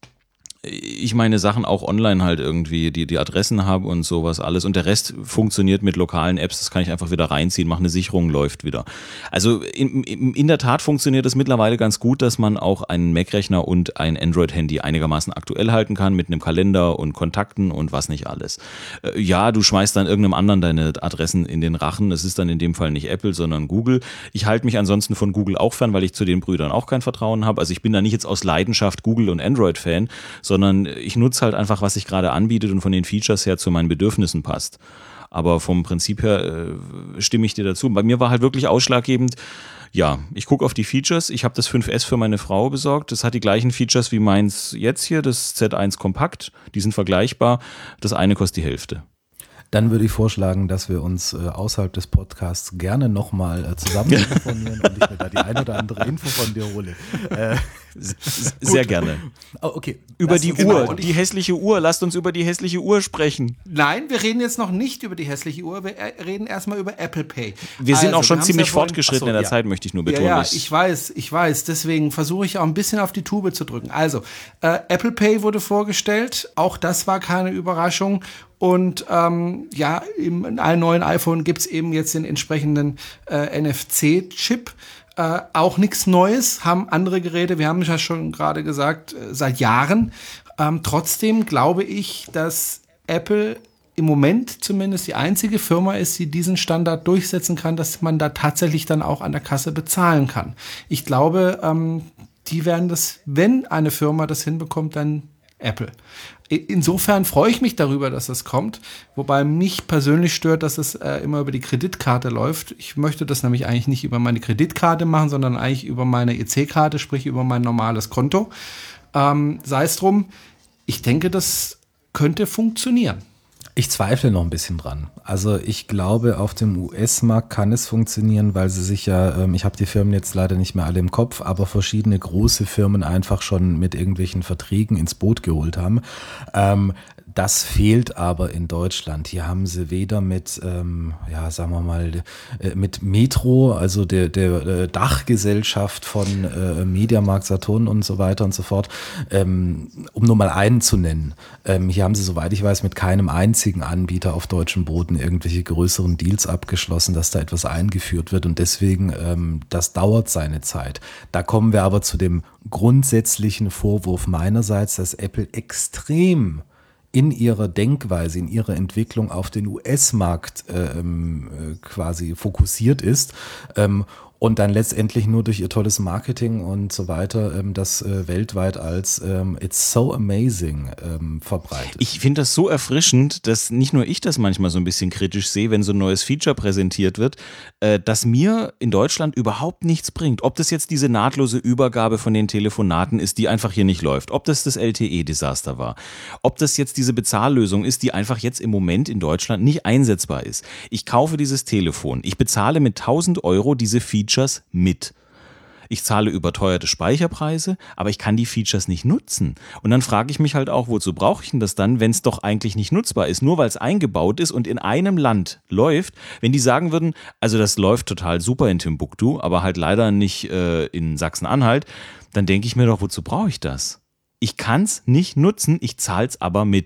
ich meine Sachen auch online halt irgendwie, die, die Adressen habe und sowas alles und der Rest funktioniert mit lokalen Apps, das kann ich einfach wieder reinziehen, mache eine Sicherung, läuft wieder. Also in, in, in der Tat funktioniert es mittlerweile ganz gut, dass man auch einen Mac-Rechner und ein Android-Handy einigermaßen aktuell halten kann mit einem Kalender und Kontakten und was nicht alles. Ja, du schmeißt dann irgendeinem anderen deine Adressen in den Rachen, es ist dann in dem Fall nicht Apple, sondern Google. Ich halte mich ansonsten von Google auch fern, weil ich zu den Brüdern auch kein Vertrauen habe. Also ich bin da nicht jetzt aus Leidenschaft Google- und Android-Fan, sondern ich nutze halt einfach, was sich gerade anbietet und von den Features her zu meinen Bedürfnissen passt. Aber vom Prinzip her äh, stimme ich dir dazu. Bei mir war halt wirklich ausschlaggebend, ja, ich gucke auf die Features. Ich habe das fünf S für meine Frau besorgt. Das hat die gleichen Features wie meins jetzt hier, das Z eins Kompakt. Die sind vergleichbar. Das eine kostet die Hälfte. Dann würde ich vorschlagen, dass wir uns äh, außerhalb des Podcasts gerne nochmal äh, zusammen telefonieren und ich mir da die ein oder andere Info von dir hole. Äh, Sehr gerne. Oh, okay. Über die Genau. Uhr, die hässliche Uhr. Lasst uns über die hässliche Uhr sprechen. Nein, wir reden jetzt noch nicht über die hässliche Uhr, wir reden erstmal über Apple Pay. Wir sind also, auch schon wir ziemlich ja vorhin, fortgeschritten achso, in der ja. Zeit, möchte ich nur betonen. Ja, ja, ich weiß, ich weiß. Deswegen versuche ich auch ein bisschen auf die Tube zu drücken. Also, äh, Apple Pay wurde vorgestellt. Auch das war keine Überraschung. Und ähm, ja, im, in allen neuen iPhone gibt's eben jetzt den entsprechenden äh, N F C-Chip. Äh, auch nichts Neues, haben andere Geräte, wir haben es ja schon gerade gesagt, äh, seit Jahren. Ähm, trotzdem glaube ich, dass Apple im Moment zumindest die einzige Firma ist, die diesen Standard durchsetzen kann, dass man da tatsächlich dann auch an der Kasse bezahlen kann. Ich glaube, ähm, die werden das, wenn eine Firma das hinbekommt, dann Apple. Insofern freue ich mich darüber, dass das kommt, wobei mich persönlich stört, dass es äh, immer über die Kreditkarte läuft. Ich möchte das nämlich eigentlich nicht über meine Kreditkarte machen, sondern eigentlich über meine E C-Karte, sprich über mein normales Konto. Ähm, sei es drum, ich denke, das könnte funktionieren. Ich zweifle noch ein bisschen dran. Also ich glaube, auf dem U S-Markt kann es funktionieren, weil sie sich ja, ähm, ich habe die Firmen jetzt leider nicht mehr alle im Kopf, aber verschiedene große Firmen einfach schon mit irgendwelchen Verträgen ins Boot geholt haben. Ähm, Das fehlt aber in Deutschland. Hier haben sie weder mit, ähm, ja, sagen wir mal, äh, mit Metro, also der, der äh, Dachgesellschaft von äh, Mediamarkt, Saturn und so weiter und so fort, ähm, um nur mal einen zu nennen. Ähm, hier haben sie, soweit ich weiß, mit keinem einzigen Anbieter auf deutschem Boden irgendwelche größeren Deals abgeschlossen, dass da etwas eingeführt wird und deswegen, ähm, das dauert seine Zeit. Da kommen wir aber zu dem grundsätzlichen Vorwurf meinerseits, dass Apple extrem in ihrer Denkweise, in ihrer Entwicklung auf den U S-Markt ähm, quasi fokussiert ist ähm, und dann letztendlich nur durch ihr tolles Marketing und so weiter ähm, das äh, weltweit als ähm, It's so amazing ähm, verbreitet. Ich finde das so erfrischend, dass nicht nur ich das manchmal so ein bisschen kritisch sehe, wenn so ein neues Feature präsentiert wird, äh, dass mir in Deutschland überhaupt nichts bringt. Ob das jetzt diese nahtlose Übergabe von den Telefonaten ist, die einfach hier nicht läuft, ob das das L T E-Desaster war, ob das jetzt diese Bezahllösung ist, die einfach jetzt im Moment in Deutschland nicht einsetzbar ist. Ich kaufe dieses Telefon, ich bezahle mit tausend Euro diese Features mit. Ich zahle überteuerte Speicherpreise, aber ich kann die Features nicht nutzen. Und dann frage ich mich halt auch, wozu brauche ich denn das dann, wenn es doch eigentlich nicht nutzbar ist, nur weil es eingebaut ist und in einem Land läuft. Wenn die sagen würden, also das läuft total super in Timbuktu, aber halt leider nicht äh, in Sachsen-Anhalt, dann denke ich mir doch, wozu brauche ich das? Ich kann es nicht nutzen, ich zahle es aber mit.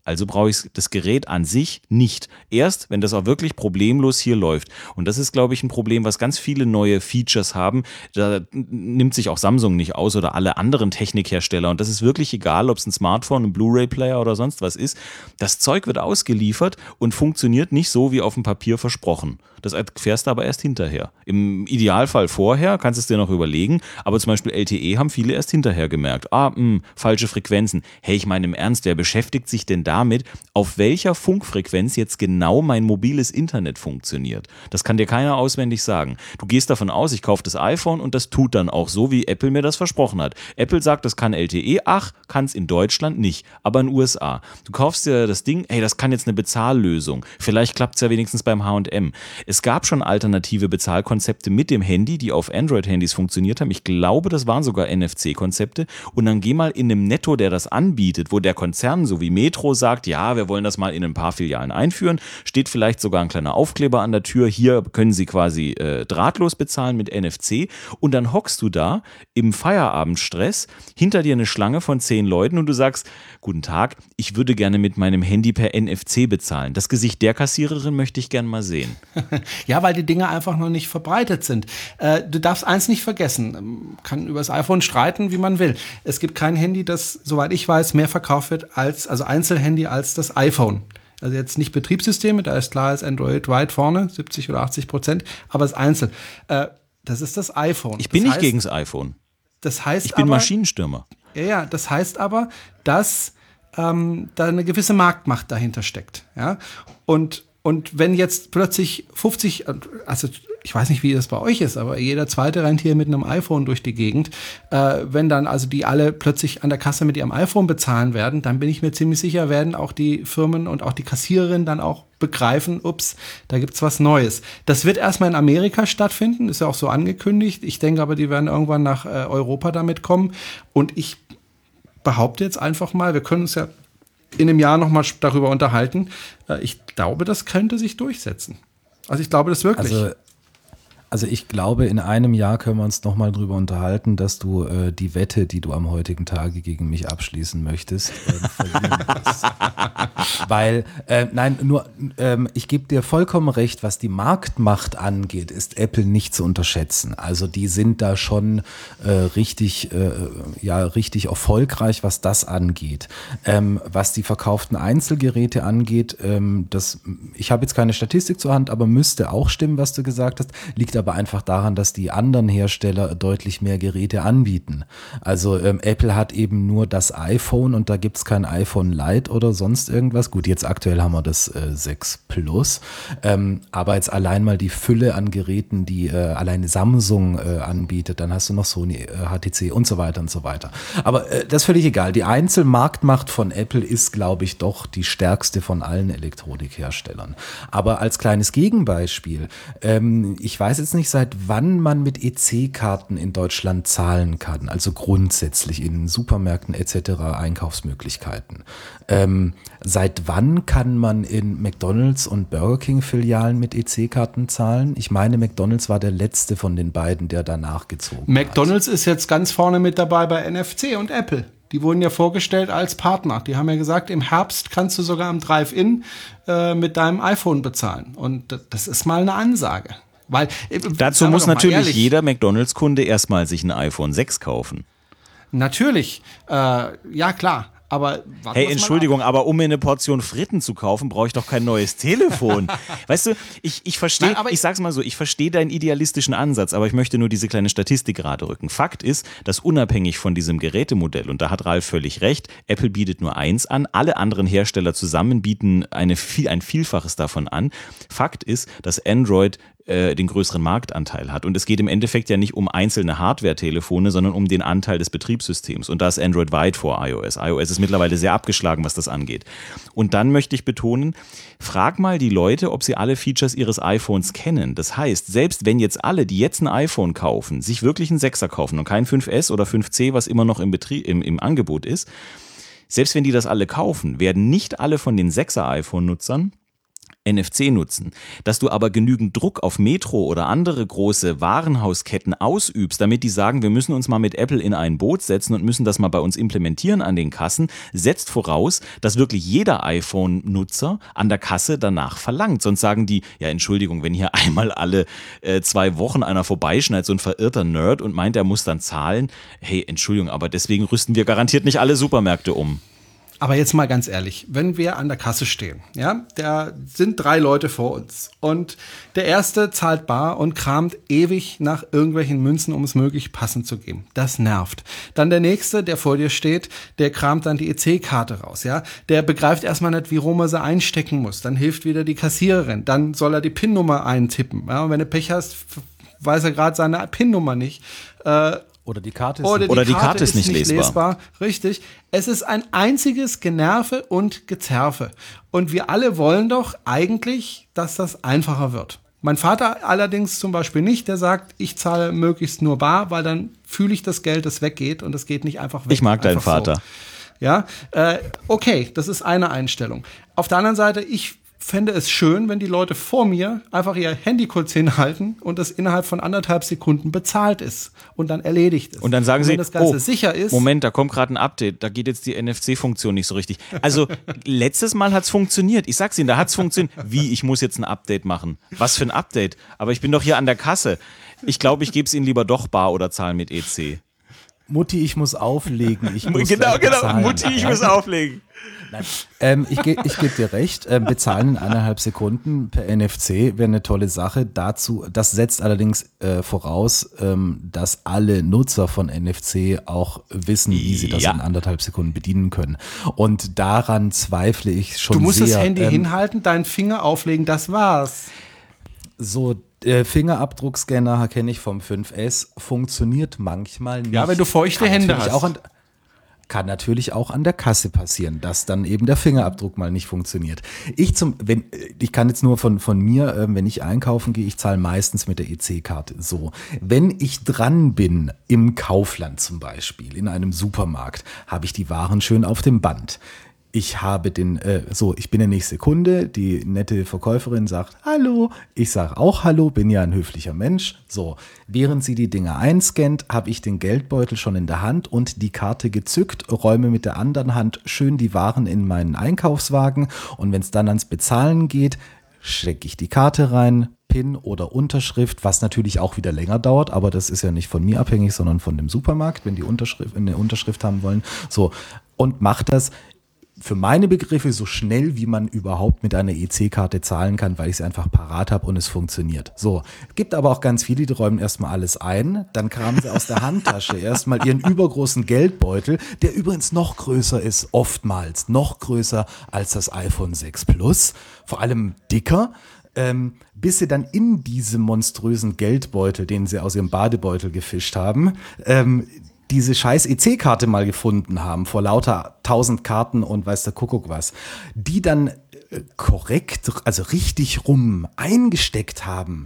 Also brauche ich das Gerät an sich nicht. Erst, wenn das auch wirklich problemlos hier läuft. Und das ist, glaube ich, ein Problem, was ganz viele neue Features haben. Da nimmt sich auch Samsung nicht aus oder alle anderen Technikhersteller. Und das ist wirklich egal, ob es ein Smartphone, ein Blu-ray-Player oder sonst was ist. Das Zeug wird ausgeliefert und funktioniert nicht so, wie auf dem Papier versprochen. Das erfährst du aber erst hinterher. Im Idealfall vorher, kannst du es dir noch überlegen, aber zum Beispiel L T E haben viele erst hinterher gemerkt. Ah, mh, falsche Frequenzen. Hey, ich meine im Ernst, wer beschäftigt sich denn damit, auf welcher Funkfrequenz jetzt genau mein mobiles Internet funktioniert? Das kann dir keiner auswendig sagen. Du gehst davon aus, ich kaufe das iPhone und das tut dann auch so, wie Apple mir das versprochen hat. Apple sagt, das kann L T E, ach, kann es in Deutschland nicht, aber in den U S A. Du kaufst dir das Ding, hey, das kann jetzt eine Bezahllösung. Vielleicht klappt es ja wenigstens beim H und M. Es gab schon alternative Bezahlkonzepte mit dem Handy, die auf Android-Handys funktioniert haben. Ich glaube, das waren sogar N F C-Konzepte. Und dann geh mal in einem Netto, der das anbietet, wo der Konzern, so wie Metro, sagt, ja, wir wollen das mal in ein paar Filialen einführen. Steht vielleicht sogar ein kleiner Aufkleber an der Tür. Hier können Sie quasi äh, drahtlos bezahlen mit N F C. Und dann hockst du da im Feierabendstress, hinter dir eine Schlange von zehn Leuten und du sagst, guten Tag, ich würde gerne mit meinem Handy per N F C bezahlen. Das Gesicht der Kassiererin möchte ich gerne mal sehen. Ja, weil die Dinge einfach noch nicht verbreitet sind. Äh, du darfst eins nicht vergessen, man kann über das iPhone streiten, wie man will. Es gibt kein Handy, das, soweit ich weiß, mehr verkauft wird als, also Einzelhandy als das iPhone. Also jetzt nicht Betriebssysteme, da ist klar, ist Android weit vorne, siebzig oder achtzig Prozent, aber das Einzel. Äh, das ist das iPhone. Ich bin das nicht heißt, gegen das iPhone. Das heißt ich bin aber, Maschinenstürmer. Ja, ja, das heißt aber, dass ähm, da eine gewisse Marktmacht dahinter steckt. Ja? Und Und wenn jetzt plötzlich fünfzig, also ich weiß nicht, wie das bei euch ist, aber jeder Zweite rennt hier mit einem iPhone durch die Gegend. Äh, wenn dann also die alle plötzlich an der Kasse mit ihrem iPhone bezahlen werden, dann bin ich mir ziemlich sicher, werden auch die Firmen und auch die Kassiererinnen dann auch begreifen, ups, da gibt's was Neues. Das wird erstmal in Amerika stattfinden, ist ja auch so angekündigt. Ich denke aber, die werden irgendwann nach äh, Europa damit kommen. Und ich behaupte jetzt einfach mal, wir können uns ja in einem Jahr nochmal darüber unterhalten. Ich glaube, das könnte sich durchsetzen. Also ich glaube das wirklich. Also, also ich glaube, in einem Jahr können wir uns nochmal drüber unterhalten, dass du äh, die Wette, die du am heutigen Tage gegen mich abschließen möchtest, äh, verlieren wirst. Weil, äh, nein, nur, ähm, ich gebe dir vollkommen recht, was die Marktmacht angeht, ist Apple nicht zu unterschätzen. Also die sind da schon äh, richtig, äh, ja, richtig erfolgreich, was das angeht. Ähm, was die verkauften Einzelgeräte angeht, ähm, das, ich habe jetzt keine Statistik zur Hand, aber müsste auch stimmen, was du gesagt hast, liegt aber einfach daran, dass die anderen Hersteller deutlich mehr Geräte anbieten. Also ähm, Apple hat eben nur das iPhone und da gibt es kein iPhone Lite oder sonst irgendwas. Gut, jetzt aktuell haben wir das äh, sechs Plus, ähm, aber jetzt allein mal die Fülle an Geräten, die äh, alleine Samsung äh, anbietet, dann hast du noch Sony, äh, H T C und so weiter und so weiter. Aber äh, das ist völlig egal. Die Einzelmarktmacht von Apple ist, glaube ich, doch die stärkste von allen Elektronikherstellern. Aber als kleines Gegenbeispiel, ähm, ich weiß jetzt nicht, seit wann man mit E C-Karten in Deutschland zahlen kann, also grundsätzlich in Supermärkten et cetera Einkaufsmöglichkeiten. Ähm, seit wann kann man in McDonald's und Burger King-Filialen mit E C-Karten zahlen? Ich meine, McDonald's war der letzte von den beiden, der danach gezogen hat. McDonald's ist jetzt ganz vorne mit dabei bei N F C und Apple. Die wurden ja vorgestellt als Partner. Die haben ja gesagt, im Herbst kannst du sogar am Drive-In äh, mit deinem iPhone bezahlen. Und das ist mal eine Ansage. Weil, dazu muss natürlich ehrlich, jeder McDonald's-Kunde erstmal sich ein iPhone sechs kaufen. Natürlich, äh, ja klar. Aber hey, Entschuldigung, aber um mir eine Portion Fritten zu kaufen, brauche ich doch kein neues Telefon. Weißt du, ich, ich verstehe, ich, ich sag's mal so, ich verstehe deinen idealistischen Ansatz, aber ich möchte nur diese kleine Statistik gerade rücken. Fakt ist, dass unabhängig von diesem Gerätemodell, und da hat Ralf völlig recht, Apple bietet nur eins an, alle anderen Hersteller zusammen bieten eine, ein Vielfaches davon an. Fakt ist, dass Android den größeren Marktanteil hat. Und es geht im Endeffekt ja nicht um einzelne Hardware-Telefone, sondern um den Anteil des Betriebssystems. Und da ist Android weit vor iOS. iOS ist mittlerweile sehr abgeschlagen, was das angeht. Und dann möchte ich betonen, frag mal die Leute, ob sie alle Features ihres iPhones kennen. Das heißt, selbst wenn jetzt alle, die jetzt ein iPhone kaufen, sich wirklich einen Sechser kaufen und kein fünf S oder fünf C, was immer noch im, Betrieb, im, im Angebot ist, selbst wenn die das alle kaufen, werden nicht alle von den Sechser-iPhone-Nutzern N F C nutzen. Dass du aber genügend Druck auf Metro oder andere große Warenhausketten ausübst, damit die sagen, wir müssen uns mal mit Apple in ein Boot setzen und müssen das mal bei uns implementieren an den Kassen, setzt voraus, dass wirklich jeder iPhone-Nutzer an der Kasse danach verlangt. Sonst sagen die, ja Entschuldigung, wenn hier einmal alle äh, zwei Wochen einer vorbeischneit, so ein verirrter Nerd und meint, er muss dann zahlen, hey, Entschuldigung, aber deswegen rüsten wir garantiert nicht alle Supermärkte um. Aber jetzt mal ganz ehrlich, wenn wir an der Kasse stehen, ja, da sind drei Leute vor uns und der erste zahlt bar und kramt ewig nach irgendwelchen Münzen, um es möglich passend zu geben. Das nervt. Dann der nächste, der vor dir steht, der kramt dann die E C-Karte raus, ja. Der begreift erstmal nicht, wie rum er sie einstecken muss. Dann hilft wieder die Kassiererin. Dann soll er die PIN-Nummer eintippen. Ja, und wenn du Pech hast, weiß er gerade seine PIN-Nummer nicht. Äh, Oder die Karte ist, Oder die, Oder die Karte, Karte ist ist nicht nicht lesbar. lesbar. Richtig. Es ist ein einziges Generve und Gezerfe. Und wir alle wollen doch eigentlich, dass das einfacher wird. Mein Vater allerdings zum Beispiel nicht. Der sagt, ich zahle möglichst nur bar, weil dann fühle ich das Geld, das weggeht und es geht nicht einfach weg. Ich mag deinen Einfach Vater. So. Ja, äh, okay, das ist eine Einstellung. Auf der anderen Seite, ich fände es schön, wenn die Leute vor mir einfach ihr Handy kurz hinhalten und das innerhalb von anderthalb Sekunden bezahlt ist und dann erledigt ist. Und dann sagen und wenn sie, das Ganze oh, sicher ist, Moment, da kommt gerade ein Update, da geht jetzt die N F C-Funktion nicht so richtig. Also letztes Mal hat's funktioniert. Ich sag's Ihnen, da hat's funktioniert. Wie, ich muss jetzt ein Update machen? Was für ein Update? Aber ich bin doch hier an der Kasse. Ich glaube, ich gebe es Ihnen lieber doch bar oder zahlen mit E C. Mutti, ich muss auflegen. Ich muss Genau, gleich genau. bezahlen. Mutti, ich muss auflegen. Nein. Ähm, ich ge ich gebe dir recht, ähm, bezahlen in eineinhalb Sekunden per N F C wäre eine tolle Sache. Dazu, das setzt allerdings äh, voraus, ähm, dass alle Nutzer von N F C auch wissen, wie sie das Ja. in anderthalb Sekunden bedienen können. Und daran zweifle ich schon du musst sehr. das Handy ähm, hinhalten, deinen Finger auflegen, das war's. So, äh, Fingerabdruckscanner kenne ich vom fünf S, funktioniert manchmal nicht. Ja, wenn du feuchte Kann Hände natürlich hast. Auch an, kann natürlich auch an der Kasse passieren, dass dann eben der Fingerabdruck mal nicht funktioniert. Ich zum, wenn, ich kann jetzt nur von, von mir, äh, wenn ich einkaufen gehe, ich zahle meistens mit der E C-Karte. So, wenn ich dran bin, im Kaufland zum Beispiel, in einem Supermarkt, habe ich die Waren schön auf dem Band. Ich habe den, äh, so, ich bin der nächste Kunde, die nette Verkäuferin sagt Hallo, ich sage auch Hallo, bin ja ein höflicher Mensch. So, während sie die Dinger einscannt, habe ich den Geldbeutel schon in der Hand und die Karte gezückt, räume mit der anderen Hand schön die Waren in meinen Einkaufswagen und wenn es dann ans Bezahlen geht, stecke ich die Karte rein, PIN oder Unterschrift, was natürlich auch wieder länger dauert, aber das ist ja nicht von mir abhängig, sondern von dem Supermarkt, wenn die Unterschrift, eine Unterschrift haben wollen. So, und mache das für meine Begriffe so schnell, wie man überhaupt mit einer E C-Karte zahlen kann, weil ich sie einfach parat habe und es funktioniert. So, gibt aber auch ganz viele, die räumen erstmal alles ein, dann kramen sie aus der Handtasche erstmal ihren übergroßen Geldbeutel, der übrigens noch größer ist, oftmals noch größer als das iPhone sechs Plus, vor allem dicker. Ähm, bis sie dann in diesem monströsen Geldbeutel, den sie aus ihrem Badebeutel gefischt haben, ähm, diese scheiß E C-Karte mal gefunden haben, vor lauter tausend Karten und weiß der Kuckuck was, die dann äh, korrekt, also richtig rum eingesteckt haben.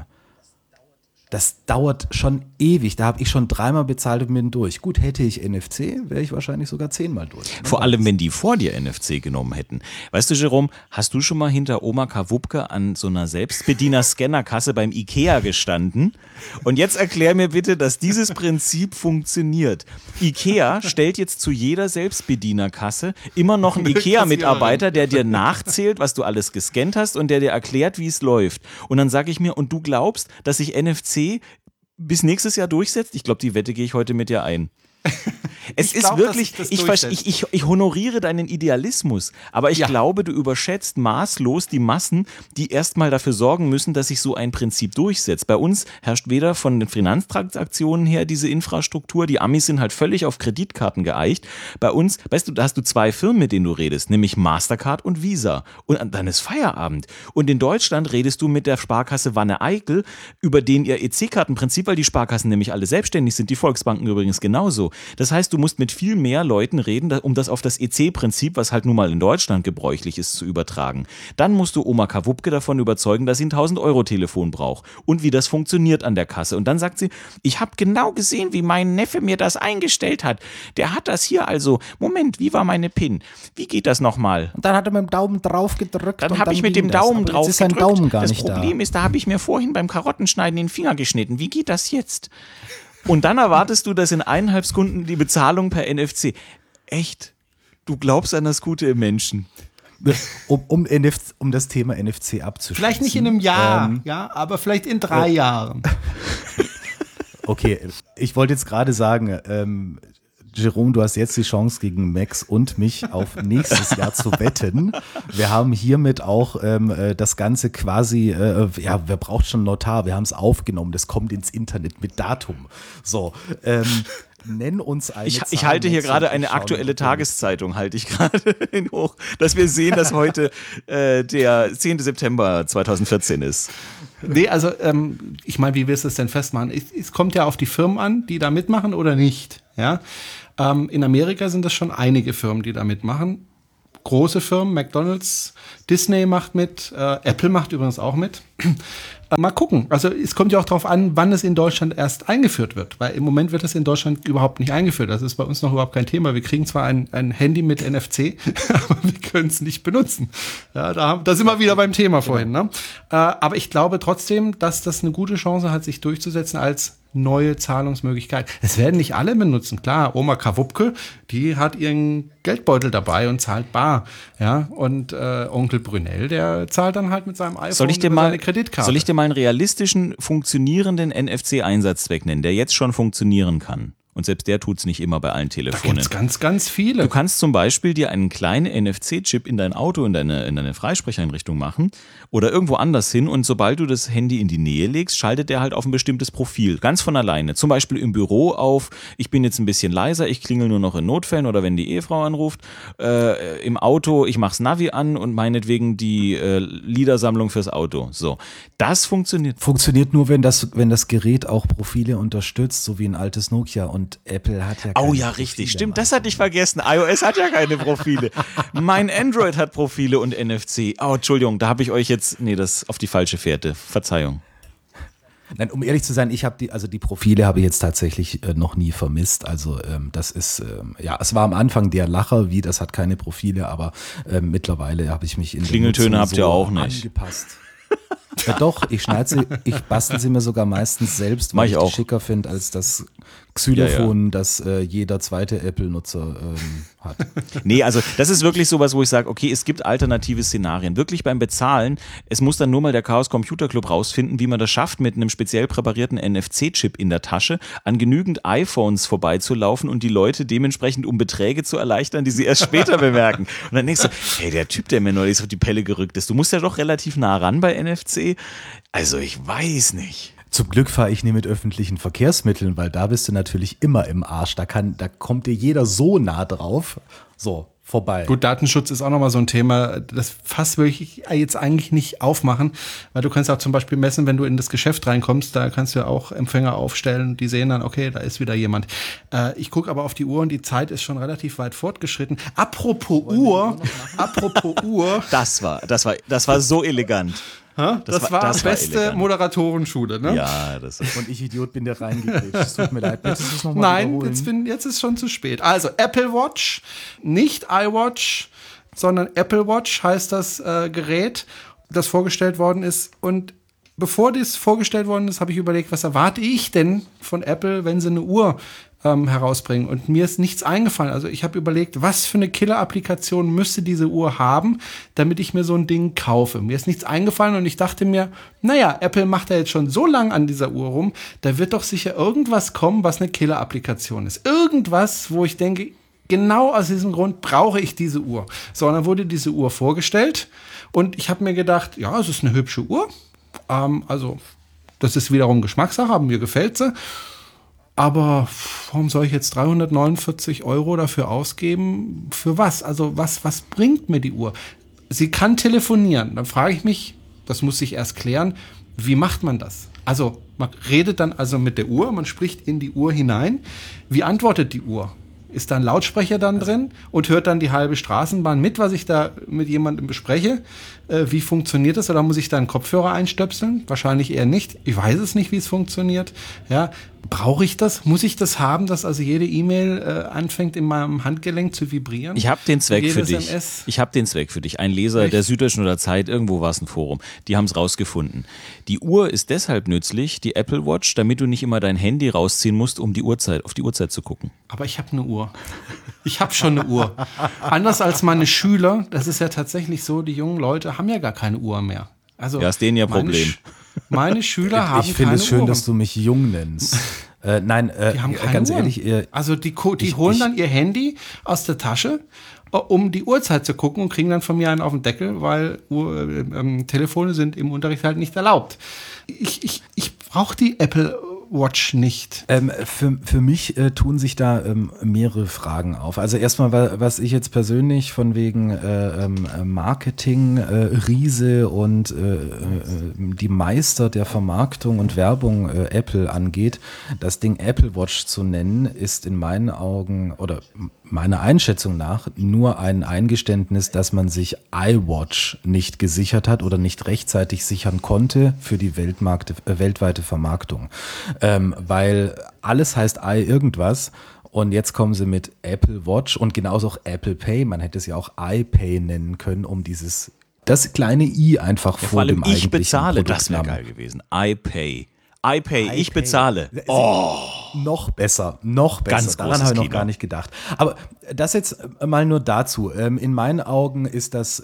Das dauert schon ewig. Da habe ich schon dreimal bezahlt und bin durch. Gut, hätte ich N F C, wäre ich wahrscheinlich sogar zehnmal durch. Vor allem, wenn die vor dir N F C genommen hätten. Weißt du, Jerome, hast du schon mal hinter Oma Kawupke an so einer Selbstbediener-Scannerkasse beim Ikea gestanden? Und jetzt erklär mir bitte, dass dieses Prinzip funktioniert. Ikea stellt jetzt zu jeder Selbstbedienerkasse immer noch einen Ikea-Mitarbeiter, der dir nachzählt, was du alles gescannt hast und der dir erklärt, wie es läuft. Und dann sage ich mir, und du glaubst, dass sich N F C bis nächstes Jahr durchsetzt? Ich glaube, die Wette gehe ich heute mit dir ein. Es Ich ist glaub, wirklich, dass sich ich, das vers- ich, ich, ich honoriere deinen Idealismus, aber ich Ja. glaube, du überschätzt maßlos die Massen, die erstmal dafür sorgen müssen, dass sich so ein Prinzip durchsetzt. Bei uns herrscht weder von den Finanztransaktionen her diese Infrastruktur, die Amis sind halt völlig auf Kreditkarten geeicht. Bei uns, weißt du, da hast du zwei Firmen, mit denen du redest, nämlich Mastercard und Visa. Und dann ist Feierabend. Und in Deutschland redest du mit der Sparkasse Wanne-Eickel über den ihr E C-Kartenprinzip, weil die Sparkassen nämlich alle selbstständig sind, die Volksbanken übrigens genauso. Das heißt, du musst mit viel mehr Leuten reden, um das auf das E C-Prinzip, was halt nun mal in Deutschland gebräuchlich ist, zu übertragen. Dann musst du Oma Kawupke davon überzeugen, dass sie ein tausend-Euro-Telefon braucht und wie das funktioniert an der Kasse. Und dann sagt sie, ich habe genau gesehen, wie mein Neffe mir das eingestellt hat. Der hat das hier also, Moment, wie war meine PIN? Wie geht das nochmal? Und dann hat er mit dem Daumen drauf gedrückt. Dann habe ich mit dem Daumen drauf ist sein gedrückt. Daumen gar das nicht Problem da. ist, da habe ich mir vorhin beim Karottenschneiden den Finger geschnitten. Wie geht das jetzt? Und dann erwartest du, dass in eineinhalb Sekunden die Bezahlung per N F C. Echt? Du glaubst an das Gute im Menschen. Um, um, N F C, um das Thema N F C abzuschließen. Vielleicht nicht in einem Jahr, Ähm, ja, aber vielleicht in drei äh, Jahren. Okay, ich wollte jetzt gerade sagen, ähm, Jerome, du hast jetzt die Chance, gegen Max und mich auf nächstes Jahr zu wetten. Wir haben hiermit auch ähm, äh, das Ganze quasi, äh, ja, wer braucht schon einen Notar? Wir haben es aufgenommen, das kommt ins Internet mit Datum. So, ähm, nenn uns eine Ich, Zahl, ich halte hier Max, gerade und eine wir schauen, aktuelle ob wir- Tageszeitung, halte ich gerade in hoch, dass wir sehen, dass heute äh, der zehnte September zweitausendvierzehn ist. Nee, also ähm, ich meine, wie willst du es denn festmachen? Es, es kommt ja auf die Firmen an, die da mitmachen oder nicht. Ja, ähm, in Amerika sind das schon einige Firmen, die da mitmachen. Große Firmen, McDonald's, Disney macht mit, äh, Apple macht übrigens auch mit. Äh, mal gucken. Also es kommt ja auch darauf an, wann es in Deutschland erst eingeführt wird. Weil im Moment wird es in Deutschland überhaupt nicht eingeführt. Das ist bei uns noch überhaupt kein Thema. Wir kriegen zwar ein, ein Handy mit N F C, aber wir können es nicht benutzen. Ja, da, haben, da sind wir wieder beim Thema vorhin. Ne? Äh, aber ich glaube trotzdem, dass das eine gute Chance hat, sich durchzusetzen als neue Zahlungsmöglichkeit. Es werden nicht alle benutzen. Klar, Oma Kawupke, die hat ihren Geldbeutel dabei und zahlt bar. Ja, und äh, Onkel Brunel, der zahlt dann halt mit seinem iPhone Soll ich dir über mal, seine Kreditkarte. soll ich dir mal einen realistischen, funktionierenden N F C-Einsatzzweck nennen, der jetzt schon funktionieren kann? Und selbst der tut's nicht immer bei allen Da Telefonen. gibt's ganz, ganz viele. Du kannst zum Beispiel dir einen kleinen N F C-Chip in dein Auto, in deine, in deine Freisprecheinrichtung machen oder irgendwo anders hin und sobald du das Handy in die Nähe legst, schaltet der halt auf ein bestimmtes Profil, ganz von alleine. Zum Beispiel im Büro auf, ich bin jetzt ein bisschen leiser, ich klingel nur noch in Notfällen oder wenn die Ehefrau anruft. Äh, im Auto, ich mach's Navi an und meinetwegen die äh, Liedersammlung fürs Auto. So, das funktioniert. Funktioniert nur, wenn das, wenn das Gerät auch Profile unterstützt, so wie ein altes Nokia. Und Apple hat ja keine Oh ja, Profile, richtig, stimmt, Mann. das hatte ich vergessen. iOS hat ja keine Profile. Mein Android hat Profile und N F C. Oh, Entschuldigung, da habe ich euch jetzt, nee, das auf die falsche Fährte. Verzeihung. Nein, um ehrlich zu sein, ich habe die, also die Profile habe ich jetzt tatsächlich äh, noch nie vermisst. Also ähm, das ist, ähm, ja, es war am Anfang der Lacher, wie das hat keine Profile, aber ähm, mittlerweile habe ich mich in der Klingeltöne Nutzung habt ihr so auch nicht. angepasst. Ja, doch, ich schneide sie, ich bastel sie mir sogar meistens selbst, Mach weil ich ich auch. die schicker finde als das Xylophon, Ja, ja. das äh, jeder zweite Apple-Nutzer ähm, hat. Nee, also das ist wirklich sowas, wo ich sage, okay, es gibt alternative Szenarien. Wirklich beim Bezahlen, es muss dann nur mal der Chaos Computer Club rausfinden, wie man das schafft, mit einem speziell präparierten N F C-Chip in der Tasche an genügend iPhones vorbeizulaufen und die Leute dementsprechend um Beträge zu erleichtern, die sie erst später bemerken. Und dann denkst du, hey, der Typ, der mir neulich auf die Pelle gerückt ist, du musst ja doch relativ nah ran bei N F C. Also ich weiß nicht. Zum Glück fahre ich nie mit öffentlichen Verkehrsmitteln, weil da bist du natürlich immer im Arsch. Da kann, da kommt dir jeder so nah drauf. So, vorbei. Gut, Datenschutz ist auch nochmal so ein Thema. Das Fass will ich jetzt eigentlich nicht aufmachen, weil du kannst auch zum Beispiel messen, wenn du in das Geschäft reinkommst, da kannst du ja auch Empfänger aufstellen, die sehen dann, okay, da ist wieder jemand. Äh, ich gucke aber auf die Uhr und die Zeit ist schon relativ weit fortgeschritten. Apropos Uhr, apropos Uhr, Das war, das war, das war so elegant. das, Das war, war- das war beste elegant. Moderatorenschule, ne? Ja, das ist. Und ich Idiot bin der reingekretscht. Es tut mir leid. Möchtest du es noch mal Nein, wiederholen? jetzt, bin, jetzt ist schon zu spät. Also Apple Watch, nicht iWatch, sondern Apple Watch heißt das äh, Gerät, das vorgestellt worden ist. Und bevor das vorgestellt worden ist, habe ich überlegt, was erwarte ich denn von Apple, wenn sie eine Uhr ähm, herausbringen? Und mir ist nichts eingefallen. Also ich habe überlegt, was für eine Killer-Applikation müsste diese Uhr haben, damit ich mir so ein Ding kaufe. Mir ist nichts eingefallen und ich dachte mir, naja, Apple macht ja jetzt schon so lang an dieser Uhr rum, da wird doch sicher irgendwas kommen, was eine Killer-Applikation ist. Irgendwas, wo ich denke, genau aus diesem Grund brauche ich diese Uhr. So, und dann wurde diese Uhr vorgestellt und ich habe mir gedacht, ja, es ist eine hübsche Uhr. Ähm, also, das ist wiederum Geschmackssache, aber mir gefällt sie. Aber warum soll ich jetzt dreihundertneunundvierzig Euro dafür ausgeben? Für was? Also, was, was bringt mir die Uhr? Sie kann telefonieren. Dann frage ich mich, das muss ich erst klären, Wie macht man das? Also man redet dann also mit der Uhr, man spricht in die Uhr hinein. Wie antwortet die Uhr? Ist da ein Lautsprecher dann drin und hört dann die halbe Straßenbahn mit, was ich da mit jemandem bespreche? Äh, wie funktioniert das? Oder muss ich da einen Kopfhörer einstöpseln? Wahrscheinlich eher nicht. Ich weiß es nicht, wie es funktioniert. Ja, brauche ich das? Muss ich das haben, dass also jede E-Mail äh, anfängt in meinem Handgelenk zu vibrieren? Ich habe den Zweck für dich. S M S? Ich habe den Zweck für dich. Ein Leser Echt? der Süddeutschen oder Zeit, irgendwo war es ein Forum, die haben es rausgefunden. Die Uhr ist deshalb nützlich, die Apple Watch, damit du nicht immer dein Handy rausziehen musst, um die Uhrzeit, auf die Uhrzeit zu gucken. Aber ich habe eine Uhr. Ich habe schon eine Uhr. Anders als meine Schüler, das ist ja tatsächlich so, die jungen Leute haben ja gar keine Uhr mehr. Also ja, ist denen ja meine Problem. Sch- Meine Schüler haben Ich finde keine es schön, Uhren. dass du mich jung nennst. äh, nein, äh, Die haben keine ganz Uhren. ehrlich, ihr, also die, ko- die ich- holen ich- dann ihr Handy aus der Tasche, äh, um die Uhrzeit zu gucken und kriegen dann von mir einen auf den Deckel, weil Uhr, äh, ähm, Telefone sind im Unterricht halt nicht erlaubt. Ich, ich, ich brauche die Apple Watch nicht. Ähm, für, für mich äh, tun sich da ähm, mehrere Fragen auf. Also erstmal, wa- was ich jetzt persönlich von wegen äh, ähm, Marketing, äh, Riese und äh, äh, die Meister der Vermarktung und Werbung äh, Apple angeht, das Ding Apple Watch zu nennen, ist in meinen Augen oder meiner Einschätzung nach nur ein Eingeständnis, dass man sich iWatch nicht gesichert hat oder nicht rechtzeitig sichern konnte für die Weltmarkt, äh, weltweite Vermarktung. Ähm, weil alles heißt i irgendwas und jetzt kommen sie mit Apple Watch und genauso auch Apple Pay. Man hätte es ja auch iPay nennen können, um dieses das kleine i einfach Ja, vor vor allem dem ich eigentlichen bezahle, das wäre Produktnamen. geil gewesen. iPay. iPay, ich bezahle. Oh, noch besser, noch besser. Ganz Daran großes habe ich noch Kino. gar nicht gedacht. Aber das jetzt mal nur dazu. Ähm, in meinen Augen ist das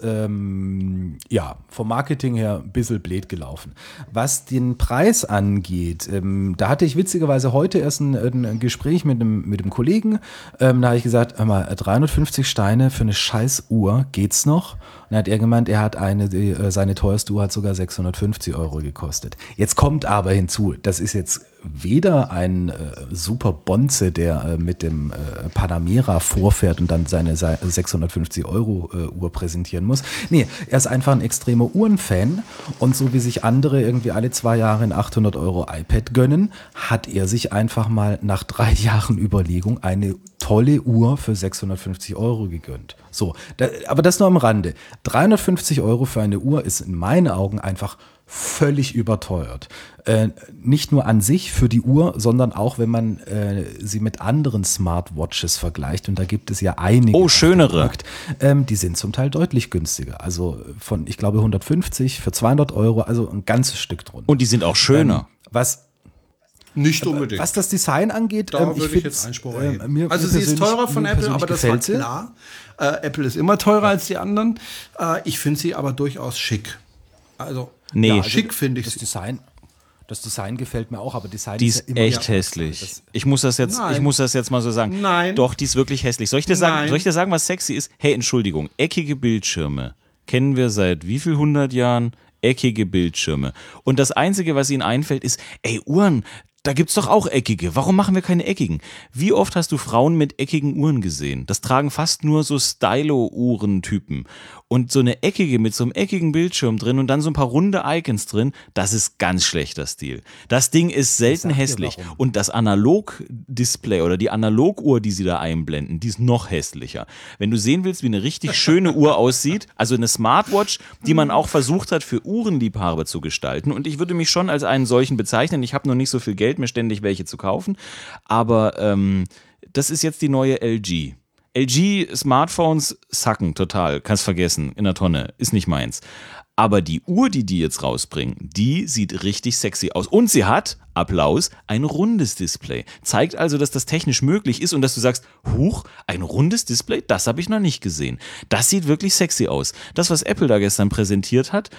ähm, ja vom Marketing her ein bisschen blöd gelaufen. Was den Preis angeht, ähm, da hatte ich witzigerweise heute erst ein, ein Gespräch mit einem, mit einem Kollegen. Ähm, da habe ich gesagt, hör mal, dreihundertfünfzig Steine für eine scheiß Uhr, geht's noch? Und dann hat er gemeint, er hat eine, die, äh, seine teuerste Uhr hat sogar sechshundertfünfzig Euro gekostet. Jetzt kommt aber hinzu, das ist jetzt weder ein äh, super Bonze, der äh, mit dem äh, Panamera vorfährt und dann seine se- sechshundertfünfzig Euro äh, Uhr präsentieren muss. Nee, er ist einfach ein extremer Uhrenfan und so wie sich andere irgendwie alle zwei Jahre ein achthundert Euro iPad gönnen, hat er sich einfach mal nach drei Jahren Überlegung eine tolle Uhr für sechshundertfünfzig Euro gegönnt. So, da, aber das nur am Rande. dreihundertfünfzig Euro für eine Uhr ist in meinen Augen einfach völlig überteuert. Äh, nicht nur an sich für die Uhr, sondern auch, wenn man äh, sie mit anderen Smartwatches vergleicht. Und da gibt es ja einige. Oh, auf dem schönere. Markt. Ähm, die sind zum Teil deutlich günstiger. Also von, ich glaube, hundertfünfzig für zweihundert Euro, also ein ganzes Stück drunter. Und die sind auch schöner. Ähm, was Nicht unbedingt. Was das Design angeht, Da ähm, würde ich, find, jetzt Einspruch ähm, erheben. mir- also mir sie ist persönlich- teurer von mir Apple, persönlich aber das war gefällt sie. klar. Äh, Apple ist immer teurer als die anderen. Äh, ich finde sie aber durchaus schick. Also Nee. ja, Also schick finde ich Das sie. Design, das Design gefällt mir auch, aber Design Die ist ist ja immer echt ja, hässlich. das- Ich muss das jetzt, Nein. ich muss das jetzt mal so sagen. Nein. Doch, die ist wirklich hässlich. Soll ich dir sagen, Nein. soll ich dir sagen, was sexy ist? Hey, Entschuldigung, eckige Bildschirme kennen wir seit wie viel hundert Jahren? Eckige Bildschirme. Und das Einzige, was ihnen einfällt, ist, ey, Uhren, da gibt's doch auch eckige. Warum machen wir keine eckigen? Wie oft hast du Frauen mit eckigen Uhren gesehen? Das tragen fast nur so Stylo-Uhren-Typen. Und so eine eckige mit so einem eckigen Bildschirm drin und dann so ein paar runde Icons drin, das ist ganz schlechter Stil. Das Ding ist selten sag dir hässlich. warum. Und das Analog-Display oder die Analoguhr, die sie da einblenden, die ist noch hässlicher. Wenn du sehen willst, wie eine richtig schöne Uhr aussieht, also eine Smartwatch, die man auch versucht hat, für Uhrenliebhaber zu gestalten. Und ich würde mich schon als einen solchen bezeichnen. Ich habe noch nicht so viel Geld, mir ständig welche zu kaufen. Aber ähm, das ist jetzt die neue L G. L G-Smartphones sacken total, kannst vergessen, in der Tonne, ist nicht meins. Aber die Uhr, die die jetzt rausbringen, die sieht richtig sexy aus. Und sie hat, Applaus, ein rundes Display. Zeigt also, dass das technisch möglich ist und dass du sagst, huch, ein rundes Display, das habe ich noch nicht gesehen. Das sieht wirklich sexy aus. Das, was Apple da gestern präsentiert hat,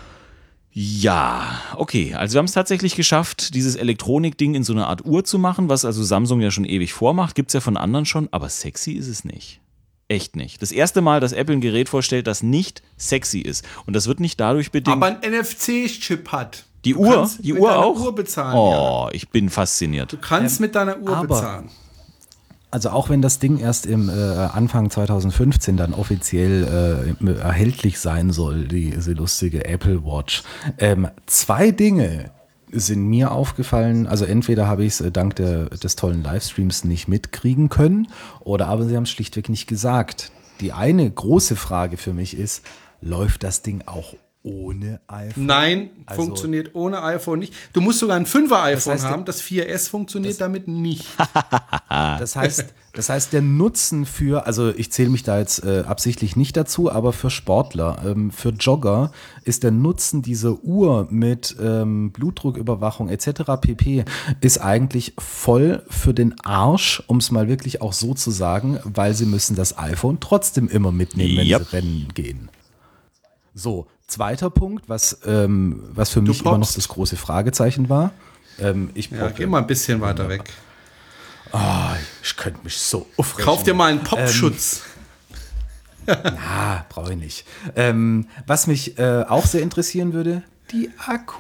ja, okay. Also wir haben es tatsächlich geschafft, dieses Elektronik-Ding in so eine Art Uhr zu machen, was also Samsung ja schon ewig vormacht. Gibt es ja von anderen schon, aber sexy ist es nicht. Echt nicht. Das erste Mal, dass Apple ein Gerät vorstellt, das nicht sexy ist. Und das wird nicht dadurch bedingt. Aber ein N F C-Chip hat. die Du Uhr? kannst Die mit Uhr deiner auch? Uhr bezahlen, Oh, ich bin fasziniert. Du kannst mit deiner Uhr aber- bezahlen. Also auch wenn das Ding erst im äh, Anfang zwanzig fünfzehn dann offiziell äh, erhältlich sein soll, diese lustige Apple Watch, ähm, zwei Dinge sind mir aufgefallen. Also entweder habe ich es dank der, des tollen Livestreams nicht mitkriegen können oder aber sie haben es schlichtweg nicht gesagt. Die eine große Frage für mich ist, läuft das Ding auch ohne iPhone? Nein, Also, funktioniert ohne iPhone nicht. Du musst sogar ein fünfer iPhone das heißt, haben. Das vier S funktioniert das, damit nicht. Das heißt, das heißt, der Nutzen für, also ich zähle mich da jetzt äh, absichtlich nicht dazu, aber für Sportler, ähm, für Jogger ist der Nutzen dieser Uhr mit ähm, Blutdrucküberwachung et cetera pp. Ist eigentlich voll für den Arsch, um es mal wirklich auch so zu sagen, weil sie müssen das iPhone trotzdem immer mitnehmen, wenn Yep. sie rennen gehen. So, zweiter Punkt, was, ähm, was für Du mich immer noch popst. das große Fragezeichen war. Ähm, ich Ja, poppe. geh mal ein bisschen weiter weg. Oh, ich könnte mich so aufregen. Kauf dir mal einen Popschutz. Ah, brauche ich nicht. Ähm, was mich äh, auch sehr interessieren würde, die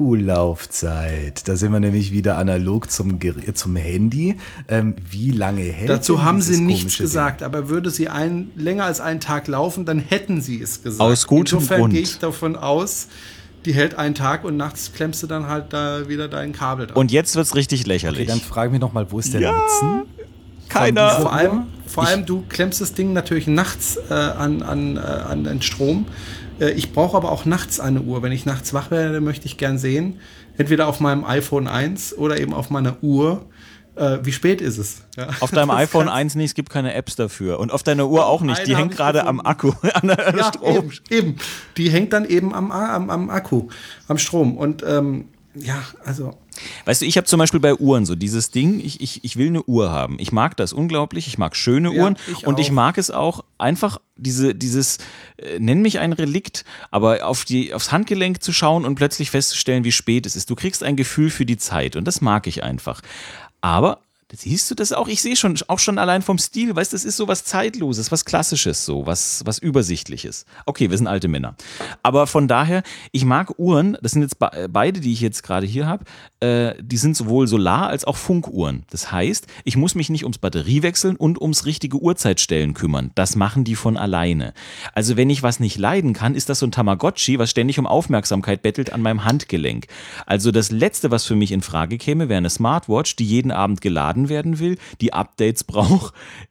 Akkulaufzeit. Da sind wir nämlich wieder analog zum, Ger- zum Handy. Ähm, wie lange hält Dazu denn haben dieses sie nichts komische gesagt, aber würde sie ein, länger als einen Tag laufen, dann hätten sie es gesagt. Aus gutem Insofern Grund. gehe ich davon aus, die hält einen Tag und nachts klemmst du dann halt da wieder dein Kabel dran. Und jetzt wird's richtig Ding? lächerlich. Okay, dann frage ich mich nochmal, wo ist der Ja, Nutzen? keiner. Von vor dieser allem, Uhr? vor allem du klemmst das Ding natürlich nachts äh, an, an, äh, an den Strom. Äh, ich brauche aber auch nachts eine Uhr. Wenn ich nachts wach werde, möchte ich gern sehen, entweder auf meinem iPhone eins oder eben auf meiner Uhr, äh, wie spät ist es. Ja. Auf deinem Das iPhone kannst- eins nicht, es gibt keine Apps dafür. Und auf deiner Uhr auch nicht. Die Eine hängt hab ich gerade am gefunden. Akku, an der Ja, Strom. eben, eben. Die hängt dann eben am, am, am Akku, am Strom. Und ähm, ja, also Weißt du, ich habe zum Beispiel bei Uhren so dieses Ding, ich, ich, ich will eine Uhr haben. Ich mag das unglaublich, ich mag schöne Ja, Uhren ich und ich auch. mag es auch einfach, diese, dieses, äh, nenn mich ein Relikt, aber auf die, aufs Handgelenk zu schauen und plötzlich festzustellen, wie spät es ist. Du kriegst ein Gefühl für die Zeit und das mag ich einfach. Aber siehst du das auch? Ich sehe schon, auch schon allein vom Stil, weißt du, das ist so was Zeitloses, was Klassisches, so was, was Übersichtliches. Okay, wir sind alte Männer. Aber von daher, ich mag Uhren, das sind jetzt be- beide, die ich jetzt gerade hier habe, äh, die sind sowohl Solar- als auch Funkuhren. Das heißt, ich muss mich nicht ums Batteriewechseln und ums richtige Uhrzeitstellen kümmern. Das machen die von alleine. Also wenn ich was nicht leiden kann, ist das so ein Tamagotchi, was ständig um Aufmerksamkeit bettelt an meinem Handgelenk. Also das Letzte, was für mich in Frage käme, wäre eine Smartwatch, die jeden Abend geladen werden will, die Updates braucht.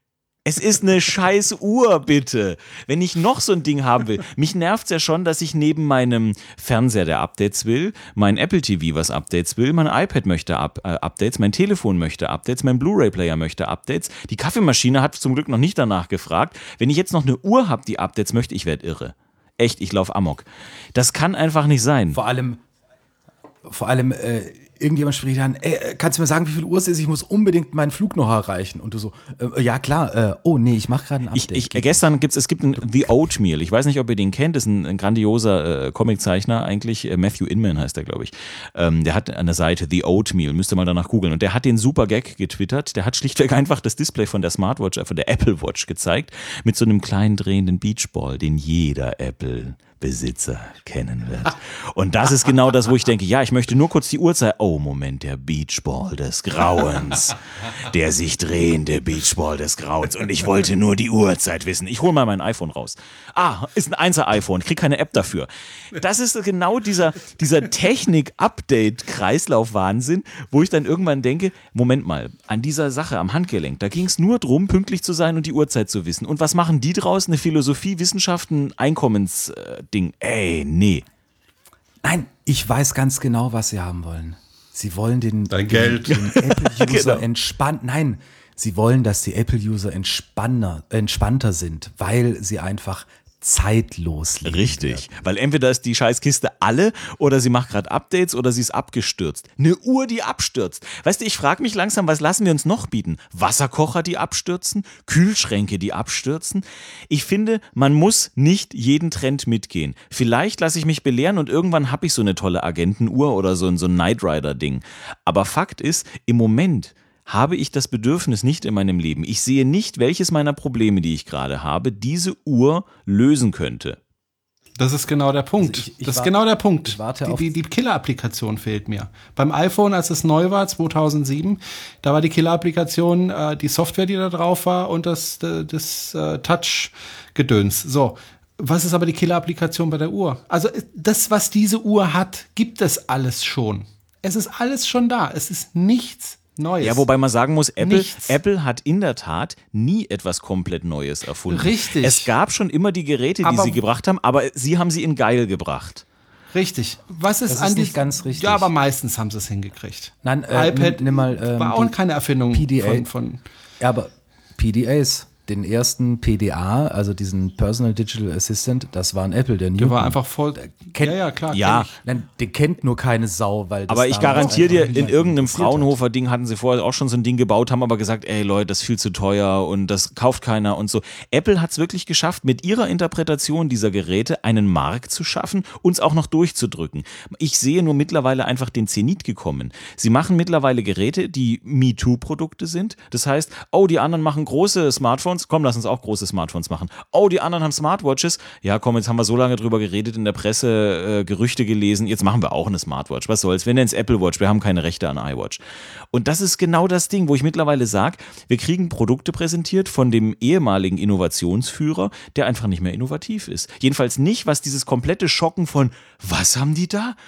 Es ist eine scheiß Uhr, bitte. Wenn ich noch so ein Ding haben will. Mich nervt's ja schon, dass ich neben meinem Fernseher, der Updates will, mein Apple T V, was Updates will, mein iPad möchte Up äh, Updates, mein Telefon möchte Updates, mein Blu-ray-Player möchte Updates. Die Kaffeemaschine hat zum Glück noch nicht danach gefragt. Wenn ich jetzt noch eine Uhr habe, die Updates möchte, ich werde irre. Echt, ich laufe amok. Das kann einfach nicht sein. Vor allem, vor allem, äh, irgendjemand spricht an, ey, kannst du mir sagen, wie viel Uhr es ist? Ich muss unbedingt meinen Flug noch erreichen. Und du so, äh, ja klar, äh, oh nee, ich mache gerade ein Ich, Update. ich, gestern gibt's, es gibt einen The Oatmeal. Ich weiß nicht, ob ihr den kennt. Das ist ein, ein grandioser äh, Comiczeichner eigentlich. Äh, Matthew Inman heißt der, glaube ich. Ähm, der hat an der Seite The Oatmeal. Müsst ihr mal danach googeln. Und der hat den super Gag getwittert. Der hat schlichtweg einfach das Display von der Smartwatch, äh, von der Apple Watch gezeigt. Mit so einem kleinen drehenden Beachball, den jeder Apple Besitzer kennen wird. Und das ist genau das, wo ich denke, ja, ich möchte nur kurz die Uhrzeit. Oh, Moment, der Beachball des Grauens. Der sich drehende Beachball des Grauens. Und ich wollte nur die Uhrzeit wissen. Ich hole mal mein iPhone raus. Ah, ist ein Einser-iPhone. Ich kriege keine App dafür. Das ist genau dieser, dieser Technik-Update-Kreislauf-Wahnsinn, wo ich dann irgendwann denke, Moment mal, an dieser Sache am Handgelenk, da ging es nur drum, pünktlich zu sein und die Uhrzeit zu wissen. Und was machen die draus? Eine Philosophie, Wissenschaften, Einkommens- Ding. Ey, nee. Nein, ich weiß ganz genau, was sie haben wollen. Sie wollen den, Dein den, Geld. den Apple-User Genau. entspannt. Nein, sie wollen, dass die Apple-User entspannter, entspannter sind, weil sie einfach zeitlos leben. Richtig. Weil entweder ist die Scheißkiste alle oder sie macht gerade Updates oder sie ist abgestürzt. Eine Uhr, die abstürzt. Weißt du, ich frage mich langsam, was lassen wir uns noch bieten? Wasserkocher, die abstürzen? Kühlschränke, die abstürzen? Ich finde, man muss nicht jeden Trend mitgehen. Vielleicht lasse ich mich belehren und irgendwann habe ich so eine tolle Agentenuhr oder so ein, so ein Knight Rider-Ding. Aber Fakt ist, im Moment habe ich das Bedürfnis nicht in meinem Leben. Ich sehe nicht, welches meiner Probleme, die ich gerade habe, diese Uhr lösen könnte. Das ist genau der Punkt. Also ich, ich das ist warte, genau der Punkt. Ich warte die auf die, die Killer-Applikation fehlt mir. Beim iPhone, als es neu war, zweitausendsieben, da war die Killer-Applikation äh, die Software, die da drauf war und das, das, das äh, Touch-Gedöns. So, was ist aber die Killer-Applikation bei der Uhr? Also das, was diese Uhr hat, gibt es alles schon. Es ist alles schon da. Es ist nichts Neues. Ja, wobei man sagen muss, Apple, Nichts. Apple hat in der Tat nie etwas komplett Neues erfunden. Richtig. Es gab schon immer die Geräte, die Aber- sie gebracht haben, aber sie haben sie in geil gebracht. Richtig. Was ist Das an ist die- nicht ganz richtig. Ja, aber meistens haben sie es hingekriegt. Nein, äh, iPad nimm, nimm mal ähm, war auch die keine Erfindung P D A. von, von Ja, aber P D As, den ersten P D A, also diesen Personal Digital Assistant, das war ein Apple, der der Newton. war einfach voll. kennt- ja, ja, klar. Ja. kenn ich. Nein, den kennt nur keine Sau, weil das Aber ich damals garantiere dir, einfach in niemand irgendeinem interessiert hat. Fraunhofer-Ding hatten sie vorher auch schon so ein Ding gebaut, haben aber gesagt, ey Leute, das ist viel zu teuer und das kauft keiner und so. Apple hat es wirklich geschafft, mit ihrer Interpretation dieser Geräte einen Markt zu schaffen, uns auch noch durchzudrücken. Ich sehe nur mittlerweile einfach den Zenit gekommen. Sie machen mittlerweile Geräte, die MeToo-Produkte sind. Das heißt, oh, die anderen machen große Smartphones, komm, lass uns auch große Smartphones machen. Oh, die anderen haben Smartwatches. Ja, komm, jetzt haben wir so lange drüber geredet, in der Presse äh, Gerüchte gelesen, jetzt machen wir auch eine Smartwatch. Was soll's? Wir nennen es Apple Watch, wir haben keine Rechte an iWatch. Und das ist genau das Ding, wo ich mittlerweile sage, wir kriegen Produkte präsentiert von dem ehemaligen Innovationsführer, der einfach nicht mehr innovativ ist. Jedenfalls nicht, was dieses komplette Schocken von, was haben die da?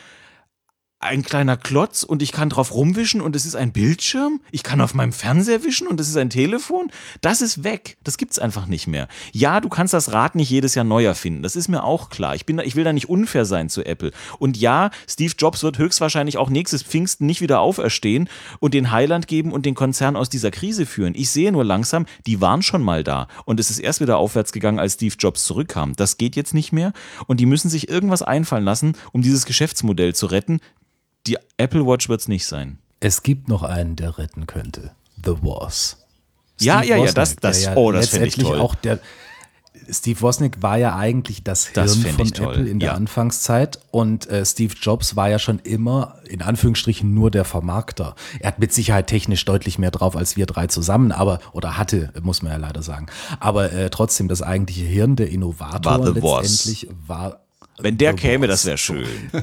Ein kleiner Klotz und ich kann drauf rumwischen und es ist ein Bildschirm. Ich kann auf meinem Fernseher wischen und es ist ein Telefon. Das ist weg. Das gibt's einfach nicht mehr. Ja, du kannst das Rad nicht jedes Jahr neu erfinden. Das ist mir auch klar. Ich bin da, ich will da nicht unfair sein zu Apple. Und ja, Steve Jobs wird höchstwahrscheinlich auch nächstes Pfingsten nicht wieder auferstehen und den Heiland geben und den Konzern aus dieser Krise führen. Ich sehe nur langsam, die waren schon mal da und es ist erst wieder aufwärts gegangen, als Steve Jobs zurückkam. Das geht jetzt nicht mehr und die müssen sich irgendwas einfallen lassen, um dieses Geschäftsmodell zu retten. Die Apple Watch wird es nicht sein. Es gibt noch einen, der retten könnte. The Woz. Ja, Steve ja, ja, Wozniak, das- das- der ja oh, das fänd ich letztendlich toll. Auch der, Steve Wozniak war ja eigentlich das Das Hirn fänd von ich toll, Apple in der ja. Anfangszeit und äh, Steve Jobs war ja schon immer in Anführungsstrichen nur der Vermarkter. Er hat mit Sicherheit technisch deutlich mehr drauf als wir drei zusammen, aber oder hatte, muss man ja leider sagen. Aber äh, trotzdem das eigentliche Hirn, der Innovator War The Woz. letztendlich war. Wenn der The käme, Woz. das wäre schön.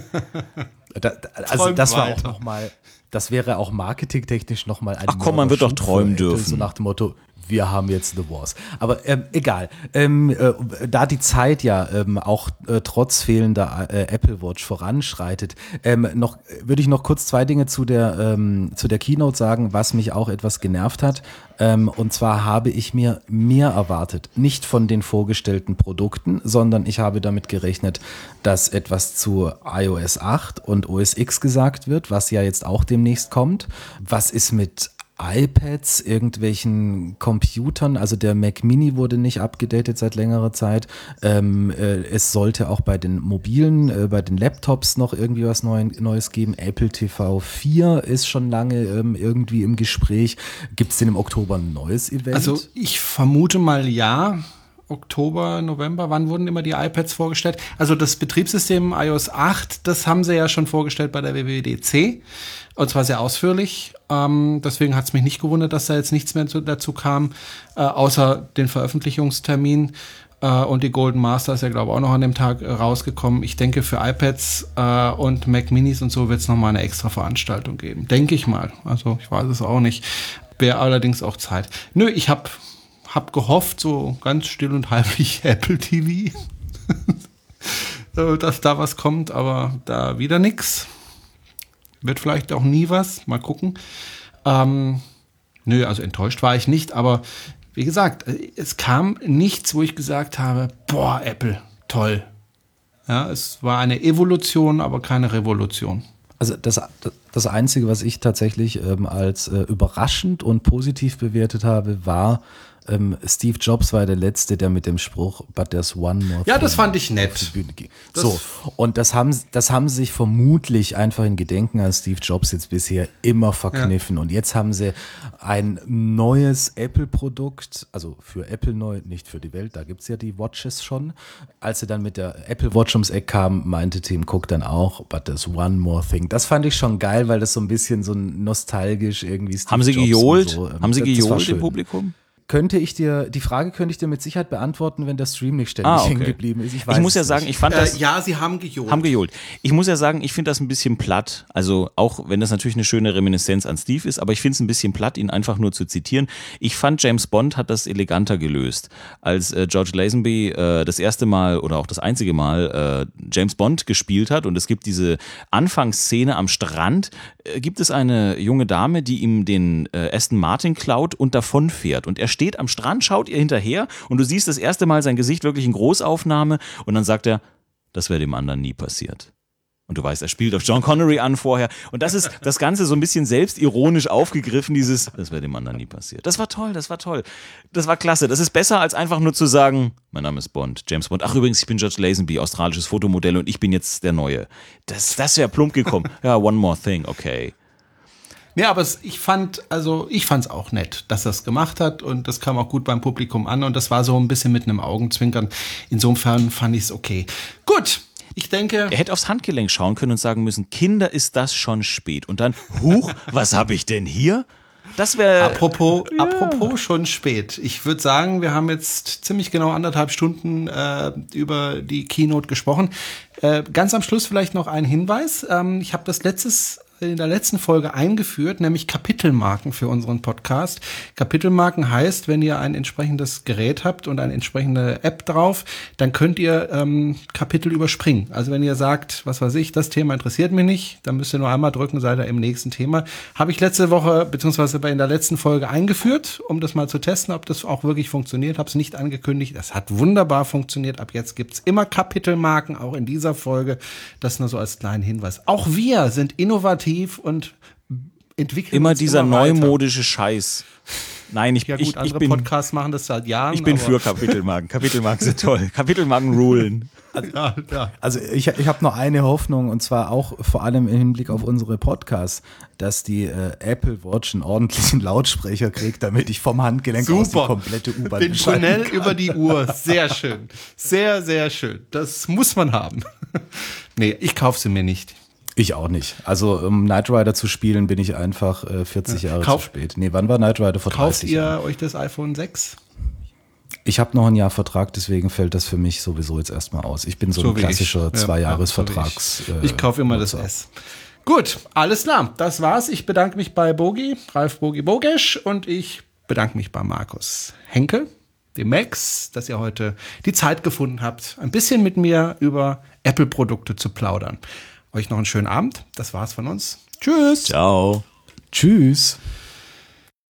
Da, da, also Träumt das war auch weiter. nochmal, das wäre auch marketingtechnisch nochmal ein Ach komm, man wird doch Mörderschub träumen für Apple, dürfen. So nach dem Motto, wir haben jetzt The Wars. Aber ähm, egal. Ähm, äh, da die Zeit ja ähm, auch äh, trotz fehlender äh, Apple Watch voranschreitet, ähm, noch würde ich noch kurz zwei Dinge zu der, ähm, zu der Keynote sagen, was mich auch etwas genervt hat. Ähm, und zwar habe ich mir mehr erwartet. Nicht von den vorgestellten Produkten, sondern ich habe damit gerechnet, dass etwas zu i O S acht und O S X gesagt wird, was ja jetzt auch demnächst kommt. Was ist mit iPads, irgendwelchen Computern, also der Mac Mini wurde nicht abgedatet seit längerer Zeit. Ähm, äh, es sollte auch bei den mobilen, äh, bei den Laptops noch irgendwie was Neu Neues geben. Apple T V vier ist schon lange ähm, irgendwie im Gespräch. Gibt es denn im Oktober ein neues Event? Also ich vermute mal ja. Oktober, November, wann wurden immer die iPads vorgestellt? Also das Betriebssystem i O S acht, das haben sie ja schon vorgestellt bei der W W D C und zwar sehr ausführlich. Ähm, deswegen hat es mich nicht gewundert, dass da jetzt nichts mehr zu, dazu kam, äh, außer den Veröffentlichungstermin. Äh, und die Golden Master ist ja, glaube ich, auch noch an dem Tag äh, rausgekommen. Ich denke, für iPads äh, und Mac Minis und so wird es nochmal eine extra Veranstaltung geben. Denke ich mal. Also ich weiß es auch nicht. Wäre allerdings auch Zeit. Nö, ich habe Hab gehofft, so ganz still und heimlich Apple T V, dass da was kommt, aber da wieder nix. Wird vielleicht auch nie was, mal gucken. Ähm, nö, also enttäuscht war ich nicht, aber wie gesagt, es kam nichts, wo ich gesagt habe, boah, Apple, toll. Ja, es war eine Evolution, aber keine Revolution. Also das, das Einzige, was ich tatsächlich ähm, als äh, überraschend und positiv bewertet habe, war, ähm, Steve Jobs war der Letzte, der mit dem Spruch "But there's one more Ja, thing" das fand ich nett. auf die Bühne ging. Das- So, und das haben, das haben sie sich vermutlich einfach in Gedenken an Steve Jobs jetzt bisher immer verkniffen. Und jetzt haben sie ein neues Apple-Produkt, also für Apple neu, nicht für die Welt, da gibt es ja die Watches schon. Als sie dann mit der Apple Watch ums Eck kamen, meinte Tim Cook dann auch, "But there's one more thing." Das fand ich schon geil, weil das so ein bisschen so nostalgisch irgendwie Steve Haben sie Jobs und gejohlt? so, ähm, Haben sie das- das war gejohlt schön. im Publikum? könnte ich dir, die Frage könnte ich dir mit Sicherheit beantworten, wenn der Stream nicht ständig Ah, okay. hängen geblieben ist. Ich, weiß ich muss es ja nicht. sagen, ich fand das. Äh, ja, sie haben gejohlt. Haben gejohlt. Ich muss ja sagen, ich finde das ein bisschen platt. Also auch wenn das natürlich eine schöne Reminiszenz an Steve ist, aber ich finde es ein bisschen platt, ihn einfach nur zu zitieren. Ich fand, James Bond hat das eleganter gelöst. Als äh, George Lazenby äh, das erste Mal oder auch das einzige Mal äh, James Bond gespielt hat und es gibt diese Anfangsszene am Strand, äh, gibt es eine junge Dame, die ihm den äh, Aston Martin klaut und davon fährt. Und er steht am Strand, schaut ihr hinterher und du siehst das erste Mal sein Gesicht wirklich in Großaufnahme und dann sagt er, das wäre dem anderen nie passiert. Und du weißt, er spielt auf John Connery an vorher. Und das ist das Ganze so ein bisschen selbstironisch aufgegriffen, dieses, das wäre dem anderen nie passiert. Das war toll, das war toll. Das war klasse. Das ist besser, als einfach nur zu sagen, mein Name ist Bond, James Bond. Ach übrigens, ich bin George Lazenby, australisches Fotomodell und ich bin jetzt der Neue. Das, das wäre plump gekommen. Ja, one more thing, okay. Ja, aber es, ich fand, also ich fand es auch nett, dass er es gemacht hat und das kam auch gut beim Publikum an und das war so ein bisschen mit einem Augenzwinkern. Insofern fand ich es okay. Gut, ich denke... Er hätte aufs Handgelenk schauen können und sagen müssen, Kinder, ist das schon spät? Und dann, huch, was habe ich denn hier? Das wäre... Apropos, ja. apropos schon spät. Ich würde sagen, wir haben jetzt ziemlich genau anderthalb Stunden äh, über die Keynote gesprochen. Äh, ganz am Schluss vielleicht noch ein Hinweis. Ähm, ich habe das letztes... in der letzten Folge eingeführt, nämlich Kapitelmarken für unseren Podcast. Kapitelmarken heißt, wenn ihr ein entsprechendes Gerät habt und eine entsprechende App drauf, dann könnt ihr ähm, Kapitel überspringen. Also wenn ihr sagt, was weiß ich, das Thema interessiert mich nicht, dann müsst ihr nur einmal drücken, seid ihr im nächsten Thema. Habe ich letzte Woche, beziehungsweise in der letzten Folge eingeführt, um das mal zu testen, ob das auch wirklich funktioniert. Habe es nicht angekündigt. Das hat wunderbar funktioniert. Ab jetzt gibt's immer Kapitelmarken, auch in dieser Folge. Das nur so als kleinen Hinweis. Auch wir sind innovativ und entwickeln immer uns dieser immer weiter. neumodische Scheiß. Nein, ich, Ja gut, ich, andere ich bin Podcasts machen das seit Jahren. Ich bin aber für Kapitelmarken. Kapitelmarken sind toll. Kapitelmarken rulen. ja, ja. Also ich, ich habe noch eine Hoffnung und zwar auch vor allem im Hinblick auf unsere Podcasts, dass die äh, Apple Watch einen ordentlichen Lautsprecher kriegt, damit ich vom Handgelenk aus die komplette U-Bahn bin schnell kann. über die Uhr. Sehr schön. Sehr, sehr schön. Das muss man haben. Nee, ich kaufe sie mir nicht. Ich auch nicht. Also um Knight Rider zu spielen, bin ich einfach äh, vierzig Jahre Kauf- zu spät. Nee, wann war Knight Rider? Vor Kauft dreißig ihr Jahren. euch das iPhone sechs? Ich habe noch ein Jahr Vertrag, deswegen fällt das für mich sowieso jetzt erstmal aus. Ich bin so, So ein wie ich. klassischer Ja, Zwei-Jahres-Vertrags. ja, so wie Ich, ich kaufe immer das S. Gut, alles klar. Das war's. Ich bedanke mich bei Bogi, Ralf Bogi Bogesch und ich bedanke mich bei Markus Henke, dem Max, dass ihr heute die Zeit gefunden habt, ein bisschen mit mir über Apple-Produkte zu plaudern. Euch noch einen schönen Abend. Das war's von uns. Tschüss. Ciao. Tschüss.